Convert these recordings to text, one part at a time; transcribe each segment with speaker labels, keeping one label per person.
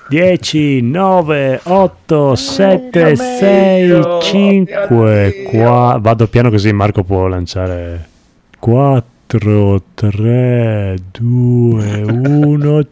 Speaker 1: 10, 9, 8, 7, 6, 5, 4. Vado piano così Marco può lanciare. 4, 3, 2, 1.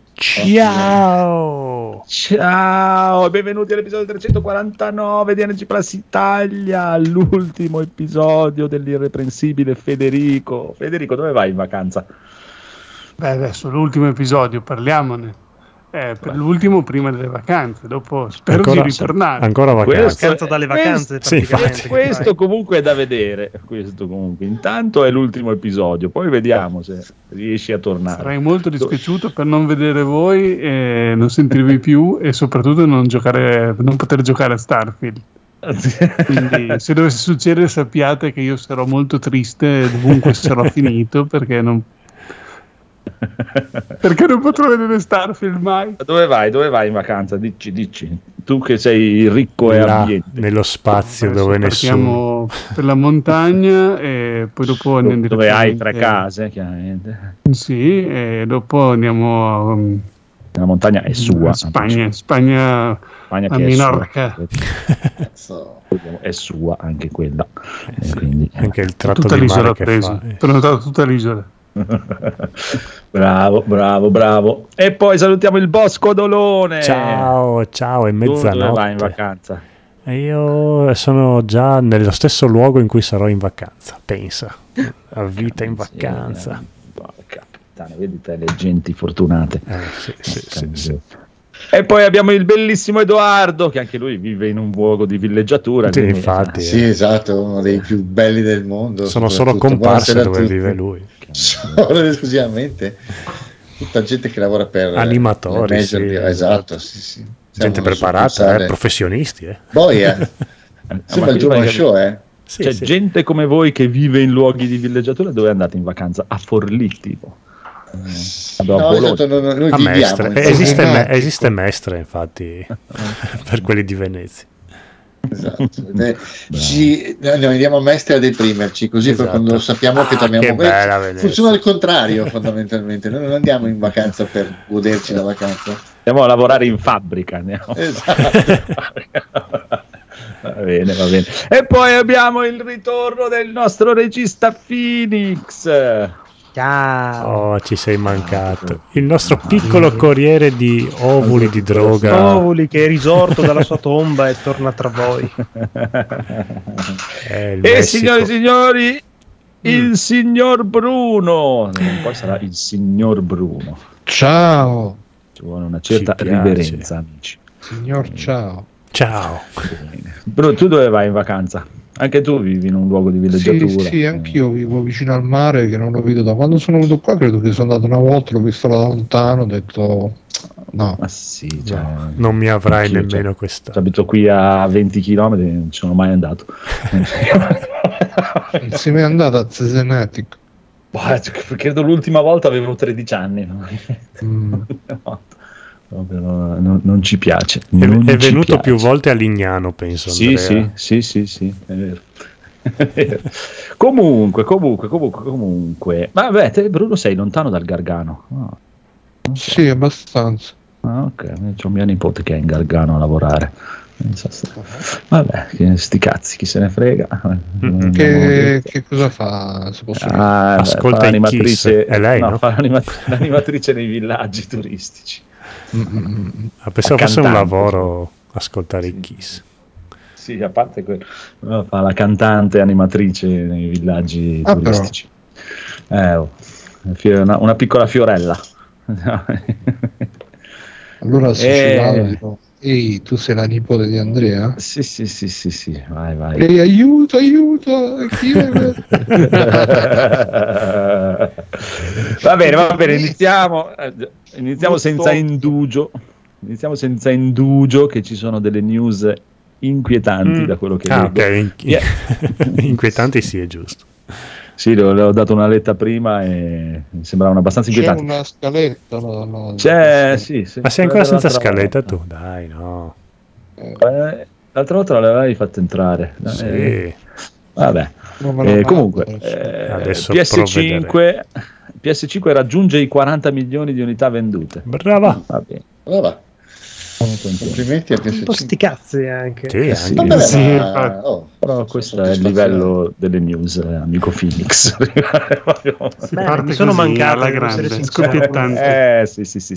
Speaker 1: Ciao!
Speaker 2: Ciao e benvenuti all'episodio 349 di NG Plus Italia, l'ultimo episodio dell'irreprensibile Federico. Federico, dove vai in vacanza?
Speaker 3: Beh, adesso l'ultimo episodio, parliamone. Per l'ultimo prima delle vacanze, dopo spero
Speaker 1: ancora,
Speaker 3: di ritornare.
Speaker 1: Ancora vacanze.
Speaker 4: Scherzo dalle vacanze,
Speaker 1: sì,
Speaker 2: questo comunque è da vedere. Questo comunque. Intanto è l'ultimo episodio, poi vediamo se riesci a tornare.
Speaker 3: Sarei molto dispiaciuto per non vedere voi e non sentirvi più e soprattutto non poter giocare a Starfield. Quindi se dovesse succedere sappiate che io sarò molto triste dovunque sarò finito perché non potrò vedere Starfield mai.
Speaker 2: Dove vai in vacanza? Dici. Tu che sei ricco e abbiente.
Speaker 1: Nello spazio dove nessuno.
Speaker 3: Partiamo per la montagna e poi dopo andiamo
Speaker 2: dove hai 3 case, chiaramente.
Speaker 3: Sì, e dopo andiamo
Speaker 2: la montagna è sua.
Speaker 3: Spagna a Minorca.
Speaker 2: È sua anche quella.
Speaker 1: Sì,
Speaker 2: quindi,
Speaker 1: anche il tratto
Speaker 3: tutta
Speaker 1: di
Speaker 3: l'isola
Speaker 1: mare
Speaker 3: ho preso.
Speaker 1: che fa.
Speaker 3: Prenotato tutta l'isola.
Speaker 2: bravo. E poi salutiamo il Bosco Dolone.
Speaker 1: Ciao, è mezzanotte.
Speaker 2: Dove vai in vacanza?
Speaker 1: E io sono già nello stesso luogo in cui sarò in vacanza. Pensa, a vita in vacanza.
Speaker 2: Porca puttana, vedi te le genti fortunate.
Speaker 1: Sì.
Speaker 2: E poi abbiamo il bellissimo Edoardo, che anche lui vive in un luogo di villeggiatura.
Speaker 1: Sì, infatti.
Speaker 5: Sì, esatto, uno dei più belli del mondo.
Speaker 1: Sono solo comparse dove vive lui.
Speaker 5: Solo ed esclusivamente. Tutta gente che lavora per
Speaker 1: animatori.
Speaker 5: Esatto, sì.
Speaker 1: Gente preparata, professionisti.
Speaker 5: Boia. Sembra il giorno show,
Speaker 2: C'è gente come voi che vive in luoghi di villeggiatura. Dove andate in vacanza? A Forlì, tipo.
Speaker 5: Esatto, noi viviamo
Speaker 1: esiste Mestre, infatti, per quelli di Venezia.
Speaker 5: Esatto. Noi andiamo a Mestre a deprimerci, così poi quando sappiamo che torniamo funziona al contrario fondamentalmente. Noi non andiamo in vacanza per goderci la vacanza,
Speaker 2: andiamo a lavorare in fabbrica.
Speaker 5: Esatto.
Speaker 2: Va bene. E poi abbiamo il ritorno del nostro regista Phoenix.
Speaker 4: Ciao.
Speaker 1: Ci sei mancato. Il nostro piccolo corriere di ovuli di droga.
Speaker 4: Ovuli che è risorto dalla sua tomba e torna tra voi.
Speaker 2: E signori, il signor Bruno. Poi sarà il signor Bruno.
Speaker 6: Ciao.
Speaker 2: Ci vuole una certa riverenza, amici.
Speaker 6: Signor ciao.
Speaker 2: Bruno, tu dove vai in vacanza? Anche tu vivi in un luogo di villeggiatura?
Speaker 6: Sì, anch'io vivo vicino al mare, che non lo vedo da quando sono venuto qua. Credo che sono andato una volta, l'ho visto da lontano, ho detto no.
Speaker 2: Ma sì,
Speaker 1: non mi avrai nemmeno questa.
Speaker 2: Abito qui a 20 km, non ci sono mai andato.
Speaker 6: Se mi è andato a Cesenatico.
Speaker 2: Credo l'ultima volta avevo 13 anni. Non ci piace.
Speaker 1: È venuto più volte a Lignano, penso.
Speaker 2: Sì, è vero. Comunque. Vabbè, te Bruno sei lontano dal Gargano.
Speaker 6: Sì, abbastanza.
Speaker 2: Ok, c'ho mia nipote che è in Gargano a lavorare. Vabbè, sti cazzi, chi se ne frega.
Speaker 6: Che cosa fa? Se posso dire?
Speaker 1: Ascolta l'animatrice. È lei, no?
Speaker 2: Fa l'animatrice nei villaggi turistici.
Speaker 1: Pensavo fosse un lavoro ascoltare i Kiss.
Speaker 2: Sì, a parte quello, fa la cantante animatrice nei villaggi turistici. Una piccola fiorella.
Speaker 6: Allora dico, ehi, tu sei la nipote di Andrea?
Speaker 2: Sì, vai.
Speaker 6: Ehi, aiuto! Chi è?
Speaker 2: Va bene, iniziamo senza indugio. Iniziamo senza indugio, che ci sono delle news inquietanti da quello che vedo.
Speaker 1: Inquietanti, sì, è giusto.
Speaker 2: Sì, le ho dato una letta prima e mi sembravano abbastanza inquietanti.
Speaker 6: C'è una scaletta? No.
Speaker 2: C'è, sì.
Speaker 1: Ma sei ancora senza scaletta tu? Dai, no.
Speaker 2: L'altra volta l'avevi fatto entrare.
Speaker 1: Sì.
Speaker 2: Vabbè. Comunque,
Speaker 1: adesso
Speaker 2: PS5 raggiunge i 40 milioni di unità vendute.
Speaker 1: Brava.
Speaker 2: Va bene.
Speaker 5: Complimenti a PS5.
Speaker 4: Un po' sti cazzi anche.
Speaker 1: Sì,
Speaker 2: però questo è il livello delle news, amico Phoenix.
Speaker 4: Mi sono mancato
Speaker 3: alla grande, scoppiettante.
Speaker 2: Sì.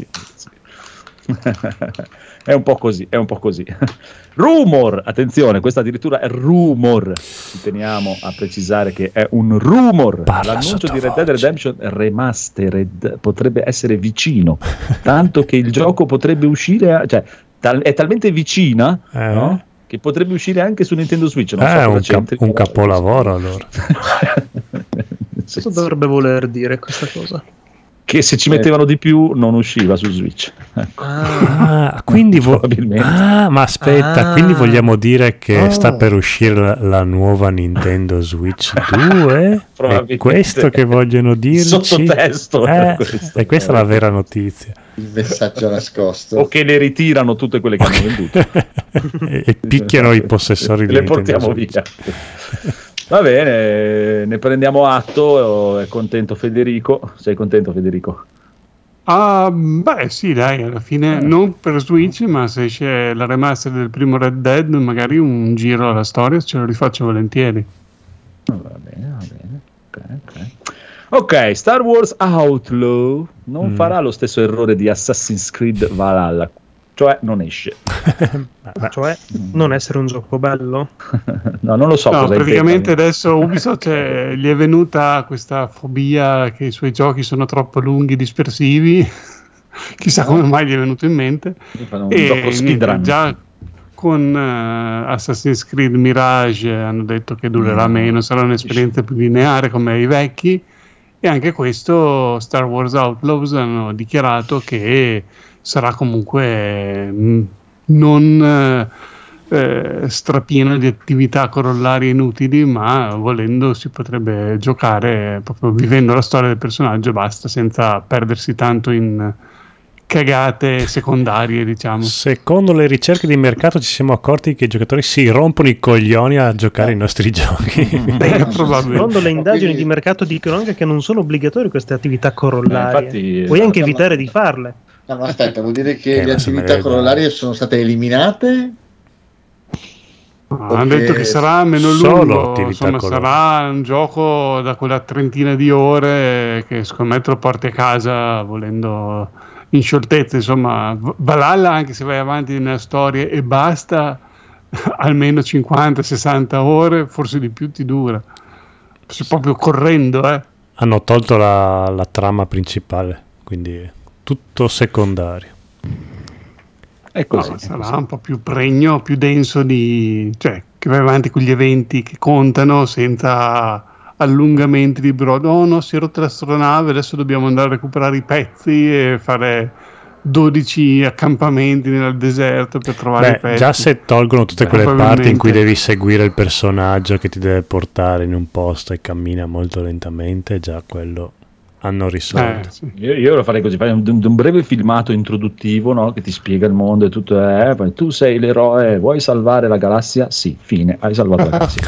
Speaker 2: È un po' così. Rumor, attenzione, questo addirittura è rumor. Ci teniamo a precisare che è un rumor. L'annuncio di Red Dead Redemption Remastered potrebbe essere vicino, tanto che il gioco potrebbe uscire, cioè è talmente vicina, no? Che potrebbe uscire anche su Nintendo Switch. Non so
Speaker 1: un capolavoro allora.
Speaker 4: Cosa dovrebbe voler dire questa cosa?
Speaker 2: Che se ci mettevano di più non usciva su Switch.
Speaker 1: Quindi
Speaker 2: probabilmente.
Speaker 1: ma aspetta, quindi vogliamo dire che sta per uscire la nuova Nintendo Switch 2? È questo che vogliono dirci?
Speaker 2: Sottotesto.
Speaker 1: E questa è la vera notizia.
Speaker 5: Il messaggio nascosto.
Speaker 2: O che le ritirano tutte quelle che hanno venduto.
Speaker 1: e picchiano i possessori di Nintendo
Speaker 2: portiamo
Speaker 1: Switch.
Speaker 2: Via. Va bene, ne prendiamo atto. È contento Federico? Sei contento Federico?
Speaker 3: Beh sì, dai, alla fine non per Switch, ma se esce la remaster del primo Red Dead, magari un giro alla storia ce lo rifaccio volentieri.
Speaker 2: Va bene. Ok, Star Wars Outlaw non farà lo stesso errore di Assassin's Creed Valhalla, cioè non esce.
Speaker 4: Cioè non essere un gioco bello?
Speaker 2: No, non lo so.
Speaker 3: No, praticamente adesso Ubisoft gli è venuta questa fobia che i suoi giochi sono troppo lunghi, dispersivi. Chissà come mai gli è venuto in mente. E già con Assassin's Creed Mirage hanno detto che durerà meno, sarà un'esperienza più lineare come i vecchi. E anche questo Star Wars Outlaws hanno dichiarato che sarà comunque non strapieno di attività corollarie inutili, ma volendo si potrebbe giocare proprio vivendo la storia del personaggio e basta, senza perdersi tanto in cagate secondarie, diciamo.
Speaker 1: Secondo le ricerche di mercato ci siamo accorti che i giocatori si rompono i coglioni a giocare i nostri giochi.
Speaker 4: Secondo le indagini di mercato dicono anche che non sono obbligatorie queste attività corollarie, puoi anche evitare di farle.
Speaker 5: No, ma aspetta, vuol dire che le attività corollarie sono state eliminate?
Speaker 3: Hanno detto che sarà meno lungo, insomma sarà un gioco da quella trentina di ore che secondo me te lo porti a casa volendo in scioltezza, insomma. Valhalla, anche se vai avanti nella storia e basta, almeno 50-60 ore, forse di più ti dura, se proprio correndo.
Speaker 1: Hanno tolto la trama principale, quindi tutto secondario.
Speaker 2: È così,
Speaker 3: sarà un po' più pregno, più denso cioè che vai avanti con gli eventi che contano senza allungamenti di brodo. No, si è rotta l'astronave, adesso dobbiamo andare a recuperare i pezzi e fare 12 accampamenti nel deserto per trovare i pezzi.
Speaker 1: Già se tolgono tutte quelle parti in cui devi seguire il personaggio che ti deve portare in un posto e cammina molto lentamente, già quello hanno risolto.
Speaker 2: Sì. Io lo farei così, fai un breve filmato introduttivo, no? Che ti spiega il mondo e tutto, poi tu sei l'eroe, vuoi salvare la galassia? Sì, fine, hai salvato la galassia.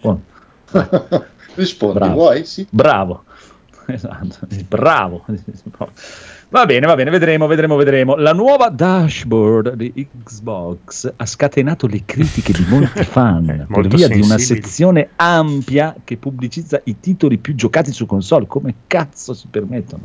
Speaker 5: Rispondi,
Speaker 2: bravo.
Speaker 5: Vuoi? Sì.
Speaker 2: Bravo. Esatto. Bravo. Va bene, vedremo. La nuova dashboard di Xbox ha scatenato le critiche di molti fan per via di una sezione ampia che pubblicizza i titoli più giocati su console. Come cazzo si permettono?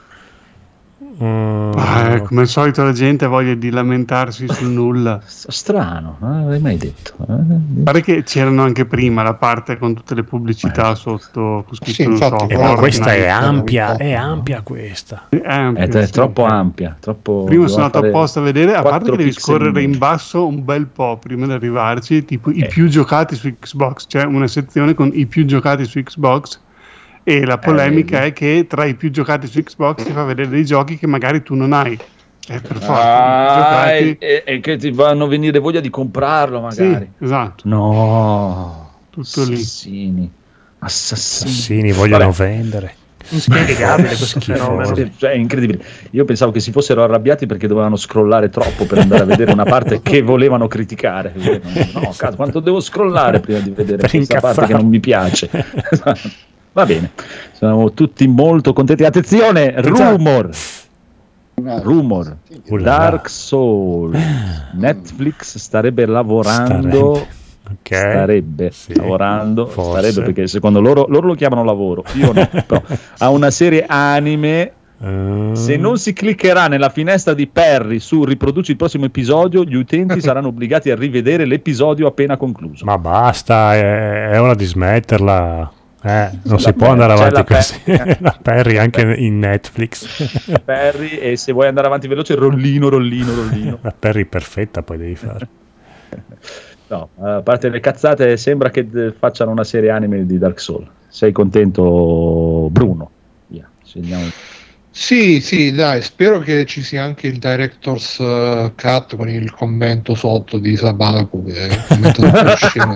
Speaker 3: Come al solito la gente ha voglia di lamentarsi sul nulla.
Speaker 2: Strano, non l'avrei mai detto.
Speaker 3: Pare che c'erano anche prima la parte con tutte le pubblicità sotto
Speaker 1: scritto, infatti, ma questa è ampia questa.
Speaker 2: È troppo ampia, troppo.
Speaker 3: Prima sono andato apposta a vedere, a parte che devi scorrere in basso un bel po' prima di arrivarci, tipo i più giocati su Xbox, c'è una sezione con i più giocati su Xbox. E la polemica è che tra i più giocati su Xbox ti fa vedere dei giochi che magari tu non hai. Per forza,
Speaker 2: e che ti vanno a venire voglia di comprarlo, magari.
Speaker 3: Sì, esatto.
Speaker 2: No,
Speaker 3: tutto
Speaker 2: assassini
Speaker 1: vogliono vendere.
Speaker 4: Inspiegabile questo fenomeno.
Speaker 2: Cioè, è incredibile. Io pensavo che si fossero arrabbiati perché dovevano scrollare troppo per andare a vedere una parte che volevano criticare. No, cazzo, quanto devo scrollare prima di vedere questa parte che non mi piace. Va bene, siamo tutti molto contenti. Attenzione, rumor. Rumor. Dark Souls. Netflix starebbe lavorando. Starebbe lavorando. Starebbe, perché secondo loro lo chiamano lavoro. Io no. Però, ha una serie anime. Se non si cliccherà nella finestra di Perry su riproduci il prossimo episodio, gli utenti saranno obbligati a rivedere l'episodio appena concluso.
Speaker 1: Ma basta, è ora di smetterla. Non si può andare avanti così. La Perry anche in Netflix.
Speaker 2: Perry, e se vuoi andare avanti veloce, rollino.
Speaker 1: La Perry perfetta poi devi fare.
Speaker 2: No, a parte le cazzate, sembra che facciano una serie anime di Dark Souls. Sei contento, Bruno? Via, segniamo.
Speaker 6: Sì, dai, spero che ci sia anche il Director's Cut con il commento sotto di Sabaku, che è il commento della scena.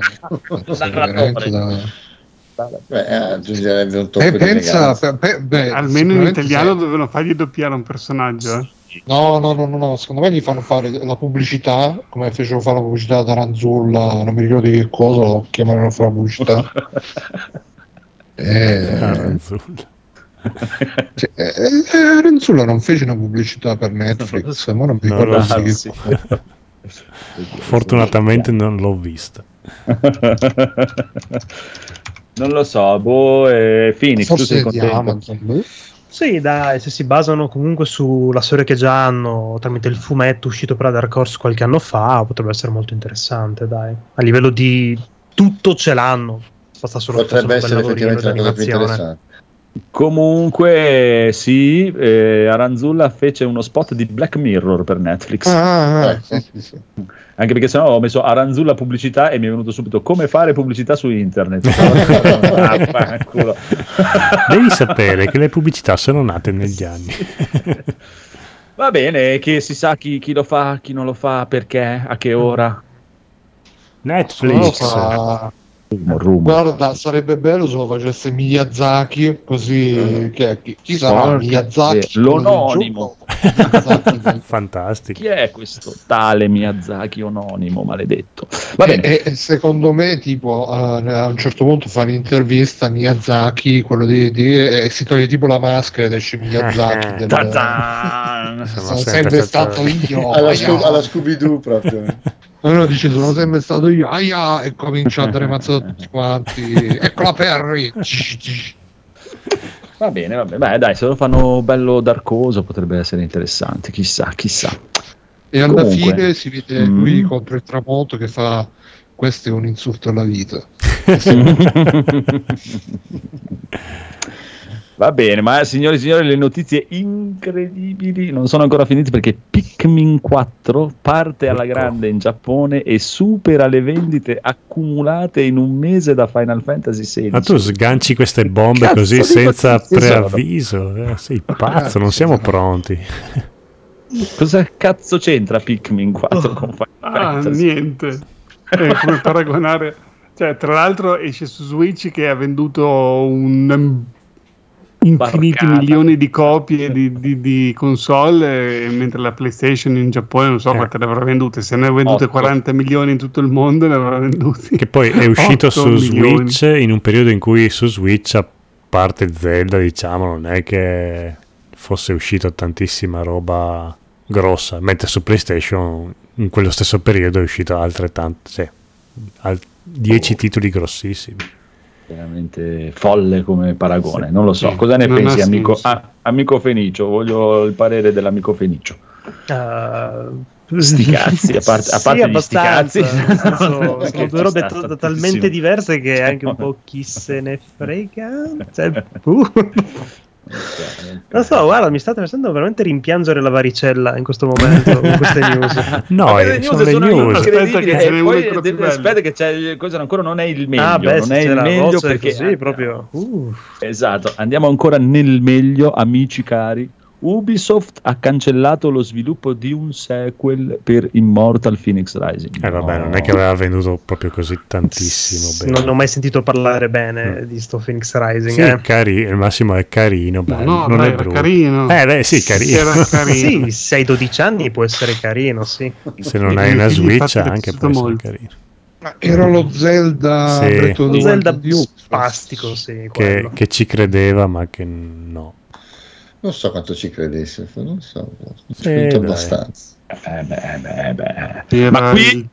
Speaker 5: Aggiungerebbe un tocco di
Speaker 3: almeno in italiano dovevano fargli doppiare un personaggio.
Speaker 6: No, secondo me gli fanno fare la pubblicità, come fecero fare la pubblicità ad Aranzulla, non mi ricordo di che cosa, lo chiamarono a fare la pubblicità.
Speaker 1: Aranzulla.
Speaker 6: Aranzulla non fece una pubblicità per Netflix, ma non mi ricordo
Speaker 1: fortunatamente non l'ho vista.
Speaker 2: Non lo so, Phoenix, tu sei contento?
Speaker 4: Sì, dai, se si basano comunque sulla storia che già hanno tramite il fumetto uscito per la Dark Horse qualche anno fa, potrebbe essere molto interessante, dai. A livello di tutto ce l'hanno, basta solo
Speaker 5: potrebbe essere effettivamente una cosa più interessante.
Speaker 2: Comunque sì, Aranzulla fece uno spot di Black Mirror per Netflix.
Speaker 6: Sì.
Speaker 2: Anche perché sennò ho messo Aranzulla pubblicità e mi è venuto subito come fare pubblicità su internet.
Speaker 1: Devi sapere che le pubblicità sono nate negli anni.
Speaker 2: Va bene, che si sa chi lo fa, chi non lo fa, perché, a che ora.
Speaker 1: Netflix.
Speaker 6: Guarda, sarebbe bello se lo facesse Miyazaki, così chi sarà Miyazaki?
Speaker 2: L'ononimo.
Speaker 1: Fantastico.
Speaker 2: Chi è questo tale Miyazaki ononimo maledetto?
Speaker 6: E secondo me, tipo, a un certo punto fa un'intervista a Miyazaki, quello e si toglie tipo la maschera ed esce Miyazaki. Sono sempre stato io.
Speaker 5: Alla Scooby-Doo proprio.
Speaker 6: Uno dice sono sempre stato io, e comincia a dare mazzato tutti quanti. Ecco la Perry.
Speaker 2: Va bene. Beh, dai, se lo fanno bello darkoso potrebbe essere interessante, chissà.
Speaker 6: E alla fine si vede lui contro il tramonto che fa: questo è un insulto alla vita.
Speaker 2: Va bene, ma signori e signori, le notizie incredibili non sono ancora finite, perché Pikmin 4 parte alla grande in Giappone e supera le vendite accumulate in un mese da Final Fantasy XVI.
Speaker 1: Ma tu sganci queste bombe così senza preavviso? Sei pazzo, non siamo pronti.
Speaker 2: Cosa cazzo c'entra Pikmin 4 con Final Fantasy?
Speaker 3: Niente. È come paragonare, cioè, tra l'altro esce su Switch che ha venduto un infiniti milioni di copie di console, mentre la PlayStation in Giappone non so quante ne avrà vendute, se ne ha vendute 40 milioni in tutto il mondo, ne avrà venduti,
Speaker 1: che poi è uscito su milioni. Switch in un periodo in cui su Switch, a parte Zelda, diciamo, non è che fosse uscito tantissima roba grossa, mentre su PlayStation in quello stesso periodo è uscito altrettanto, 10 titoli grossissimi.
Speaker 2: Veramente folle come paragone, non lo so. Cosa ne pensi, amico Fenicio? Voglio il parere dell'amico Fenicio. Sti cazzi, a parte gli sti cazzi,
Speaker 4: sono due robe totalmente diverse che anche un po' chi se ne frega. Non so, guarda, mi state facendo veramente rimpiangere la varicella in questo momento con queste news.
Speaker 1: No, le news
Speaker 2: sono incredibili. E poi aspetta che c'è, questo ancora non è il meglio. Non è il meglio perché
Speaker 4: così, proprio.
Speaker 2: Esatto, andiamo ancora nel meglio, amici cari. Ubisoft ha cancellato lo sviluppo di un sequel per Immortal Phoenix Rising.
Speaker 1: Vabbè, non è che aveva venduto proprio così tantissimo bene.
Speaker 4: Non ho mai sentito parlare bene di sto Phoenix Rising.
Speaker 1: Sì, il massimo è carino, bello. Non è brutto.
Speaker 3: Carino.
Speaker 1: Sì, carino.
Speaker 3: Era carino.
Speaker 4: Sì, 6-12 anni può essere carino, sì.
Speaker 1: Se non hai una Switch anche può essere carino.
Speaker 6: Era lo Zelda,
Speaker 4: Zelda spastico, sì,
Speaker 1: che ci credeva, ma che no.
Speaker 5: Non so quanto ci credessi, non so, abbastanza.
Speaker 2: Ma qui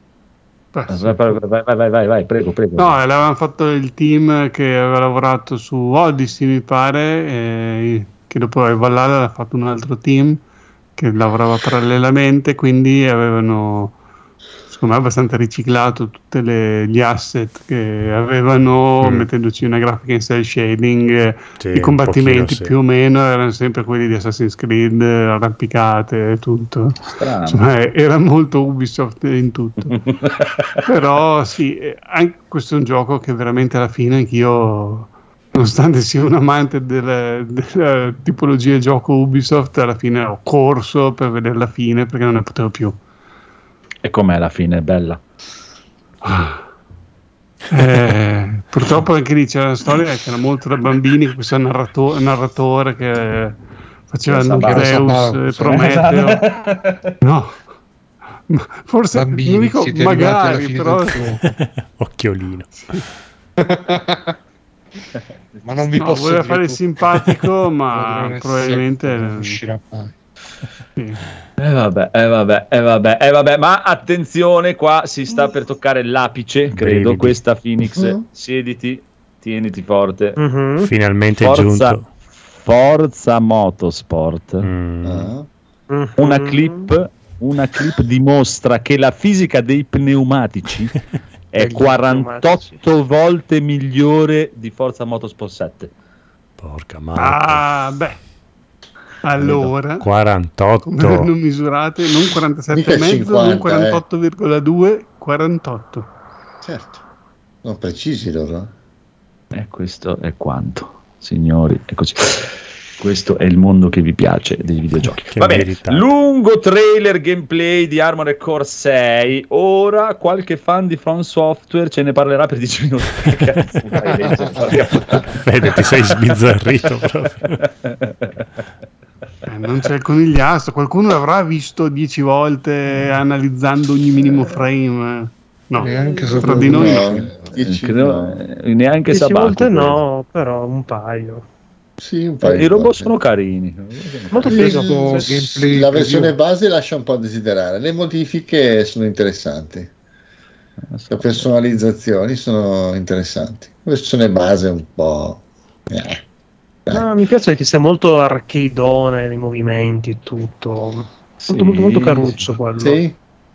Speaker 2: vai, prego.
Speaker 3: No, l'avevano fatto il team che aveva lavorato su Odyssey, mi pare, che dopo Valhalla aveva fatto un altro team che lavorava parallelamente, quindi avevano, secondo me, abbastanza riciclato tutti gli asset che avevano, mettendoci una grafica in cell shading. I combattimenti più o meno erano sempre quelli di Assassin's Creed, arrampicate e tutto. Cioè, era molto Ubisoft in tutto. Però sì, anche questo è un gioco che veramente alla fine anch'io, nonostante sia un amante della tipologia di gioco Ubisoft, alla fine ho corso per vedere la fine perché non ne potevo più.
Speaker 2: E com'è la fine? È bella?
Speaker 3: Purtroppo anche lì c'era una storia che era molto da bambini, con questo narratore che faceva Zeus e Prometeo. No, forse
Speaker 6: bambini,
Speaker 3: non dico magari, però
Speaker 1: occhiolino.
Speaker 6: Ma non vi posso
Speaker 3: voleva
Speaker 6: dire
Speaker 3: fare il
Speaker 6: tutto.
Speaker 3: simpatico, ma probabilmente
Speaker 6: non uscirà mai.
Speaker 3: Sì.
Speaker 2: Vabbè, ma attenzione, qua si sta per toccare l'apice, credo. Questa Phoenix, siediti, tieniti forte.
Speaker 1: Finalmente è giunto.
Speaker 2: Forza Motorsport. Una clip dimostra che la fisica dei pneumatici è 48 volte migliore di Forza Motorsport 7.
Speaker 1: Porca madre.
Speaker 3: Beh. Allora
Speaker 1: 48
Speaker 3: non misurate, non 47,5, non 48,2, 48.
Speaker 5: Certo, non precisi loro.
Speaker 2: Questo è quanto, signori, è così. Questo è il mondo che vi piace dei videogiochi. Va bene, lungo trailer gameplay di Armored Core 6. Ora qualche fan di From Software ce ne parlerà per 10 minuti.
Speaker 1: Fede, ti sei sbizzarrito proprio.
Speaker 3: Non c'è il conigliastro, qualcuno l'avrà visto 10 volte analizzando ogni minimo frame. No,
Speaker 6: neanche
Speaker 3: tra di noi
Speaker 2: neanche
Speaker 4: 10
Speaker 2: Sabato.
Speaker 4: volte no, però un paio.
Speaker 5: Sì, un paio.
Speaker 2: I robot sono carini.
Speaker 4: Molto figo.
Speaker 5: La versione base lascia un po' a desiderare, le modifiche sono interessanti. Le personalizzazioni sono interessanti. La versione base è un po'...
Speaker 4: No, mi piace che sia molto arcadeone nei movimenti e tutto. Molto caruccio quello.
Speaker 5: Sì.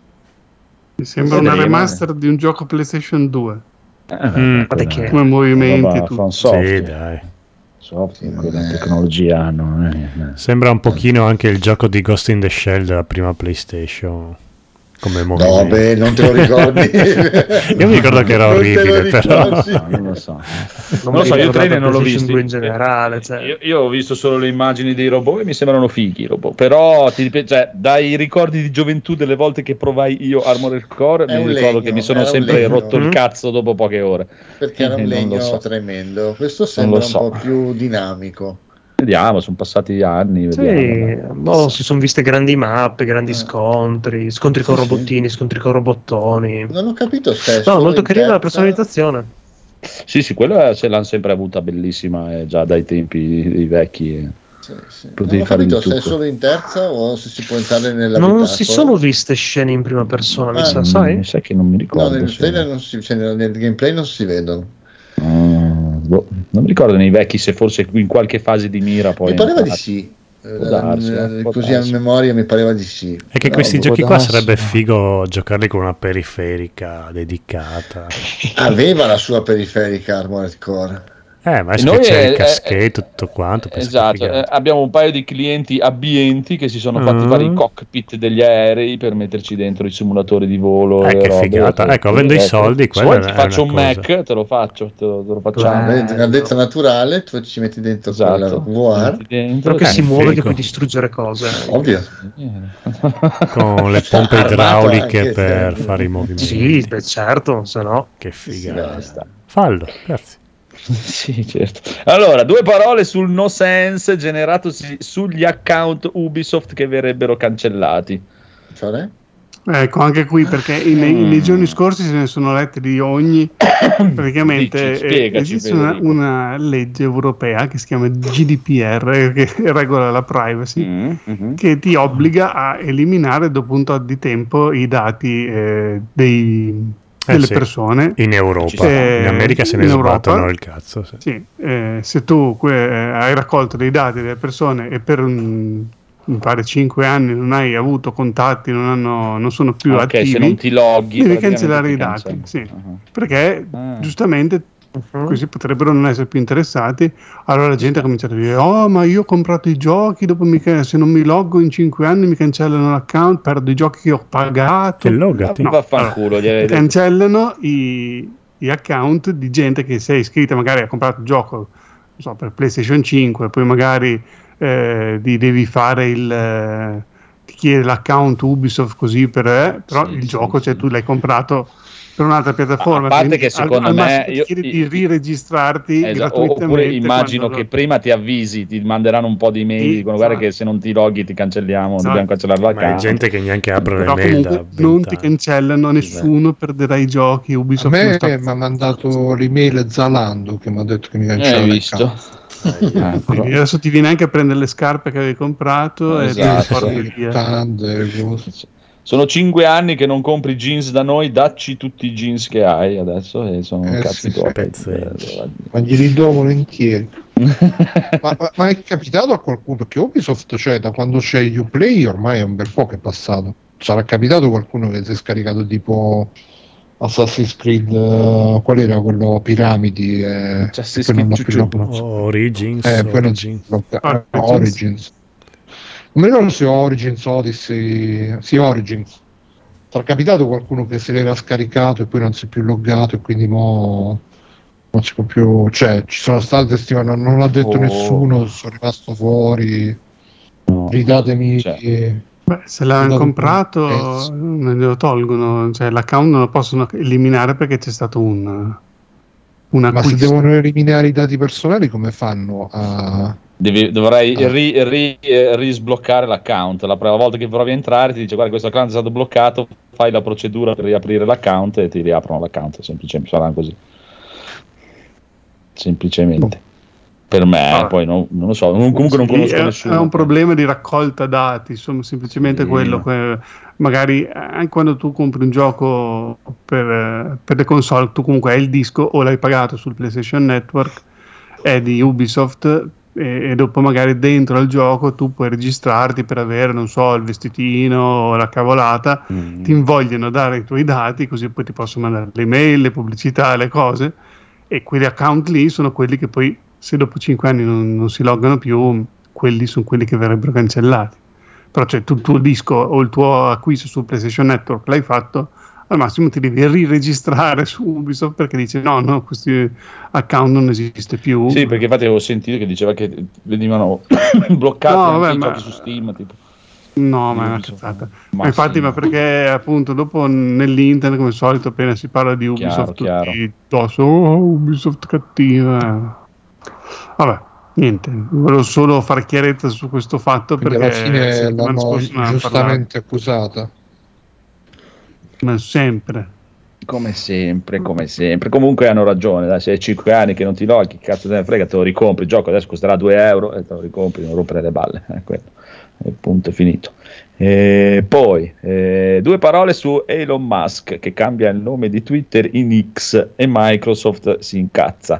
Speaker 3: Mi sembra una remaster di un gioco PlayStation 2.
Speaker 4: Che
Speaker 3: come movimenti e tutto.
Speaker 1: Sì, dai.
Speaker 2: Quella tecnologia hanno.
Speaker 1: Sembra un pochino anche il gioco di Ghost in the Shell della prima PlayStation. Come movimento.
Speaker 5: No, beh, non te lo ricordi.
Speaker 1: Io mi ricordo che era orribile, però.
Speaker 2: Non lo so. Io il trailer non l'ho visto
Speaker 4: in generale. Cioè.
Speaker 2: Io ho visto solo le immagini dei robot e mi sembrano fighi i robot. Però dai ricordi di gioventù delle volte che provai io Armored Core, mi ricordo che mi sono sempre rotto il cazzo dopo poche ore.
Speaker 5: Perché era un legno tremendo. Questo sembra un po' più dinamico.
Speaker 2: Vediamo, sono passati anni.
Speaker 4: Si sono viste grandi mappe, grandi scontri con robottini, scontri con robottoni.
Speaker 5: Non ho capito se
Speaker 4: no, molto carina la personalizzazione.
Speaker 2: Sì, quella ce l'hanno sempre avuta bellissima, già dai tempi dei vecchi.
Speaker 5: Sì. Non ho capito se è solo in terza o se si può entrare nella
Speaker 4: non si sono viste scene in prima persona, sai?
Speaker 2: Sai che non mi ricordo.
Speaker 5: No, nel trailer nel gameplay non si vedono.
Speaker 2: Non mi ricordo nei vecchi se forse in qualche fase di mira poi
Speaker 5: mi pareva di sì. Così a memoria mi pareva di sì.
Speaker 1: È che questi giochi qua sarebbe figo giocarli con una periferica dedicata.
Speaker 5: Aveva la sua periferica Armored Core.
Speaker 1: Ma c'è il caschetto, tutto quanto.
Speaker 2: Esatto, abbiamo un paio di clienti abbienti che si sono fatti fare i cockpit degli aerei per metterci dentro i simulatori di volo.
Speaker 1: Che figata, avendo i soldi,
Speaker 2: se vuoi ti faccio un Mac, te lo faccio, te lo facciamo.
Speaker 5: Grandezza naturale, tu ci metti dentro la VR.
Speaker 4: Però che si muove, che puoi distruggere cose.
Speaker 5: Ovvio.
Speaker 1: Con le pompe idrauliche per fare i movimenti.
Speaker 4: Sì, certo, se no.
Speaker 1: Che figata. Fallo, grazie.
Speaker 2: Sì, certo. Allora, 2 parole sul no sense generatosi sugli account Ubisoft che verrebbero cancellati.
Speaker 5: Cioè?
Speaker 3: Ecco, anche qui, perché nei giorni scorsi se ne sono lette di ogni. Praticamente esiste una legge europea che si chiama GDPR, che regola la privacy, che ti obbliga a eliminare dopo un tot di tempo i dati delle persone.
Speaker 1: In Europa, in America se ne sbattono il cazzo.
Speaker 3: Se tu hai raccolto dei dati delle persone e per mi pare 5 anni non hai avuto contatti, non sono più attivi,
Speaker 2: se non ti loghi
Speaker 3: devi cancellare i dati, perché giustamente così potrebbero non essere più interessati. Allora la gente ha cominciato a dire: oh, ma io ho comprato i giochi, dopo se non mi loggo in 5 anni mi cancellano l'account, perdo i giochi che ho pagato. Cancellano i account di gente che si è iscritta, magari ha comprato il gioco, non so, per PlayStation 5, poi magari devi fare ti chiede l'account Ubisoft così però il gioco tu l'hai comprato per un'altra piattaforma,
Speaker 2: a parte che secondo me
Speaker 3: ti chiede di riregistrarti gratuitamente,
Speaker 2: oppure immagino che prima ti avvisi, ti manderanno un po' di mail, dicono guarda che se non ti loghi ti cancelliamo, dobbiamo cancellare l'account.
Speaker 1: Ma è gente che neanche apre le mail
Speaker 3: non ti cancellano, nessuno perderà i giochi. Ubisoft
Speaker 6: a me mi ha mandato l'email Zalando che mi ha detto che mi cancella l'account.
Speaker 3: Adesso ti viene anche a prendere le scarpe che avevi comprato e ti porti via.
Speaker 2: Sono 5 anni che non compri jeans da noi, dacci tutti i jeans che hai adesso e sono cazzi tuoi.
Speaker 6: Ma glieli do volentieri. ma è capitato a qualcuno, perché Ubisoft, cioè da quando c'è Uplay ormai è un bel po' che è passato, sarà capitato qualcuno che si è scaricato tipo Assassin's Creed, qual era quello? Piramidi,
Speaker 1: Origins.
Speaker 6: Origins. Non mi ricordo se Origins, Odyssey, Origins. Sarà capitato qualcuno che se l'era scaricato e poi non si è più loggato e quindi non si può più, cioè ci sono state testimonianze, non l'ha detto nessuno, sono rimasto fuori, ridatemi.
Speaker 3: Se l'hanno comprato non glielo tolgono, cioè l'account non lo possono eliminare perché c'è stato un acquisto.
Speaker 6: Ma se devono eliminare i dati personali come fanno a...
Speaker 2: Dovrai risbloccare l'account. La prima volta che provi a entrare ti dice guarda questo account è stato bloccato, fai la procedura per riaprire l'account e ti riaprono l'account, semplicemente sarà così, semplicemente. Per me poi non lo so, comunque non conosco nessuno.
Speaker 3: È un problema di raccolta dati, insomma, semplicemente quello. Magari anche quando tu compri un gioco per le console, tu comunque hai il disco o l'hai pagato sul PlayStation Network, è di Ubisoft, e dopo magari dentro al gioco tu puoi registrarti per avere, non so, il vestitino o la cavolata, ti invogliano a dare i tuoi dati così poi ti possono mandare le mail, le pubblicità, le cose, e quegli account lì sono quelli che poi se dopo 5 anni non si loggano più, quelli sono quelli che verrebbero cancellati. Però cioè, tu il tuo disco o il tuo acquisto su PlayStation Network l'hai fatto, al massimo ti devi riregistrare su Ubisoft perché dice no, questo account non esiste più.
Speaker 2: Sì, perché infatti avevo sentito che diceva che venivano bloccati i giochi su Steam, tipo.
Speaker 3: No, ma è una cazzata. Ma infatti, ma perché appunto dopo nell'internet, come al solito, appena si parla di Ubisoft, tutti tosso, Ubisoft cattiva. Vabbè, niente, volevo solo fare chiarezza su questo fatto.
Speaker 6: Quindi
Speaker 3: perché
Speaker 6: alla fine l'hanno giustamente accusata.
Speaker 3: Ma sempre.
Speaker 2: Come sempre. Comunque hanno ragione, dai, se hai 5 anni che non ti loghi, cazzo te ne frega, te lo ricompri, il gioco adesso costerà 2 euro e te lo ricompri, non rompere le balle, quello. Il punto è finito. Poi 2 parole su Elon Musk che cambia il nome di Twitter in X e Microsoft si incazza.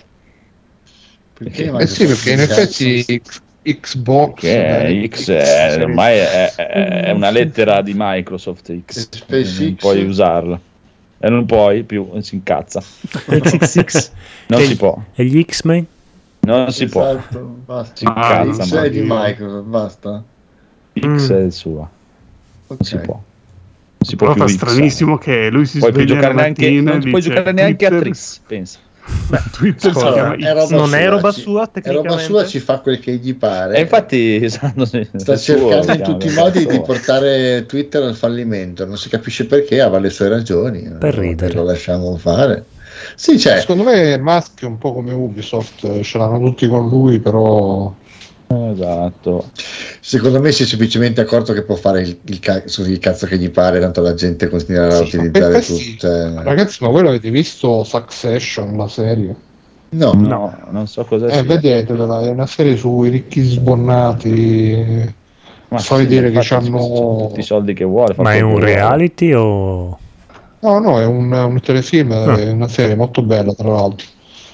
Speaker 6: Perché in effetti Xbox
Speaker 2: ormai è una lettera di Microsoft X, non puoi usarla e non puoi più, si incazza.
Speaker 4: XXX
Speaker 2: non si può.
Speaker 1: E gli X-Men?
Speaker 2: Non si può.
Speaker 5: Basta.
Speaker 2: Si incazza,
Speaker 5: X è di Microsoft, basta.
Speaker 2: X è il suo. Non si può. Si
Speaker 3: può più. Fa stranissimo che lui si sveglia la mattina
Speaker 2: non puoi giocare neanche a Tris, pensa.
Speaker 3: Twitter
Speaker 4: non è roba sua, tecnicamente.
Speaker 5: È roba sua, ci fa quel che gli pare.
Speaker 2: E infatti sta
Speaker 5: cercando in tutti i modi di portare Twitter al fallimento. Non si capisce perché, aveva le sue ragioni.
Speaker 1: Per ridere.
Speaker 5: Lo lasciamo fare. Sì, cioè.
Speaker 6: Secondo me Musk è un po' come Ubisoft, ce l'hanno tutti con lui, però
Speaker 2: Esatto.
Speaker 5: Secondo me si è semplicemente accorto che può fare il cazzo che gli pare, tanto la gente continuerà a utilizzare tutte.
Speaker 6: Ragazzi, ma voi l'avete visto Succession, la serie?
Speaker 2: No, non so cosa sia.
Speaker 6: Vedetela, è una serie sui ricchi sbonnati.
Speaker 2: Ma
Speaker 6: so dire che hanno
Speaker 2: tutti i soldi che vuole.
Speaker 1: Ma è un reality o?
Speaker 6: No, è un telefilm, è una serie molto bella tra l'altro.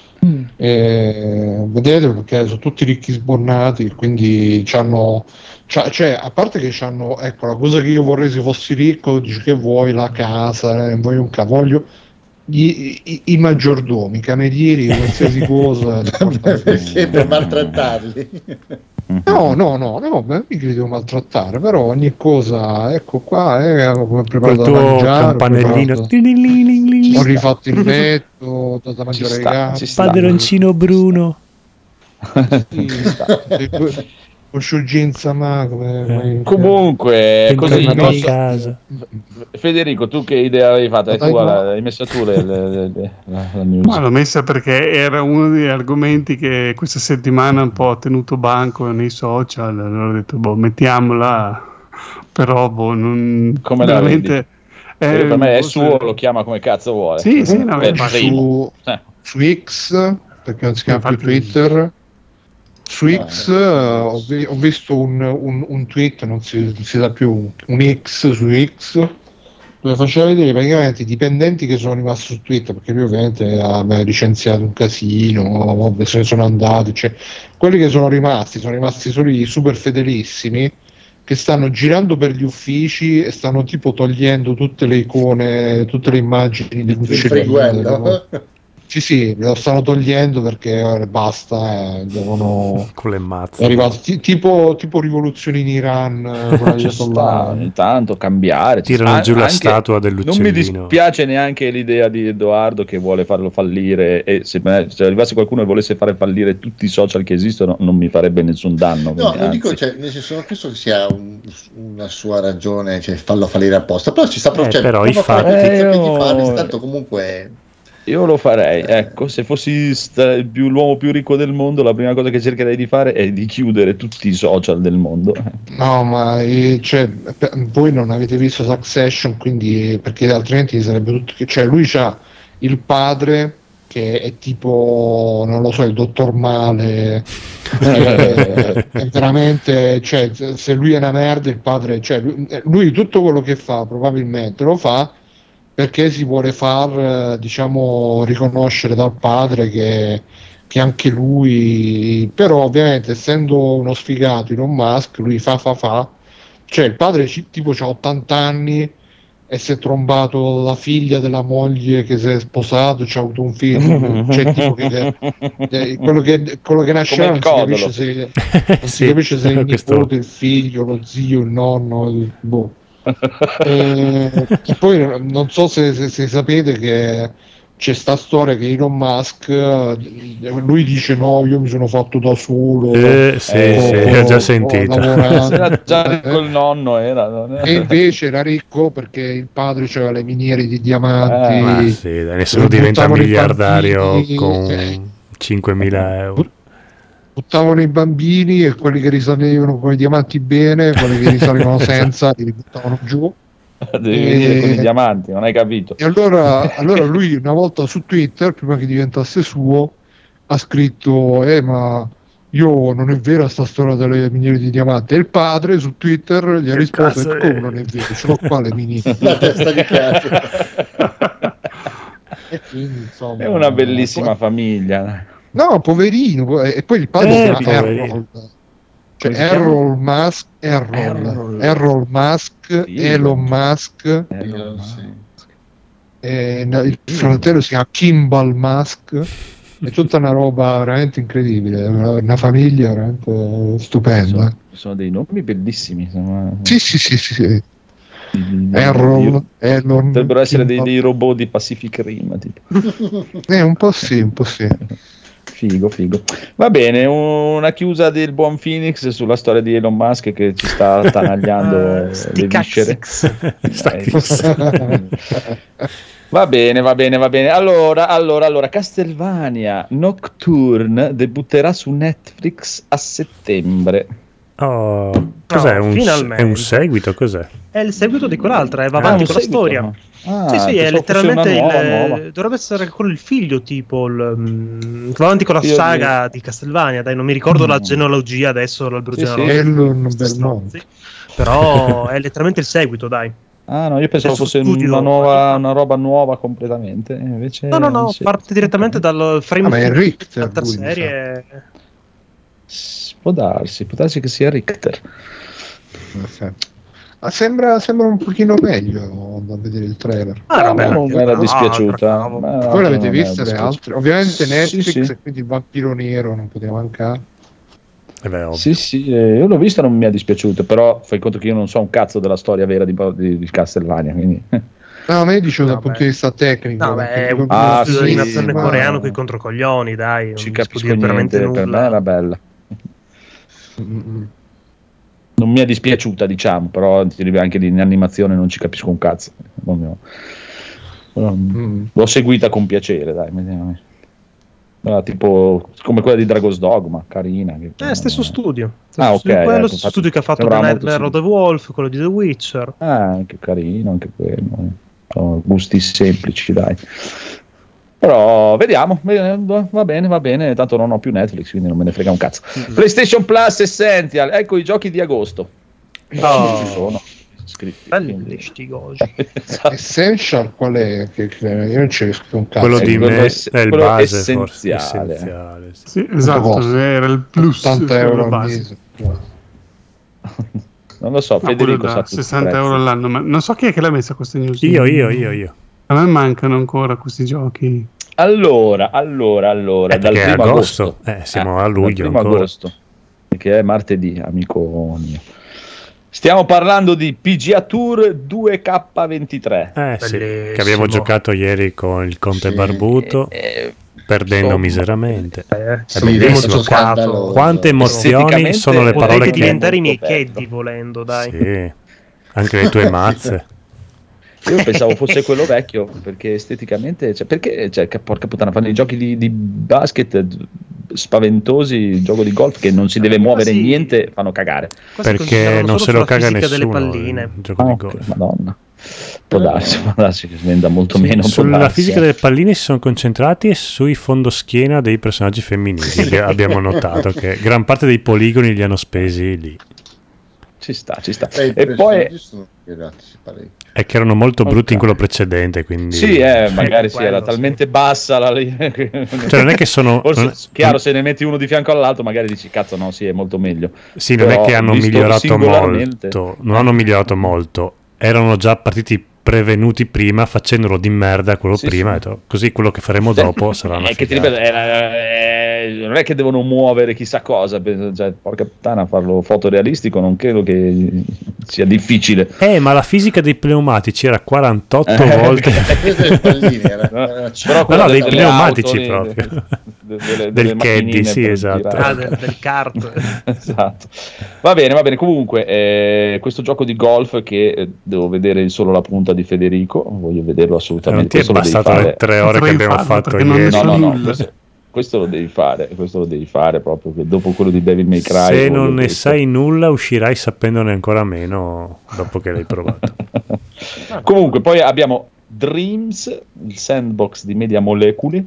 Speaker 6: Vedete, perché sono tutti ricchi sbonnati, quindi c'hanno, cioè, a parte che c'hanno, ecco, la cosa che io vorrei se fossi ricco, dici che vuoi la casa, voglio voglio i maggiordomi, i camerieri, qualsiasi cosa.
Speaker 5: Perché per maltrattarli?
Speaker 6: No, mi devo maltrattare, però ogni cosa, ecco qua, come preparato da
Speaker 1: tuo
Speaker 6: mangiare,
Speaker 1: campanellino,
Speaker 6: ho rifatto il letto, da mangiare ai gatti,
Speaker 1: padroncino Bruno,
Speaker 2: comunque così
Speaker 1: in casa.
Speaker 2: Federico, tu che idea avevi fatto? Hai messo tu la news?
Speaker 3: Ma l'ho messa perché era uno degli argomenti che questa settimana un po' ha tenuto banco nei social, allora ho detto mettiamola, però non
Speaker 2: come
Speaker 3: veramente
Speaker 2: per me è suo, lo chiama come cazzo vuole.
Speaker 3: Sì,
Speaker 6: su X, perché non si chiama più Twitter. Su X ho visto un tweet, non si sa più, un X su X, dove faceva vedere praticamente i dipendenti che sono rimasti su Twitter, perché lui ovviamente ha licenziato un casino, se ne sono andati, cioè quelli che sono rimasti solo i super fedelissimi, che stanno girando per gli uffici e stanno tipo togliendo tutte le icone, tutte le immagini dell'uccellino. Sì, lo stanno togliendo perché basta, devono.
Speaker 1: Con le mazze.
Speaker 6: È arrivato tipo rivoluzione in Iran.
Speaker 2: Intanto cambiare.
Speaker 1: Tirano giù la statua dell'uccellino.
Speaker 2: Non mi dispiace neanche l'idea di Edoardo che vuole farlo fallire, e se arrivasse qualcuno e volesse fare fallire tutti i social che esistono non mi farebbe nessun danno.
Speaker 5: No, non dico, nel senso, non penso che sia una sua ragione, farlo fallire apposta, però ci sta
Speaker 1: però i fatti
Speaker 5: tanto comunque.
Speaker 2: Io lo farei, ecco, se fossi l'uomo più ricco del mondo, la prima cosa che cercherei di fare è di chiudere tutti i social del mondo.
Speaker 6: No, ma voi non avete visto Succession, quindi, perché altrimenti sarebbe tutto, lui c'ha il padre che è tipo, non lo so, il dottor Male, è veramente, se lui è una merda, il padre, lui tutto quello che fa probabilmente lo fa perché si vuole far, riconoscere dal padre che anche lui, però ovviamente essendo uno sfigato Elon Musk, lui fa, il padre tipo c'ha 80 anni e si è trombato la figlia della moglie che si è sposato, c'ha avuto un figlio, tipo quello che nasce non si capisce se è il nipote, il figlio, lo zio, il nonno, boh. E poi non so se sapete che c'è sta storia che Elon Musk, lui dice no, io mi sono fatto da solo,
Speaker 1: ho già sentito,
Speaker 2: era già col nonno
Speaker 6: e invece era ricco perché il padre aveva le miniere di diamanti,
Speaker 1: nessuno diventa miliardario con 5.000 euro.
Speaker 6: Buttavano i bambini e quelli che risalivano con i diamanti bene, quelli che risalivano senza li buttavano giù.
Speaker 2: Devi dire con i diamanti, non hai capito.
Speaker 6: E allora lui una volta su Twitter, prima che diventasse suo, ha scritto ma io non è vera sta storia delle miniere di diamanti, e il padre su Twitter gli ha risposto come non è vero, ce l'ho qua le miniere.
Speaker 5: La testa di cazzo.
Speaker 6: E quindi, insomma,
Speaker 2: è una bellissima famiglia.
Speaker 6: No, poverino, e poi il padre si chiama Errol, Errol Musk, Elon Musk, e il fratello si chiama Kimball Musk, è tutta una roba veramente incredibile, una famiglia veramente stupenda.
Speaker 2: Sono dei nomi bellissimi.
Speaker 6: Sì. Elon,
Speaker 2: potrebbero essere dei robot di Pacific Rim, tipo.
Speaker 6: Un po' sì.
Speaker 2: Figo. Va bene, una chiusa del buon Phoenix sulla storia di Elon Musk che ci sta attanagliando le viscere. Va bene. Allora, Castlevania Nocturne debutterà su Netflix a settembre.
Speaker 1: Oh, cos'è? È un seguito? Cos'è?
Speaker 4: È il seguito di quell'altra, va avanti con la storia. Sì, è letteralmente dovrebbe essere quello il figlio, tipo va avanti con la saga di Castlevania, dai, non mi ricordo la genealogia adesso, l'albero genealogico. Però è letteralmente il seguito, dai.
Speaker 2: Ah no, io pensavo fosse una roba nuova completamente. Invece
Speaker 4: no, parte direttamente dal frame
Speaker 6: dell'altra
Speaker 4: serie.
Speaker 2: Può darsi che sia Richter.
Speaker 6: Sembra un pochino meglio da vedere il trailer.
Speaker 2: Non mi era dispiaciuta.
Speaker 6: Voi l'avete vista le altre? Ovviamente Netflix, e quindi il vampiro nero non poteva mancare.
Speaker 2: Sì, io l'ho vista, non mi è dispiaciuto, però fai conto che io non so un cazzo della storia vera di Castlevania, quindi...
Speaker 6: No, ma io dicevo dal punto di vista tecnico.
Speaker 4: È un studio di animazione coreano con i controcoglioni, dai.
Speaker 2: Ci capisco niente, per me era bella. Non mi è dispiaciuta, diciamo, però anche in animazione non ci capisco un cazzo. L'ho seguita con piacere, dai, vediamo. Tipo come quella di Dragon's Dogma, carina.
Speaker 4: Stesso studio.
Speaker 2: Ok.
Speaker 4: Quello stesso studio che ha fatto The Nightmare of the Wolf, quello di The Witcher.
Speaker 2: Anche carino, anche quello. Gusti semplici, dai. Però vediamo, va bene, tanto non ho più Netflix, quindi non me ne frega un cazzo. PlayStation Plus Essential, ecco i giochi di agosto. Ci sono scritti.
Speaker 6: Essential qual è? Io non ci riesco un cazzo.
Speaker 1: Quello di me è il base,
Speaker 2: essenziale.
Speaker 1: Essenziale.
Speaker 3: Sì, esatto, era il plus
Speaker 6: 80 euro al mese.
Speaker 2: Non lo so, Federico sa
Speaker 3: 60 euro all'anno, ma non so chi è che l'ha messa questa news.
Speaker 1: Io.
Speaker 3: A me mancano ancora questi giochi.
Speaker 2: Allora, dal 1 agosto.
Speaker 1: Siamo a luglio
Speaker 2: dal 1 agosto, che è martedì, amico mio. Stiamo parlando di PGA Tour 2K23.
Speaker 1: Sì, che abbiamo giocato ieri con il Conte Barbuto, perdendo miseramente. È bellissimo. Quante emozioni sono le parole che
Speaker 4: diventare i miei caddy volendo, dai.
Speaker 1: Sì, anche le tue mazze.
Speaker 2: Io pensavo fosse quello vecchio, perché esteticamente, porca puttana, fanno i giochi di basket spaventosi, il gioco di golf che non si deve muovere niente, fanno cagare.
Speaker 1: Perché non se lo caga nessuno
Speaker 4: delle palline.
Speaker 1: Il gioco di golf.
Speaker 2: Madonna. Può darsi che venda molto meno.
Speaker 1: Sulla fisica delle palline si sono concentrati e sui fondoschiena dei personaggi femminili. Abbiamo notato che gran parte dei poligoni li hanno spesi lì.
Speaker 2: Ci sta. E poi
Speaker 1: è che erano molto brutti in quello precedente, quindi
Speaker 2: sì, magari era talmente bassa la
Speaker 1: cioè non è che sono
Speaker 2: chiaro, se ne metti uno di fianco all'altro magari dici cazzo no, sì, è molto meglio.
Speaker 1: Sì, non è che hanno migliorato molto, non hanno migliorato molto, erano già partiti prevenuti prima facendolo di merda quello prima. Sì. Così quello che faremo dopo sarà una
Speaker 2: che ti ripeto, non è che devono muovere chissà cosa, cioè, porca puttana, farlo fotorealistico non credo che sia difficile.
Speaker 1: Ma la fisica dei pneumatici era 48 volte però dei pneumatici proprio del caddy, sì, esatto.
Speaker 4: Del kart.
Speaker 2: Esatto. Va bene, comunque questo gioco di golf che devo vedere solo la punta di Federico, voglio vederlo assolutamente.
Speaker 1: Non ti è bastato le 3 ore che abbiamo fatto ieri?
Speaker 2: No, questo lo devi fare proprio dopo quello di Devil May Cry.
Speaker 1: Se non ne sai nulla uscirai sapendone ancora meno dopo che l'hai provato.
Speaker 2: Comunque poi abbiamo Dreams, il sandbox di Media Molecule.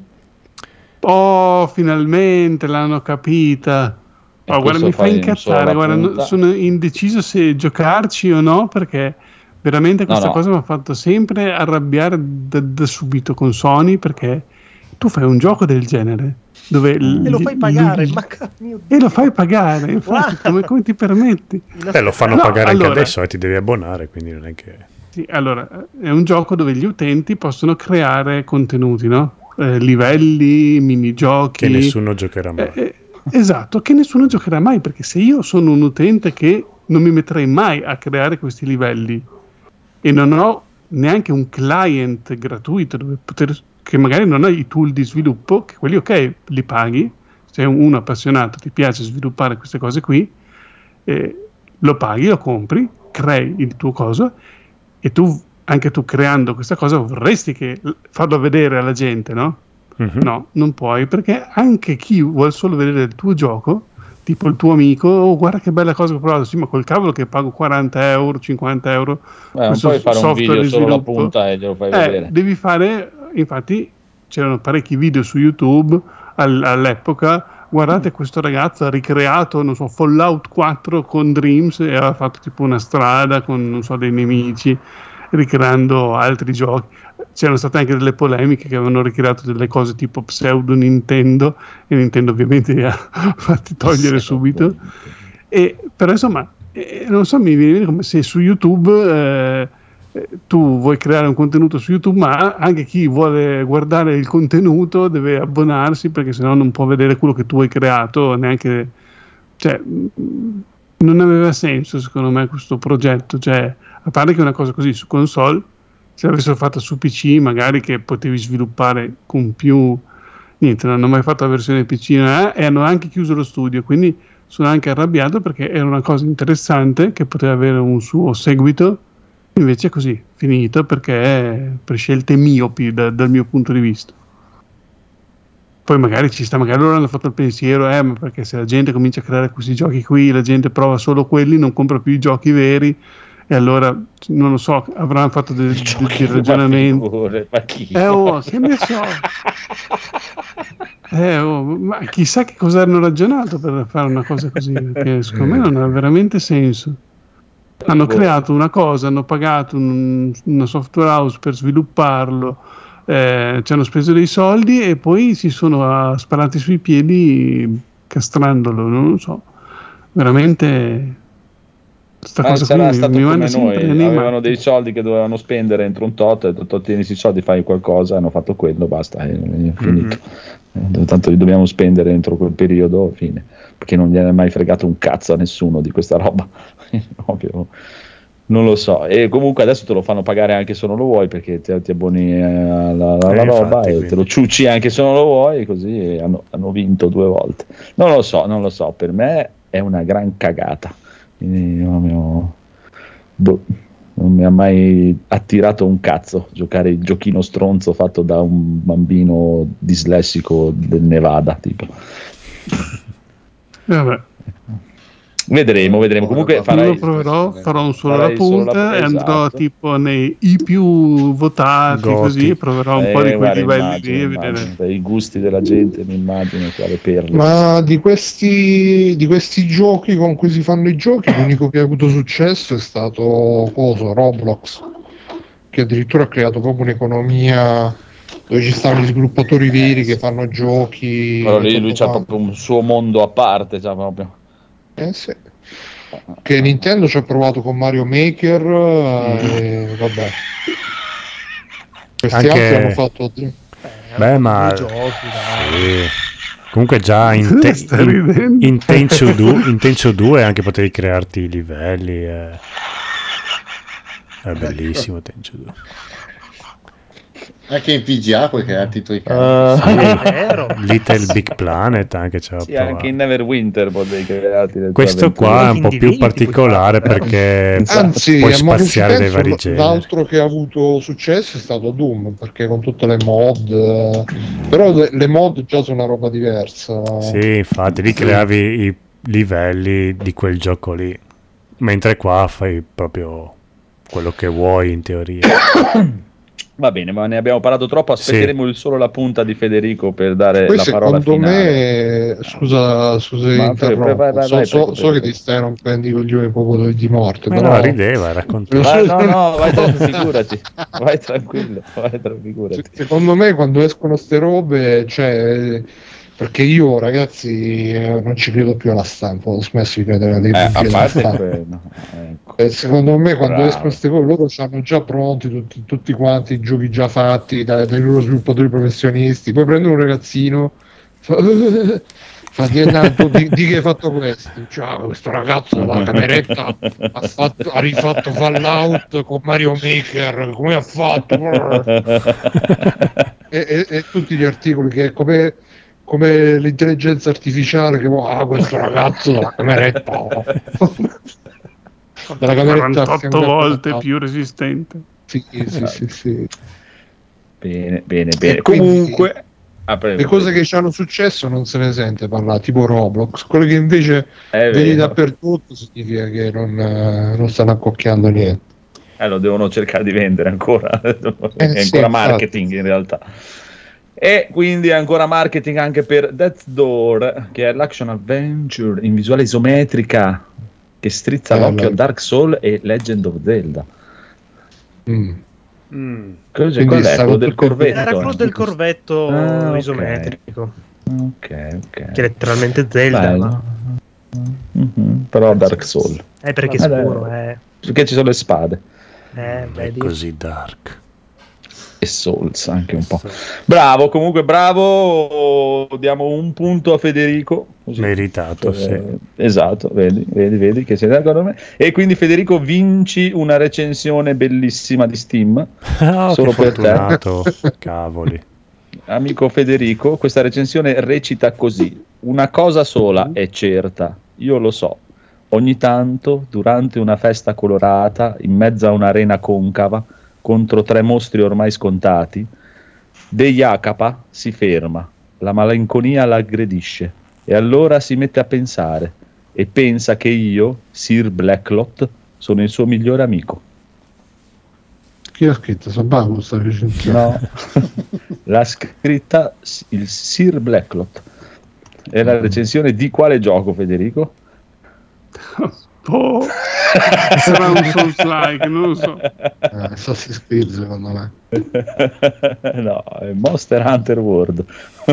Speaker 3: Finalmente l'hanno capita. Guarda, mi fa incazzare, sono indeciso se giocarci o no, perché veramente questa cosa mi ha fatto sempre arrabbiare da subito con Sony, perché tu fai un gioco del genere dove
Speaker 4: e lo fai pagare
Speaker 3: e lo fai pagare, infatti, come ti permetti?
Speaker 1: Lo fanno pagare anche adesso, ti devi abbonare, quindi non è che
Speaker 3: sì, allora è un gioco dove gli utenti possono creare contenuti, no? Livelli, minigiochi
Speaker 1: che nessuno giocherà mai.
Speaker 3: Esatto, che nessuno giocherà mai, perché se io sono un utente che non mi metterei mai a creare questi livelli e non ho neanche un client gratuito dove che magari non ha i tool di sviluppo, che quelli li paghi, sei un appassionato, ti piace sviluppare queste cose qui, lo paghi, lo compri, crei il tuo coso, e anche tu creando questa cosa vorresti farlo vedere alla gente, no? No, non puoi, perché anche chi vuol solo vedere il tuo gioco, tipo il tuo amico, oh guarda che bella cosa che ho provato, sì, ma col cavolo che pago 40 euro, 50 euro,
Speaker 2: non puoi fare un video solo la punta e glielo fai vedere.
Speaker 3: Devi fare, infatti c'erano parecchi video su YouTube all'epoca, guardate questo ragazzo ha ricreato, non so, Fallout 4 con Dreams e ha fatto tipo una strada con, non so, dei nemici, ricreando altri giochi. C'erano state anche delle polemiche che avevano ricreato delle cose tipo pseudo Nintendo, e Nintendo ovviamente li ha fatti togliere subito. Però insomma, non so, mi viene come se su YouTube tu vuoi creare un contenuto su YouTube, ma anche chi vuole guardare il contenuto deve abbonarsi, perché sennò non può vedere quello che tu hai creato, neanche, cioè, non aveva senso secondo me questo progetto, cioè, a parte che una cosa così su console, se l'avessero fatta su PC magari che potevi sviluppare con più, niente, non hanno mai fatto la versione PC e hanno anche chiuso lo studio, quindi sono anche arrabbiato perché era una cosa interessante che poteva avere un suo seguito, invece è così, finito, perché per scelte miopi dal mio punto di vista. Poi magari ci sta, magari loro hanno fatto il pensiero, ma perché se la gente comincia a creare questi giochi qui, la gente prova solo quelli, non compra più i giochi veri, e allora non lo so, avranno fatto dei ragionamenti.
Speaker 2: Ma chi?
Speaker 3: Che ne so. Ma chissà che cosa hanno ragionato per fare una cosa così, perché secondo me non ha veramente senso. Hanno creato una cosa, hanno pagato una software house per svilupparlo, ci hanno speso dei soldi e poi si sono sparati sui piedi castrandolo, non lo so, veramente.
Speaker 2: Sarà stato come noi, avevano dei soldi che dovevano spendere entro un tot, e tu tieni questi soldi, fai qualcosa, hanno fatto quello, basta, è finito. Tanto li dobbiamo spendere entro quel periodo, fine, perché non gli è mai fregato un cazzo a nessuno di questa roba. Ovvio, non lo so, e comunque adesso te lo fanno pagare anche se non lo vuoi, perché ti abboni alla roba, infatti, e te lo ciucci anche se non lo vuoi, così hanno vinto 2 volte. Non lo so, per me è una gran cagata. Non mi ha mai attirato un cazzo giocare il giochino stronzo fatto da un bambino dislessico del Nevada, tipo.
Speaker 3: Vabbè.
Speaker 2: Vedremo. Comunque
Speaker 3: farò un solo la punta e andrò tipo nei più votati, così proverò un po' di quei livelli lì, vedere
Speaker 2: i gusti della gente, mi immagino quale perle.
Speaker 6: Ma di questi giochi con cui si fanno i giochi, l'unico che ha avuto successo è stato Roblox, che addirittura ha creato proprio un'economia dove ci stanno gli sviluppatori veri che fanno giochi.
Speaker 2: Però lui c'ha proprio un suo mondo a parte, cioè proprio.
Speaker 6: Sì. Che Nintendo ci ha provato con Mario Maker, e vabbè, questi altri hanno fatto
Speaker 1: ma
Speaker 4: giochi,
Speaker 1: sì. Comunque già in Tenchu 2 anche potevi crearti i livelli, è bellissimo Tenchu 2.
Speaker 5: Anche in PGA puoi crearti i tuoi cani.
Speaker 1: Little Big Planet anche c'era.
Speaker 2: Sì, anche in Neverwinter potevi crearti.
Speaker 1: Questo qua è un po' più particolare perché puoi spaziare dai vari generi.
Speaker 6: L'altro che ha avuto successo è stato Doom, perché con tutte le mod, però le mod già sono una roba diversa.
Speaker 1: Sì, infatti lì creavi i livelli di quel gioco lì, mentre qua fai proprio quello che vuoi in teoria.
Speaker 2: Va bene, ma ne abbiamo parlato troppo, aspetteremo solo la punta di Federico per dare poi la parola finale.
Speaker 6: Scusa interrompo, vai, so che ti stai rompendo i coglioni proprio di morte,
Speaker 1: però no, rideva,
Speaker 2: raccontava. No, vai tranquillo, figurati.
Speaker 6: Secondo me quando escono ste robe, cioè, perché io ragazzi non ci credo più alla stampa, ho smesso di credere
Speaker 2: a parte
Speaker 6: secondo me quando escono queste cose loro hanno già pronti tutti quanti i giochi già fatti dai loro sviluppatori professionisti, poi prendono un ragazzino di che hai fatto questo? Ciao, questo ragazzo della cameretta ha rifatto Fallout con Mario Maker, come ha fatto? e tutti gli articoli che come come l'intelligenza artificiale che questo ragazzo della cameretta
Speaker 3: della cameretta 48 volte più resistente.
Speaker 6: Sì.
Speaker 2: Bene. Comunque
Speaker 6: le cose che ci hanno successo non se ne sente parlare, tipo Roblox. Quello che invece vedi dappertutto significa che non stanno accocchiando niente.
Speaker 2: Lo devono cercare di vendere ancora. È ancora marketing in realtà. E quindi ancora marketing anche per Death's Door, che è l'action adventure in visuale isometrica che strizza l'occhio a Dark Souls e Legend of Zelda. Cos'è? Qual è? Quello del corvetto?
Speaker 4: Era quello del corvetto isometrico.
Speaker 2: Ok.
Speaker 4: Che è letteralmente Zelda.
Speaker 2: Però Dark Souls.
Speaker 4: Perché sicuro
Speaker 2: perché ci sono le spade.
Speaker 1: È così dark.
Speaker 2: E Souls anche un po'. Bravo, comunque bravo. Diamo un punto a Federico. Così.
Speaker 1: Meritato, sì.
Speaker 2: Esatto, vedi che sei d'accordo con me. E quindi Federico vinci una recensione bellissima di Steam. Solo per te.
Speaker 1: Cavoli.
Speaker 2: Amico Federico, questa recensione recita così: una cosa sola è certa, io lo so. Ogni tanto, durante una festa colorata, in mezzo a un'arena concava, contro 3 mostri ormai scontati, De Jacapa si ferma, la malinconia l'aggredisce, e allora si mette a pensare, e pensa che io, Sir Blacklot, sono il suo migliore amico.
Speaker 6: Chi ha scritto? Sabato sta recensione?
Speaker 2: No, l'ha scritta il Sir Blacklot. È la recensione di quale gioco, Federico?
Speaker 3: Sarà un Souls-like, non lo so.
Speaker 6: Assassin's Creed secondo me.
Speaker 2: No, è Monster Hunter World.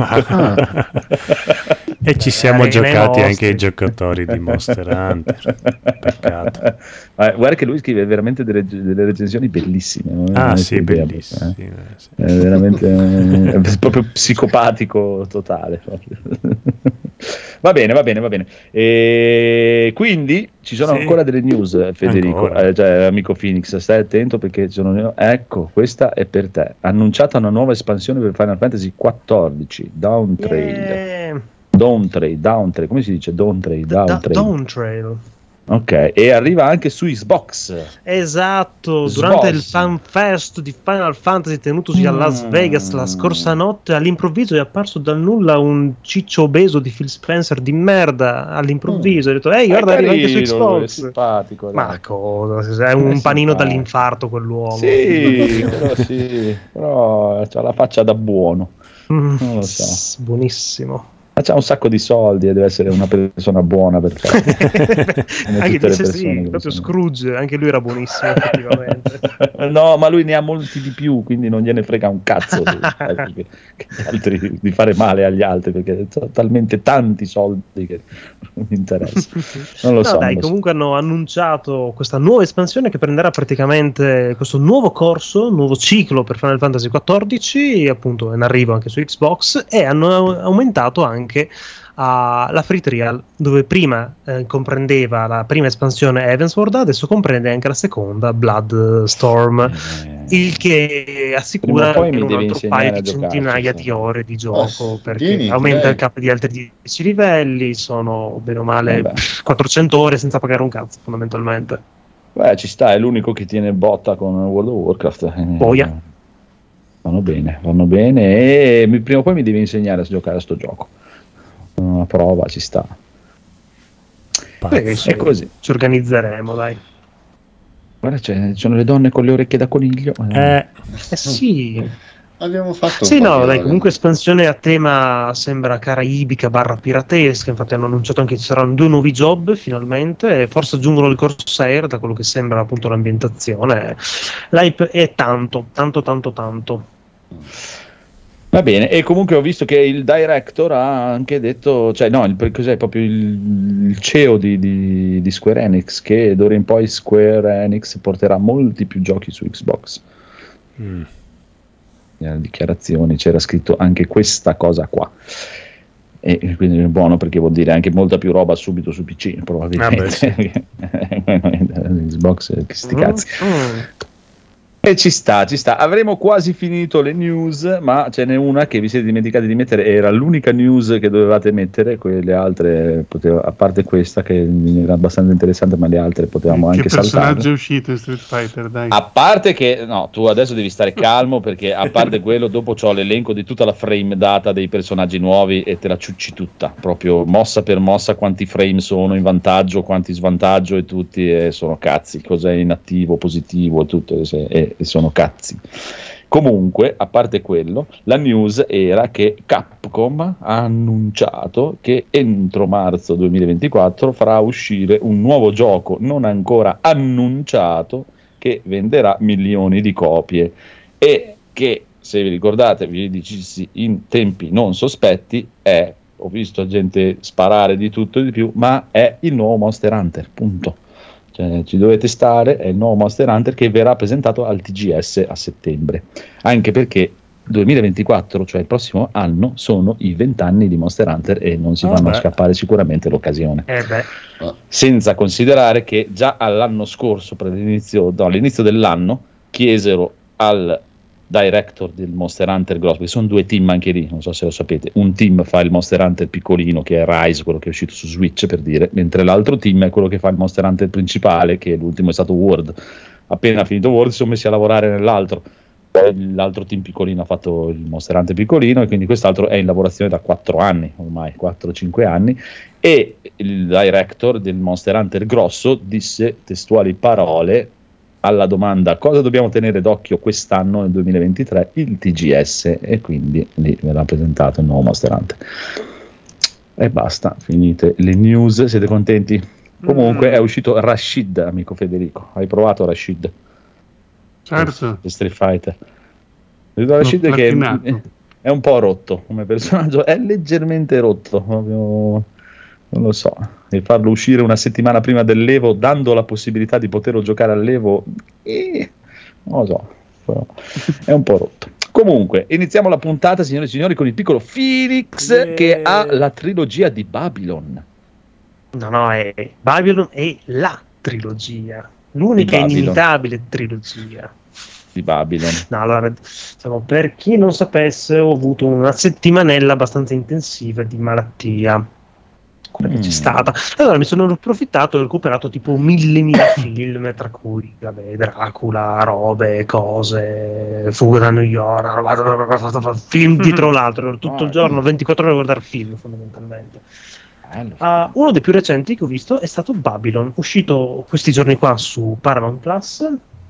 Speaker 1: E ci siamo giocati anche i giocatori di Monster Hunter. Peccato.
Speaker 2: Guarda che lui scrive veramente delle recensioni bellissime.
Speaker 1: Sì, bellissime.
Speaker 2: Sì. È veramente è proprio psicopatico totale. Va bene. E quindi ci sono ancora delle news, Federico, cioè, amico Phoenix, stai attento perché sono. Ecco, questa è per te. Annunciata una nuova espansione per Final Fantasy XIV, Downtrail. Downtrail, come si dice? Downtrail. Ok, e arriva anche su Xbox.
Speaker 4: Esatto, durante il Fan Fest di Final Fantasy tenutosi a Las Vegas la scorsa notte, all'improvviso è apparso dal nulla un ciccio obeso di Phil Spencer di merda. All'improvviso ha detto: ehi, guarda, arriva anche su Xbox.
Speaker 2: È simpatico.
Speaker 4: Ma cosa? È un panino dall'infarto quell'uomo.
Speaker 2: Sì, però c'ha la faccia da buono. Non lo so.
Speaker 4: Buonissimo.
Speaker 2: Ma c'ha un sacco di soldi e deve essere una persona buona per fare.
Speaker 4: Anche dice proprio Scrooge, anche lui era buonissimo effettivamente.
Speaker 2: No, ma lui ne ha molti di più, quindi non gliene frega un cazzo di fare male agli altri, perché ha talmente tanti soldi che non mi interessa. Non lo so.
Speaker 4: Comunque hanno annunciato questa nuova espansione che prenderà praticamente questo nuovo corso, nuovo ciclo per Final Fantasy XIV, appunto in arrivo anche su Xbox, e hanno aumentato anche la free trial, dove prima comprendeva la prima espansione Heavensward, adesso comprende anche la seconda Bloodstorm, il che assicura un altro paio di centinaia di ore di gioco, perché aumenta il cap di altri 10 livelli, sono bene o male 400 ore senza pagare un cazzo fondamentalmente.
Speaker 2: Ci sta, è l'unico che tiene botta con World of Warcraft. Vanno bene e prima o poi mi devi insegnare a giocare a sto gioco. Una prova ci sta.
Speaker 4: È così. Ci organizzeremo, dai.
Speaker 2: Guarda, ci sono le donne con le orecchie da coniglio.
Speaker 4: Sì.
Speaker 5: Abbiamo fatto
Speaker 4: comunque espansione a tema sembra caraibica / piratesca. Infatti hanno annunciato anche che ci saranno 2 nuovi job finalmente, e forse aggiungono il Corsair, da quello che sembra appunto l'ambientazione. L'hype è tanto.
Speaker 2: Va bene, e comunque ho visto che il director ha anche detto, cos'è proprio il CEO di Square Enix, che d'ora in poi Square Enix porterà molti più giochi su Xbox. Nelle dichiarazioni c'era scritto anche questa cosa qua, e quindi è buono, perché vuol dire anche molta più roba subito su PC probabilmente. Xbox, che sti cazzi. E ci sta. Avremo quasi finito le news, ma ce n'è una che vi siete dimenticati di mettere. Era l'unica news che dovevate mettere. Quelle altre, a parte questa che era abbastanza interessante, ma le altre potevamo anche saltare. Che
Speaker 3: personaggio è uscito in Street Fighter, dai?
Speaker 2: A parte che, no, tu adesso devi stare calmo, perché a parte quello, dopo c'ho l'elenco di tutta la frame data dei personaggi nuovi e te la ciucci tutta, proprio mossa per mossa, quanti frame sono in vantaggio, quanti svantaggio, e tutti sono cazzi, cos'è inattivo, positivo, tutto, e sono cazzi. Comunque, a parte quello, la news era che Capcom ha annunciato che entro marzo 2024 farà uscire un nuovo gioco non ancora annunciato che venderà milioni di copie, e che, se vi ricordate, vi dicissi in tempi non sospetti, ho visto gente sparare di tutto e di più, ma è il nuovo Monster Hunter, punto. Cioè, ci dovete stare, è il nuovo Monster Hunter che verrà presentato al TGS a settembre, anche perché 2024, cioè il prossimo anno, sono i 20 anni di Monster Hunter e non si fanno scappare sicuramente l'occasione. Senza considerare che già all'anno scorso, all'inizio dell'anno, chiesero al director del Monster Hunter grosso, perché sono due team anche lì, non so se lo sapete. Un team fa il Monster Hunter piccolino, che è Rise, quello che è uscito su Switch, per dire, mentre l'altro team è quello che fa il Monster Hunter principale, che l'ultimo è stato World. Appena finito World si sono messi a lavorare nell'altro. L'altro team piccolino ha fatto il Monster Hunter piccolino, e quindi quest'altro è in lavorazione da 4 anni ormai, 4-5 anni, e il director del Monster Hunter grosso disse testuali parole alla domanda cosa dobbiamo tenere d'occhio quest'anno nel 2023, il TGS, e quindi lì verrà presentato il nuovo Monster Hunter. E basta, finite le news, siete contenti? Comunque è uscito Rashid, amico Federico, hai provato Rashid?
Speaker 3: Certo.
Speaker 2: Street Fighter. Rashid che è un po' rotto come personaggio, è leggermente rotto, proprio, non lo so, e farlo uscire una settimana prima dell'Evo, dando la possibilità di poterlo giocare all'Evo, non lo so, però è un po' rotto. Comunque, iniziamo la puntata, signore e signori, con il piccolo Felix che ha la trilogia di Babylon.
Speaker 4: No, Babylon è la trilogia, l'unica inimitabile trilogia
Speaker 2: di Babylon.
Speaker 4: No, allora, diciamo, per chi non sapesse, ho avuto una settimanella abbastanza intensiva di malattia, quella che c'è stata. Allora mi sono approfittato e ho recuperato tipo 1000 film, tra cui vabbè, Dracula, robe, cose, Fuga da New York, film dietro l'altro, tutto il giorno, 24 ore a guardare film fondamentalmente. Uno dei più recenti che ho visto è stato Babylon, uscito questi giorni qua su Paramount Plus.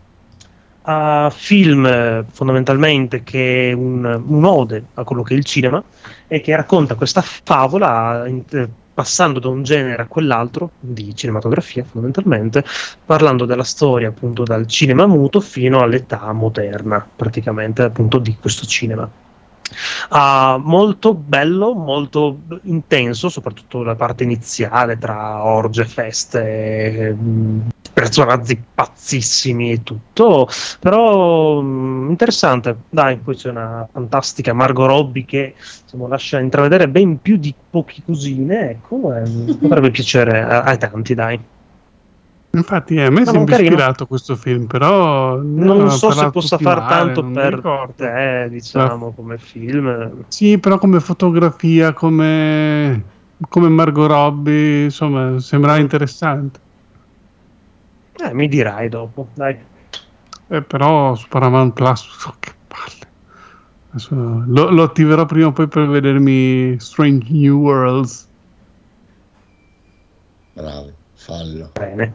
Speaker 4: Film fondamentalmente che è un ode a quello che è il cinema, e che racconta questa favola passando da un genere a quell'altro di cinematografia, fondamentalmente parlando della storia appunto dal cinema muto fino all'età moderna, praticamente appunto di questo cinema. Molto bello, molto intenso, soprattutto la parte iniziale tra orge, feste, personaggi pazzissimi e tutto, però interessante, dai. Poi c'è una fantastica Margot Robbie che insomma lascia intravedere ben più di poche cosine, ecco, potrebbe piacere a tanti, dai.
Speaker 3: Infatti a me sembra ispirato questo film, però
Speaker 4: non so se possa far tanto per te, diciamo, come film.
Speaker 3: Sì, però come fotografia, come Margot Robbie, insomma, sembra interessante.
Speaker 4: Mi dirai dopo, dai.
Speaker 3: Però su Paramount Plus, che palle. Adesso lo attiverò prima o poi per vedermi Strange New Worlds.
Speaker 5: Bravo, fallo.
Speaker 4: Bene.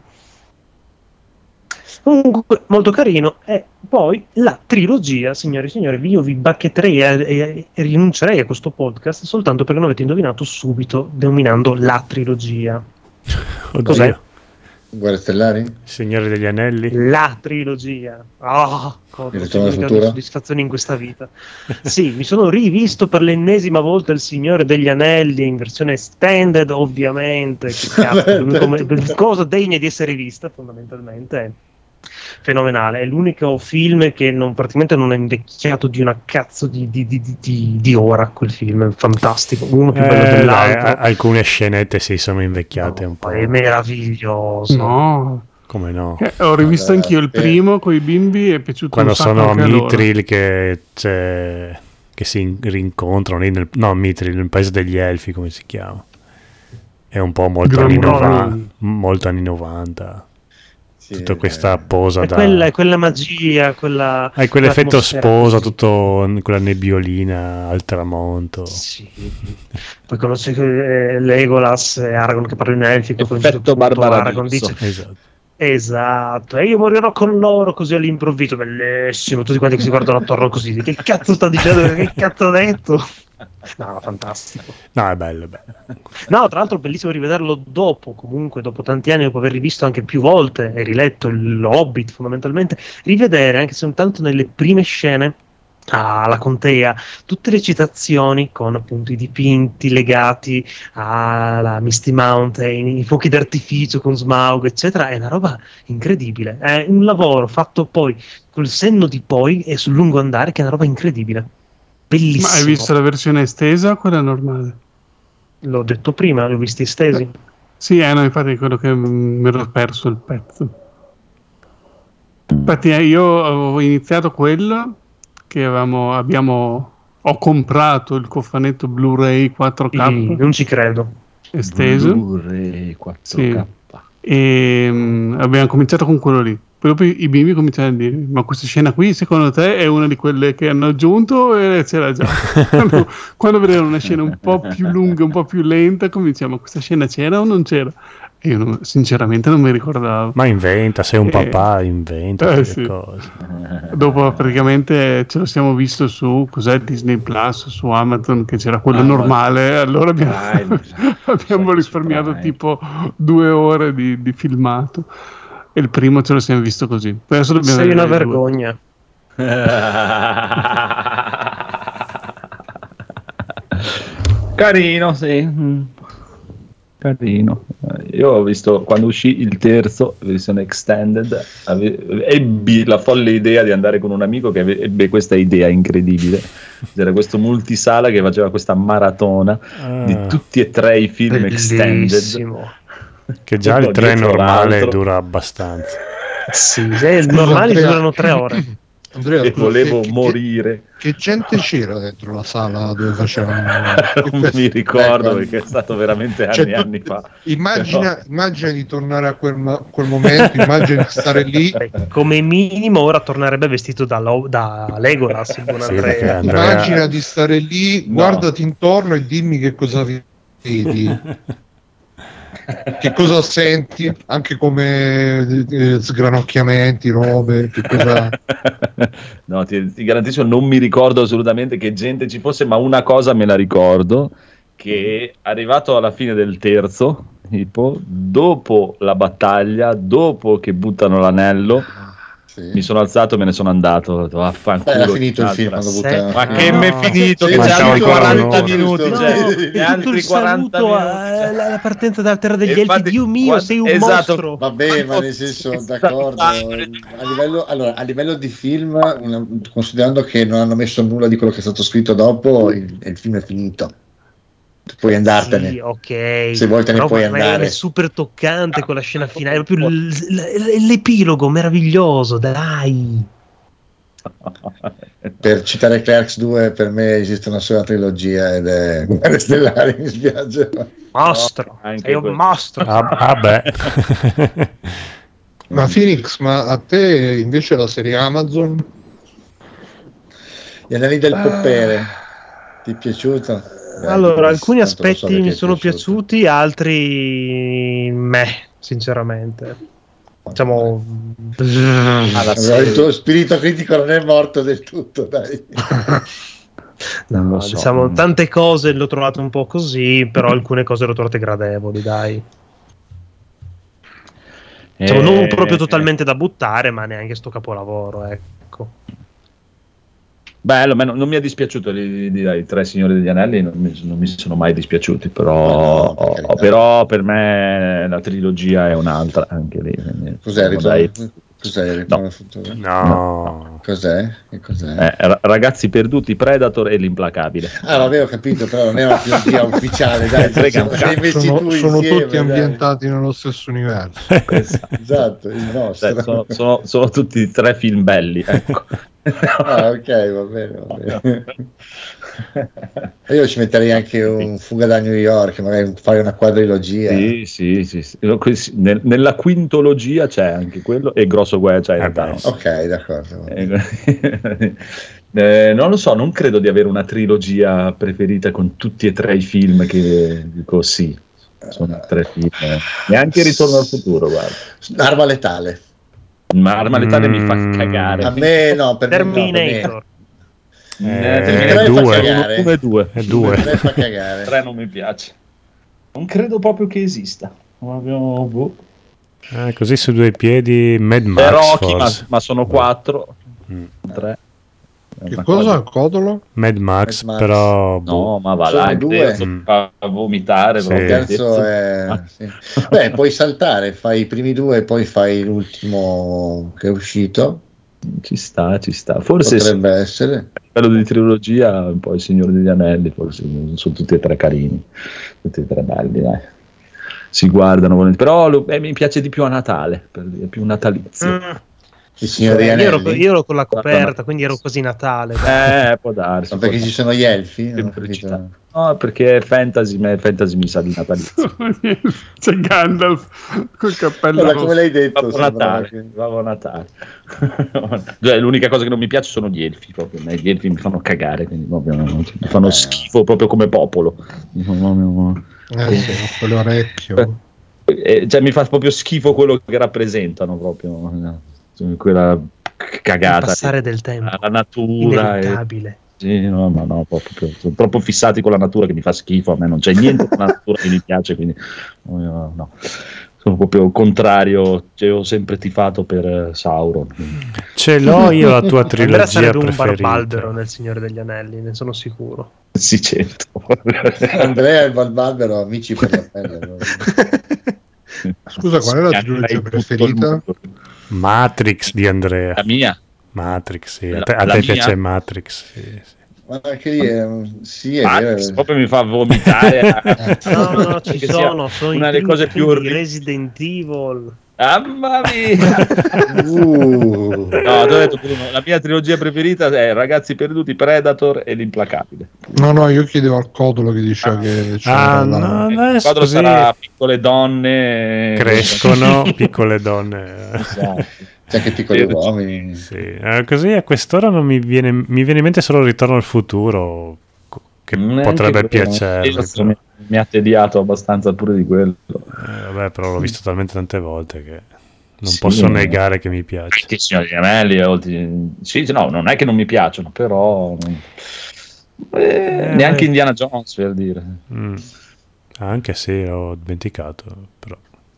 Speaker 4: Comunque molto carino. E poi la trilogia, signori e signori, io vi bacchetterei e rinuncerei a questo podcast soltanto perché non avete indovinato subito nominando la trilogia. Cos'è?
Speaker 5: Guerre Stellari?
Speaker 1: Signore degli Anelli?
Speaker 4: La trilogia. Ho soddisfazioni in questa vita. Sì, mi sono rivisto per l'ennesima volta Il Signore degli Anelli in versione extended, ovviamente, che cosa degna di essere vista fondamentalmente. Fenomenale, è l'unico film che praticamente non è invecchiato di una cazzo di ora. Quel film è fantastico, uno più bello dell'altro.
Speaker 1: Alcune scenette si sono invecchiate un po'.
Speaker 4: È meraviglioso.
Speaker 3: No,
Speaker 1: Come no?
Speaker 3: Ho rivisto anch'io il primo con i bimbi, è piaciuto
Speaker 1: quando
Speaker 3: un sacco
Speaker 1: sono a
Speaker 3: anche a loro.
Speaker 1: Mithril che si rincontrano lì Mithril, nel paese degli elfi, come si chiama? È un po' molto anni 90. Sì, tutta questa posa
Speaker 4: è quella magia,
Speaker 1: quell'effetto sposa, tutto quella nebbiolina al tramonto.
Speaker 4: Sì. Poi conosci Legolas e Aragorn che parlano in elfico,
Speaker 2: effetto Barbara dice
Speaker 4: esatto, e io morirò con loro così all'improvviso, bellissimo, tutti quanti che si guardano attorno così, che cazzo sta dicendo, che cazzo ha detto? No, fantastico.
Speaker 1: No, è bello.
Speaker 4: No, tra l'altro bellissimo rivederlo dopo tanti anni, dopo aver rivisto anche più volte e riletto l'Hobbit fondamentalmente, rivedere anche soltanto nelle prime scene alla contea tutte le citazioni con appunto i dipinti legati alla Misty Mountain, i fuochi d'artificio con Smaug eccetera, è una roba incredibile, è un lavoro fatto poi col senno di poi e sul lungo andare che è una roba incredibile, bellissimo.
Speaker 3: Ma hai visto la versione estesa o quella normale?
Speaker 4: L'ho detto prima, li ho visti estesi.
Speaker 3: Sì, no, infatti è quello che mi ero perso il pezzo. Infatti io avevo iniziato quello che ho comprato il cofanetto Blu-ray 4K.
Speaker 4: Non ci credo.
Speaker 3: Esteso.
Speaker 2: Blu-ray 4K.
Speaker 3: Sì. E abbiamo cominciato con quello lì. Poi dopo i bimbi cominciano a dire: ma questa scena qui secondo te è una di quelle che hanno aggiunto e c'era già? quando vedevano una scena un po' più lunga, un po' più lenta, cominciamo: questa scena c'era o non c'era? E io sinceramente non mi ricordavo.
Speaker 1: Ma inventa, sei un papà, inventa
Speaker 3: sì.
Speaker 1: cose.
Speaker 3: Dopo praticamente ce lo siamo visto su Disney Plus, su Amazon, che c'era quello normale, allora abbiamo risparmiato tipo 2 ore di filmato. E il primo ce lo siamo visto così. Adesso
Speaker 4: sei una vergogna.
Speaker 2: Carino, sì. Carino. Io ho visto quando uscì il terzo, versione extended, ebbi la folle idea di andare con un amico che ebbe questa idea incredibile. C'era questo multisala che faceva questa maratona di tutti e 3 i film
Speaker 4: bellissimo.
Speaker 2: Extended.
Speaker 1: Che già il 3 normale dura abbastanza.
Speaker 4: Sì, i normali durano 3 ore.
Speaker 5: Andrea,
Speaker 2: e volevo morire.
Speaker 5: Che gente c'era dentro la sala dove facevano?
Speaker 2: Non mi ricordo perché è stato veramente anni fa.
Speaker 5: Immagina di tornare a quel momento, immagina di stare lì.
Speaker 4: Come minimo ora tornerebbe vestito da Legolas.
Speaker 1: Andrea.
Speaker 5: Immagina di stare lì, guardati intorno e dimmi che cosa vedi. Che cosa senti, anche come sgranocchiamenti, robe, che cosa...
Speaker 2: No, ti garantisco, non mi ricordo assolutamente che gente ci fosse, ma una cosa me la ricordo, che arrivato alla fine del terzo, tipo, dopo la battaglia, dopo che buttano l'anello, mi sono alzato e me ne sono andato. Ho detto,
Speaker 5: era finito il film quando buttano.
Speaker 2: Ma che mi è finito? Che c'è altri 40 minuti. C'è altri 40 minuti.
Speaker 4: La partenza dalla terra degli elfi. Dio mio, sei un mostro.
Speaker 5: Vabbè, ma nel senso, d'accordo. A livello di film, considerando che non hanno messo nulla di quello che è stato scritto dopo, il film è finito. Puoi andartene.
Speaker 4: Sì, ok.
Speaker 5: Se vuoi te ne puoi andare.
Speaker 4: È super toccante quella scena finale, proprio l'epilogo meraviglioso, dai.
Speaker 5: Per citare Clerks 2, per me esiste una sola trilogia ed è Guerre Stellari, mi spiace.
Speaker 4: Mostro, sei un mostro.
Speaker 1: Beh.
Speaker 5: Ma Phoenix, ma a te invece la serie Amazon? Gli Anelli del Poppere, ti è piaciuto?
Speaker 4: Allora, alcuni aspetti mi sono piaciuti, altri sinceramente. Diciamo,
Speaker 5: il tuo spirito critico non è morto del tutto, dai.
Speaker 4: Non lo so. Diciamo, tante cose l'ho trovato un po' così, però alcune cose l'ho trovate gradevoli, dai. Diciamo, non proprio totalmente da buttare, ma neanche sto capolavoro, ecco.
Speaker 2: Bello, non mi è dispiaciuto i 3 Signori degli Anelli, non mi sono mai dispiaciuti, però per me la trilogia è un'altra anche lì.
Speaker 5: Cos'è? Cos'è il Ritorno al futuro?
Speaker 1: No.
Speaker 5: Cos'è? Che cos'è?
Speaker 2: Ragazzi perduti, Predator e l'Implacabile.
Speaker 5: Vabbè, ho capito, però non è una trilogia ufficiale, dai.
Speaker 6: Sono tutti ambientati nello stesso universo.
Speaker 5: Esatto, il nostro.
Speaker 2: Sono tutti 3 film belli, ecco.
Speaker 5: Ok, va bene. Io ci metterei anche un Fuga da New York, magari fare una quadrilogia.
Speaker 2: Sì. Nella quintologia c'è anche quello e Grosso Guerra Chinatown.
Speaker 5: Ok, d'accordo.
Speaker 2: Non lo so, non credo di avere una trilogia preferita con tutti e 3 i film che dico sì, sono 3 film. Neanche Ritorno al futuro, guarda.
Speaker 5: Arma letale.
Speaker 2: Ma Arma letale mi fa cagare.
Speaker 5: A me no, per
Speaker 4: Terminator.
Speaker 5: Terminator
Speaker 2: 2.
Speaker 5: 3 fa cagare.
Speaker 2: 3 non mi piace. Non credo proprio che esista.
Speaker 1: Così su 2 piedi Mad Max
Speaker 2: Rocky, ma sono 4. 3.
Speaker 6: Che cosa? Codolo?
Speaker 1: Mad Max, però
Speaker 2: no, ma va là,
Speaker 5: 2
Speaker 2: a vomitare.
Speaker 1: Sì.
Speaker 5: Il terzo è sì. Beh, puoi saltare, fai i primi 2 e poi fai l'ultimo che è uscito.
Speaker 2: Ci sta. Forse
Speaker 5: potrebbe essere
Speaker 2: quello di trilogia, un po' Il Signore degli Anelli, forse sono tutti e 3 carini, tutti e 3 belli, dai. Si guardano, però mi piace di più a Natale, è più natalizio.
Speaker 5: Il Signore degli Anelli.
Speaker 4: Io ero con la coperta, quindi ero così Natale.
Speaker 2: Può darsi.
Speaker 5: Ma perché ci sono gli elfi?
Speaker 2: No, perché fantasy mi sa di natalizio.
Speaker 3: C'è Gandalf col cappello rosso.
Speaker 5: Come l'hai detto?
Speaker 2: Bravo Natale. Cioè, l'unica cosa che non mi piace sono gli elfi, proprio. Gli elfi mi fanno cagare, quindi proprio, mi fanno schifo proprio come popolo.
Speaker 6: Quell'orecchio.
Speaker 2: Cioè, mi fa proprio schifo quello che rappresentano proprio. Quella cagata.
Speaker 4: Passare del tempo.
Speaker 2: La natura.
Speaker 4: Inevitabile.
Speaker 2: Sì, no, proprio, sono troppo fissati con la natura che mi fa schifo. A me non c'è niente con la natura che mi piace, quindi no. Sono proprio contrario. Ho sempre tifato per Sauron.
Speaker 1: Ce l'ho io la tua trilogia
Speaker 4: sarebbe
Speaker 1: preferita.
Speaker 4: Un barbalbero nel Signore degli Anelli, ne sono sicuro.
Speaker 2: Sì, certo.
Speaker 5: Andrea e il barbalbero, amici per la pelle.
Speaker 6: Scusa, qual è la trilogia preferita?
Speaker 1: Matrix di Andrea.
Speaker 2: La mia?
Speaker 1: Matrix, sì. A te piace Matrix, sì.
Speaker 5: Ma anche lì è
Speaker 2: vero. Proprio mi fa vomitare.
Speaker 4: No, ci sono
Speaker 2: una delle cose più
Speaker 4: Resident Evil.
Speaker 2: Mamma mia. No, ti ho detto, la mia trilogia preferita è Ragazzi perduti, Predator e l'Implacabile.
Speaker 6: No, io chiedevo al Codolo che diceva che
Speaker 2: il quadro sarà Piccole donne
Speaker 1: crescono, piccole donne.
Speaker 2: Esatto.
Speaker 5: C'è anche piccoli uomini.
Speaker 1: Sì. Così a quest'ora non mi viene in mente solo Ritorno al futuro, che potrebbe piacere.
Speaker 2: Mi ha tediato abbastanza pure di quello.
Speaker 1: Vabbè, però l'ho visto talmente tante volte che non posso negare che mi piace.
Speaker 2: Anche il Signore degli Anelli, no, non è che non mi piacciono, però neanche Indiana Jones, per dire.
Speaker 1: Anche se ho dimenticato, però.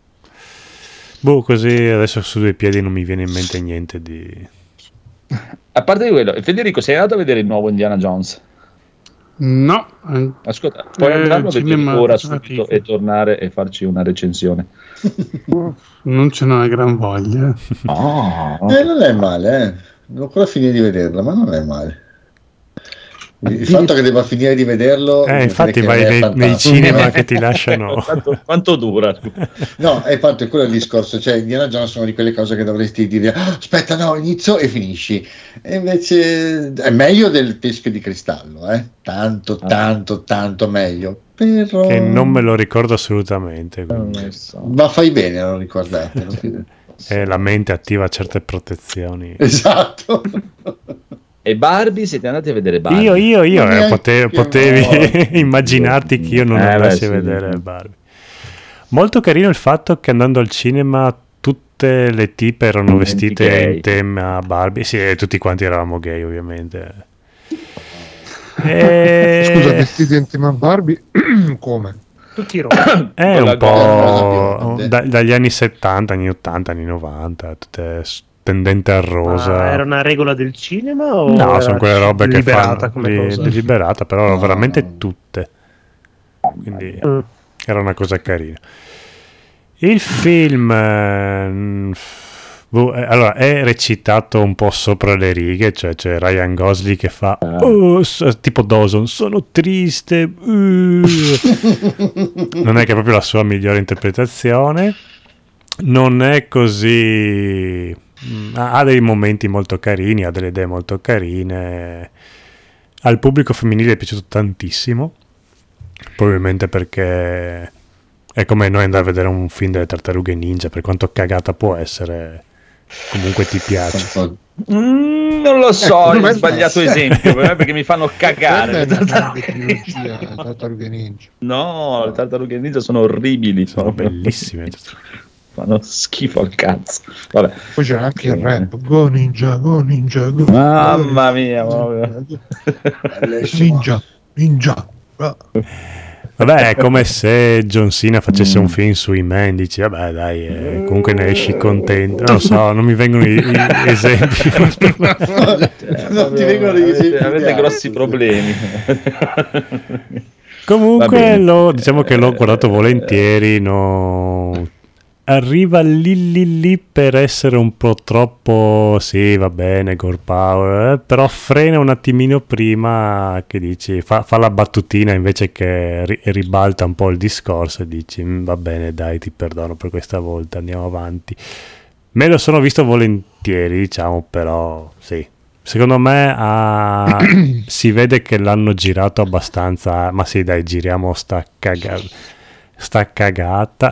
Speaker 1: Così adesso su 2 piedi non mi viene in mente niente di...
Speaker 2: A parte di quello, Federico, sei andato a vedere il nuovo Indiana Jones?
Speaker 3: No.
Speaker 2: Ascolta, puoi andarlo a vedere ora subito e tornare e farci una recensione.
Speaker 3: Non ce n'è una gran voglia.
Speaker 5: Non è male, devo ancora finire di vederla, ma non è male. Il fatto che debba finire di vederlo,
Speaker 1: infatti vai nei cinema che ti lasciano.
Speaker 2: Quanto dura?
Speaker 5: No, è quello il discorso, cioè Indiana Jones sono di quelle cose che dovresti dire aspetta, no, inizio e finisci, e invece è meglio del Teschio di Cristallo, tanto meglio, però...
Speaker 1: che non me lo ricordo assolutamente,
Speaker 5: ma fai bene a non ricordartelo.
Speaker 1: La mente attiva certe protezioni.
Speaker 5: Esatto.
Speaker 2: E Barbie, siete andati a vedere Barbie?
Speaker 1: Io potevi immaginarti che io non andassi a vedere Barbie. Molto carino il fatto che andando al cinema tutte le tipe erano vestite in tema Barbie. Sì, e tutti quanti eravamo gay, ovviamente.
Speaker 6: Scusa, vestiti in tema Barbie? Come?
Speaker 4: Tutti
Speaker 1: è un po' dagli anni 70, anni 80, anni 90, tutte tendente al rosa.
Speaker 4: Era una regola del cinema o
Speaker 1: no, sono quelle robe che fanno deliberata, però veramente tutte, quindi era una cosa carina. Il film Allora, è recitato un po' sopra le righe, cioè c'è Ryan Gosling che fa tipo Dawson, sono triste. Non è che è proprio la sua migliore interpretazione. Non è così, ha dei momenti molto carini, ha delle idee molto carine. Al pubblico femminile è piaciuto tantissimo, probabilmente perché è come noi andare a vedere un film delle Tartarughe Ninja, per quanto cagata può essere, comunque ti piace.
Speaker 2: Non lo so, ho sbagliato esempio perché mi fanno cagare le
Speaker 6: Tartarughe Ninja.
Speaker 2: No, le Tartarughe Ninja sono orribili,
Speaker 1: sono bellissime,
Speaker 2: fanno schifo al cazzo. Vabbè.
Speaker 6: Poi c'era anche il rap, go ninja, go ninja, go.
Speaker 2: Mamma mia,
Speaker 6: ninja.
Speaker 1: Vabbè, è come se John Cena facesse un film sui men, dici vabbè dai, comunque ne esci contento. Non lo so, non mi vengono gli esempi.
Speaker 5: Non ti vengono gli esempi.
Speaker 2: Avete grossi problemi.
Speaker 1: Comunque diciamo che l'ho guardato volentieri, arriva lì per essere un po' troppo, sì va bene, gore power, però frena un attimino prima, che dici, fa la battutina invece che ribalta un po' il discorso e dici va bene dai, ti perdono per questa volta, andiamo avanti. Me lo sono visto volentieri, diciamo, però sì, secondo me si vede che l'hanno girato abbastanza, ma sì dai, giriamo sta cagata.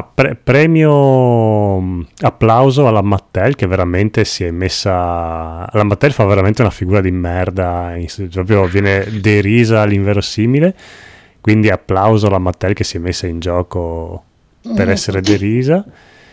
Speaker 1: Premio applauso alla Mattel, che veramente si è messa, la Mattel fa veramente una figura di merda, proprio viene derisa all'inverosimile, quindi applauso alla Mattel che si è messa in gioco per essere derisa.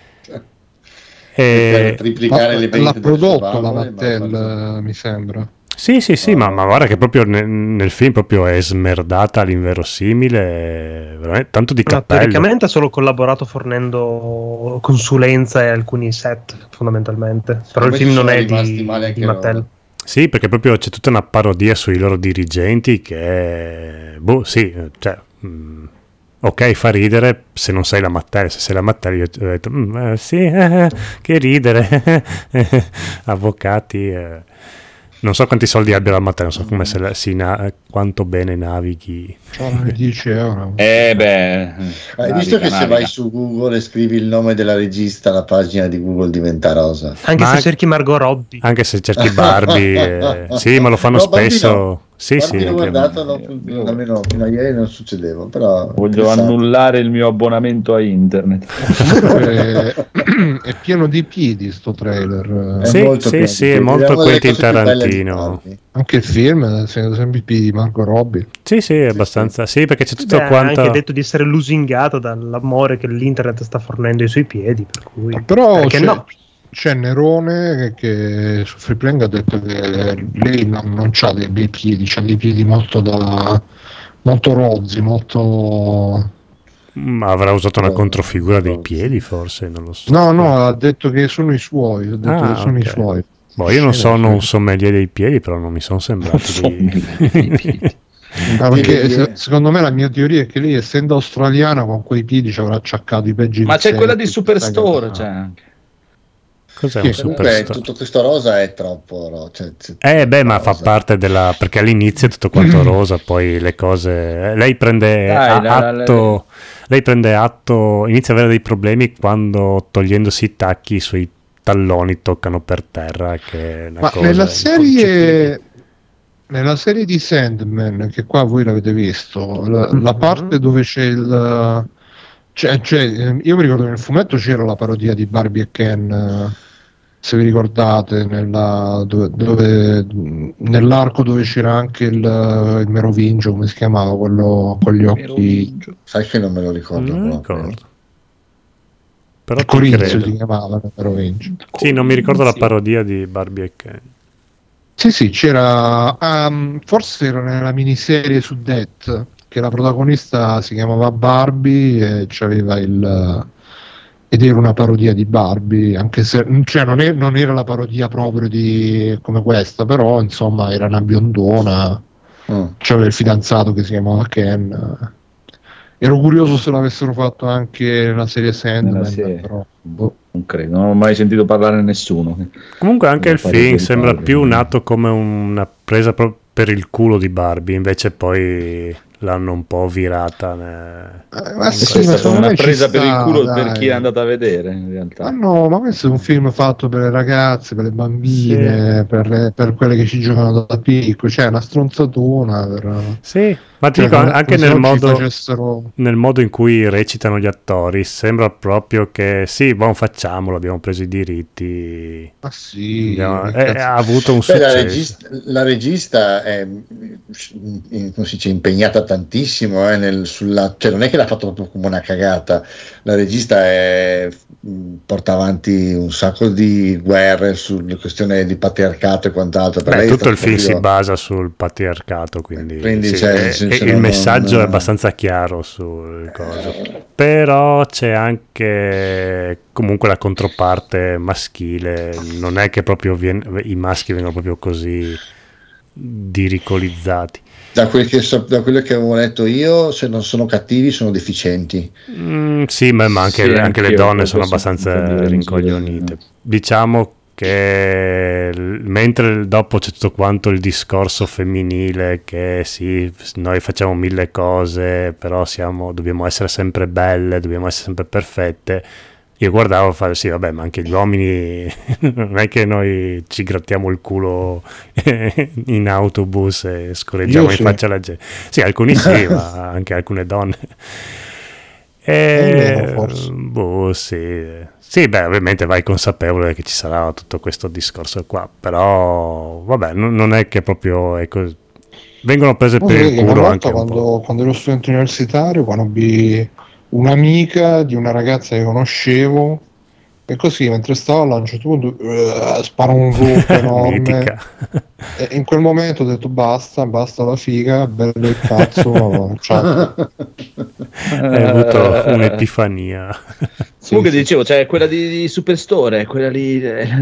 Speaker 5: Per triplicare le vendite
Speaker 6: l'ha prodotto la Mattel, mi sembra.
Speaker 1: Sì, ma guarda che proprio nel film proprio è smerdata all'inverosimile, veramente tanto di cappello.
Speaker 4: Teoricamente ha solo collaborato fornendo consulenza e alcuni set, fondamentalmente. Però il film non è di Mattel.
Speaker 1: Sì, perché proprio c'è tutta una parodia sui loro dirigenti che, sì, cioè, ok, fa ridere se non sei la Mattel. Se sei la Mattel io ti ho detto, sì, che ridere, avvocati... Non so quanti soldi abbia la Mattel, non so come quanto bene navighi.
Speaker 6: 10 euro.
Speaker 5: Hai visto che se vai su Google e scrivi il nome della regista, la pagina di Google diventa rosa.
Speaker 4: Anche se cerchi Margot Robbie.
Speaker 1: Anche se cerchi Barbie. Sì, ma lo fanno spesso.
Speaker 5: No.
Speaker 1: Sì,
Speaker 5: l'ho guardato, almeno fino a ieri non succedeva, però
Speaker 2: voglio annullare il mio abbonamento a internet.
Speaker 6: È pieno di piedi sto trailer.
Speaker 1: Sì, è molto Quentin Tarantino.
Speaker 6: Anche il film sempre i piedi di Margot Robbie.
Speaker 1: Sì, è abbastanza. Sì, perché c'è tutto quanto.
Speaker 4: Ha anche detto di essere lusingato dall'amore che l'internet sta fornendo ai suoi piedi, per cui
Speaker 6: però c'è Nerone che su Freeplaying ha detto che lei non ha dei bei piedi, c'ha dei piedi molto rozzi, molto...
Speaker 1: Ma avrà usato una controfigura dei piedi, forse, non lo so.
Speaker 6: No, ha detto che sono i suoi, i suoi.
Speaker 1: Io non sono un sommelier dei piedi, però non mi sono sembrati dei piedi.
Speaker 6: Perché secondo me la mia teoria è che lei, essendo australiana, con quei piedi ci avrà acciaccato i peggi.
Speaker 2: Ma c'è quella di Superstore, c'è anche.
Speaker 1: Cos'è un Superstore?
Speaker 5: Tutto questo rosa è troppo
Speaker 1: ma fa parte della, perché all'inizio è tutto quanto rosa, poi le cose lei prende atto, inizia a avere dei problemi quando, togliendosi i tacchi, i suoi talloni toccano per terra, che è una cosa
Speaker 6: nella serie di Sandman, che qua voi l'avete visto, la parte dove c'è io mi ricordo che nel fumetto c'era la parodia di Barbie e Ken, se vi ricordate, nell'arco dove c'era anche il Merovingio, come si chiamava quello con gli occhi.
Speaker 5: Sai che non me lo ricordo.
Speaker 1: Però
Speaker 6: Corinzio si chiamava Merovingio.
Speaker 1: Sì, non mi ricordo la parodia di Barbie e Ken.
Speaker 6: Sì, c'era forse era nella miniserie su Death, che la protagonista si chiamava Barbie e c'aveva ed era una parodia di Barbie, anche se non era la parodia proprio di come questa, però insomma era una biondona, c'aveva il fidanzato che si chiamava Ken. Ero curioso se l'avessero fatto anche nella serie Sandman, però
Speaker 2: Non credo, non ho mai sentito parlare a nessuno.
Speaker 1: Comunque anche il film sembra più nato come una presa per il culo di Barbie, invece poi l'hanno un po' virata.
Speaker 2: Ma sono una presa per il culo per chi è andato a vedere, in realtà.
Speaker 6: Ma questo è un film fatto per le ragazze, per le bambine, per quelle che ci giocano da piccolo, cioè una stronzatona.
Speaker 1: Sì, ma ti dico, anche nel modo in cui recitano gli attori, sembra proprio che sì, facciamolo, abbiamo preso i diritti.
Speaker 6: Ma sì,
Speaker 1: ha avuto un successo.
Speaker 5: La regista è, come si dice, impegnata tantissimo cioè non è che l'ha fatto proprio come una cagata. La regista porta avanti un sacco di guerre sulla questione di patriarcato e quant'altro.
Speaker 1: Tutto il film si basa sul patriarcato, quindi il messaggio è abbastanza chiaro sul coso. Però c'è anche comunque la controparte maschile, non è che proprio i maschi vengono proprio così diricolizzati.
Speaker 5: Da quello che avevo letto io, se non sono cattivi sono deficienti.
Speaker 1: Sì, ma anche le donne sono abbastanza rincoglionite. Diciamo che mentre dopo c'è tutto quanto il discorso femminile che sì, noi facciamo 1000 cose, però dobbiamo essere sempre belle, dobbiamo essere sempre perfette. Io guardavo e fare sì, vabbè, ma anche gli uomini non è che noi ci grattiamo il culo in autobus e scorreggiamo in faccia alla gente. Sì, alcuni sì, ma anche alcune donne. Sì, ovviamente vai consapevole che ci sarà tutto questo discorso qua, però vabbè, non è che proprio è così. Vengono prese per il culo anche
Speaker 6: quando ero studente universitario, conobbi un'amica di una ragazza che conoscevo e così mentre stavo là a un certo punto spara un urlo enorme e in quel momento ho detto basta la figa, bello il cazzo.
Speaker 1: Hai avuto un'epifania.
Speaker 2: Comunque dicevo, c'è quella di Superstore, quella lì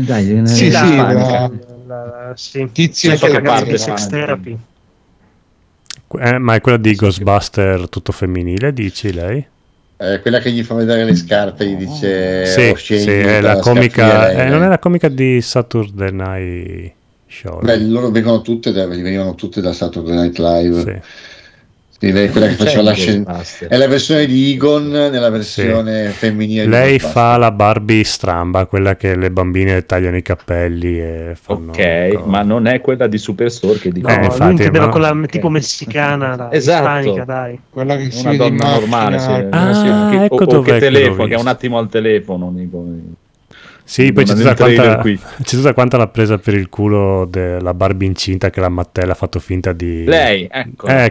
Speaker 6: tizia
Speaker 2: che parte
Speaker 4: sex therapy.
Speaker 1: Ma è quella di Ghostbuster tutto femminile, dici lei?
Speaker 5: Quella che gli fa vedere le scarpe, gli dice
Speaker 1: sì, è la comica, non è la comica di Saturday Night Show.
Speaker 5: Loro venivano tutte da Saturday Night Live. Sì, lei è quella che faceva la scena, è la versione di Egon nella versione femminile.
Speaker 1: Lei fa la Barbie stramba, quella che le bambine tagliano i capelli e fanno
Speaker 2: ma non è quella di Superstore che dico.
Speaker 4: Infatti, quella tipo messicana, ispanica, dai.
Speaker 6: Quella che
Speaker 2: una donna normale,
Speaker 1: ecco
Speaker 2: che telefono, che è un attimo al telefono.
Speaker 1: Sì, poi c'è tutta quanta la presa per il culo della Barbie incinta che la Mattel ha fatto finta di...
Speaker 2: Lei, ecco.
Speaker 1: lei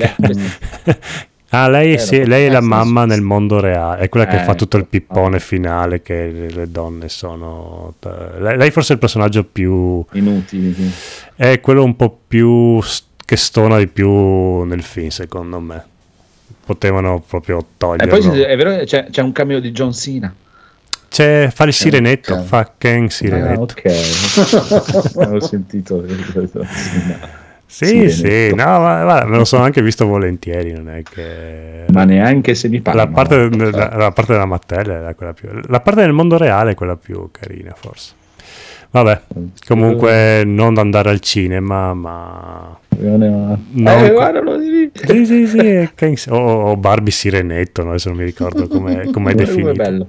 Speaker 1: è la mamma nel mondo reale, è quella che fa tutto il pippone finale che le donne sono... Lei forse è il personaggio più...
Speaker 2: inutile. Sì.
Speaker 1: È quello un po' più... che stona di più nel film, secondo me. Potevano proprio toglierlo.
Speaker 2: E poi è vero, c'è un cameo di John Cena.
Speaker 1: Fa il sirenetto, fa Ken Sirenetto.
Speaker 2: Ok, ho sentito.
Speaker 1: Sì, no, ma me lo sono anche visto volentieri, non è che...
Speaker 2: Ma neanche se mi parla.
Speaker 1: La parte della Mattel è quella più... La parte del mondo reale è quella più carina, forse. Vabbè, comunque non andare al cinema, ma...
Speaker 2: guardalo di lì.
Speaker 1: Sì, o Barbie Sirenetto, no? Adesso non mi ricordo com'è definito.
Speaker 2: È bello.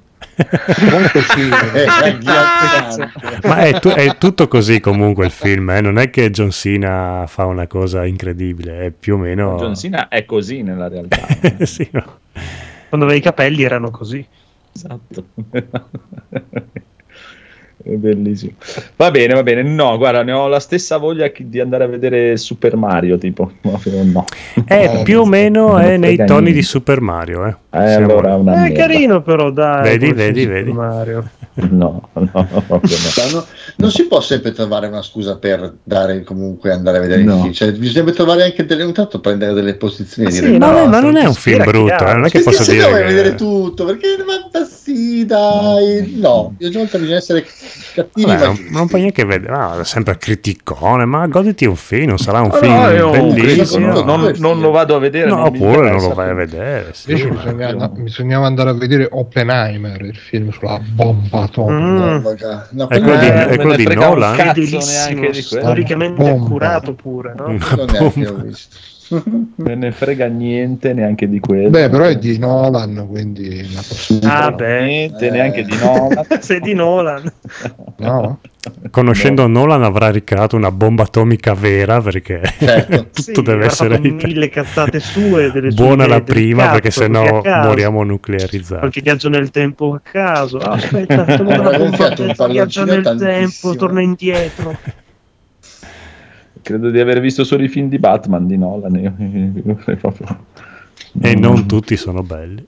Speaker 1: Ma è tutto così comunque il film, non è che John Cena fa una cosa incredibile, è più o meno...
Speaker 2: John Cena è così nella realtà.
Speaker 1: Sì, no?
Speaker 4: Quando aveva i capelli erano così.
Speaker 2: Esatto. È bellissimo. Va bene. No, guarda, ne ho la stessa voglia di andare a vedere Super Mario, tipo. No.
Speaker 1: Più o meno è nei toni di Super Mario.
Speaker 2: Allora
Speaker 4: è carino, però dai.
Speaker 1: Vedi.
Speaker 2: Mario. No.
Speaker 5: Non si può sempre trovare una scusa per comunque andare a vedere il film. Cioè, bisogna trovare anche intanto prendere delle posizioni.
Speaker 1: Ma non è un film brutto, non è che posso dire.
Speaker 5: Vedere tutto perché sì, dai, no, io volta bisogna essere cattivi.
Speaker 1: Vabbè, non puoi neanche vedere, no, sempre criticone, ma goditi un film, non sarà un film bellissimo.
Speaker 2: Non lo vado a vedere.
Speaker 1: No, oppure non lo vai a vedere. Sì,
Speaker 6: bisognava andare a vedere Oppenheimer, il film sulla bomba atomica.
Speaker 1: È quello di Nolan?
Speaker 4: Bellissimo, storicamente accurato pure, no?
Speaker 5: Non neanche ho visto.
Speaker 2: Non ne frega niente neanche di quello.
Speaker 6: Beh, però è di Nolan, quindi la posso
Speaker 2: dire. Niente, neanche di Nolan.
Speaker 4: Sei di Nolan.
Speaker 6: No?
Speaker 1: Conoscendo Nolan avrà ricreato una bomba atomica vera, perché tutto deve essere
Speaker 4: mille cazzate sue, delle
Speaker 1: buona la prima, perché sennò moriamo nuclearizzati.
Speaker 4: Qualche viaggio nel tempo a caso. Aspetta, viaggio nel tempo, torna indietro.
Speaker 2: Credo di aver visto solo i film di Batman di Nolan.
Speaker 1: E non tutti sono belli.